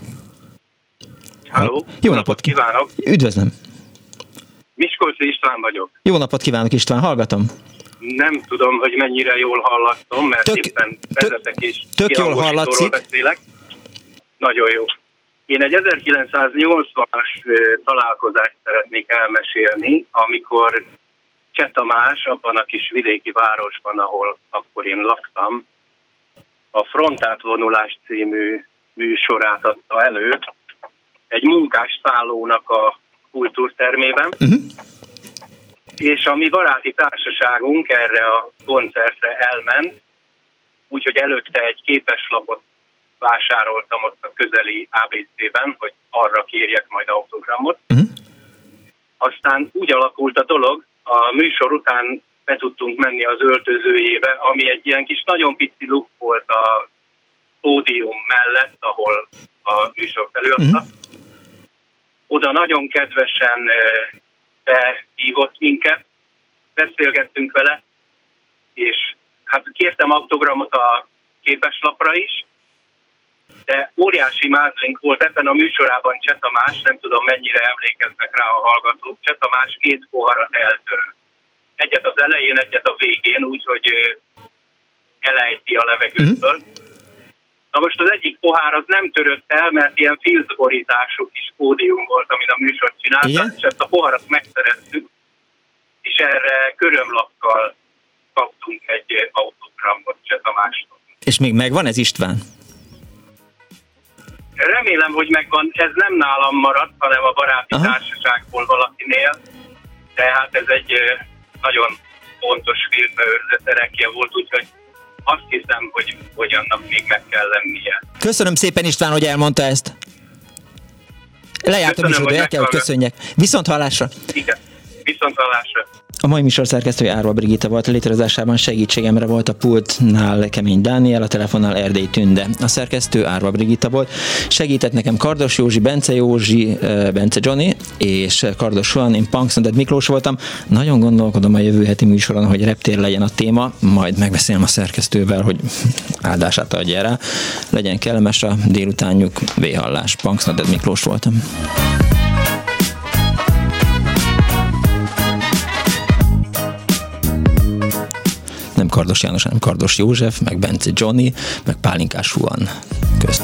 Halló, jó napot kívánok! Üdvözlöm! Miskolci István vagyok. Jó napot kívánok, István, hallgatom! Nem tudom, hogy mennyire jól hallatom, mert tök, éppen vezetek és tök jól hallatszik. Beszélek. Nagyon jó. Én egy ezerkilencszáznyolcvanas találkozást szeretnék elmesélni, amikor Cseh Tamás, abban a kis vidéki városban, ahol akkor én laktam, a Frontátvonulás című műsorát adta elő egy munkásszállónak a kultúrtermében, uh-huh. és a mi baráti társaságunk erre a koncertre elment, úgyhogy előtte egy képeslapot vásároltam ott a közeli á bé cében, hogy arra kérjek majd autogramot. Uh-huh. Aztán úgy alakult a dolog, a műsor után be tudtunk menni az öltözőjébe, ami egy ilyen kis nagyon pici luk volt a pódium mellett, ahol a műsor előadta. Uh-huh. Oda nagyon kedvesen behívott minket, beszélgettünk vele, és hát kértem autogramot a képeslapra is, de óriási mázlink volt ebben a műsorában Cseh Tamás, nem tudom mennyire emlékeznek rá a hallgatók, Cseh Tamás két poharat eltör. Egyet az elején, egyet a végén, úgyhogy elejti a levegőből. Mm. Na most az egyik pohár az nem törött el, mert ilyen filzborítású kis pódium volt, amit a műsort csináltak, és ezt a poharat megszereztük, és erre körömlappal kaptunk egy autogramot Cseh Tamástól. És még megvan ez, István? Remélem, hogy megvan, ez nem nálam maradt, hanem a baráti Aha. társaságból valakinél, tehát ez egy nagyon fontos filmőrzeterekje volt, úgyhogy azt hiszem, hogy, hogy annak még meg kell lennie. Köszönöm szépen, István, hogy elmondta ezt. Lejártam is, hogy el kell, hogy köszönjek. Viszont hallásra! Igen, viszont hallásra! A mai műsor szerkesztője Árva Brigitta volt, a létrehozásában segítségemre volt a pultnál Kemény Dániel, a telefonnál Erdély Tünde. A szerkesztő Árva Brigitta volt. Segített nekem Kardos Józsi, Bence Józsi, Bence Johnny és Kardos Juan, én Punksnodded Miklós voltam. Nagyon gondolkodom a jövő heti műsoron, hogy reptér legyen a téma, majd megbeszélem a szerkesztővel, hogy áldását adja rá. Legyen kellemes a délutánjuk, véhallás. Punksnodded Miklós voltam. Nem Kardos János, hanem Kardos József, meg Bence Johnny, meg Pálinkás Juan. Kösz.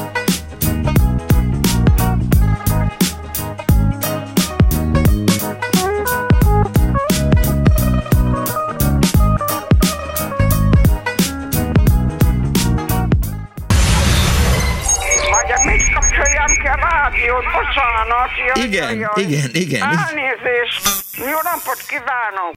Mit kapcsoljam ki a rádiót? Bocsánat. Igen, igen, igen. Elnézést. Jó napot kívánok.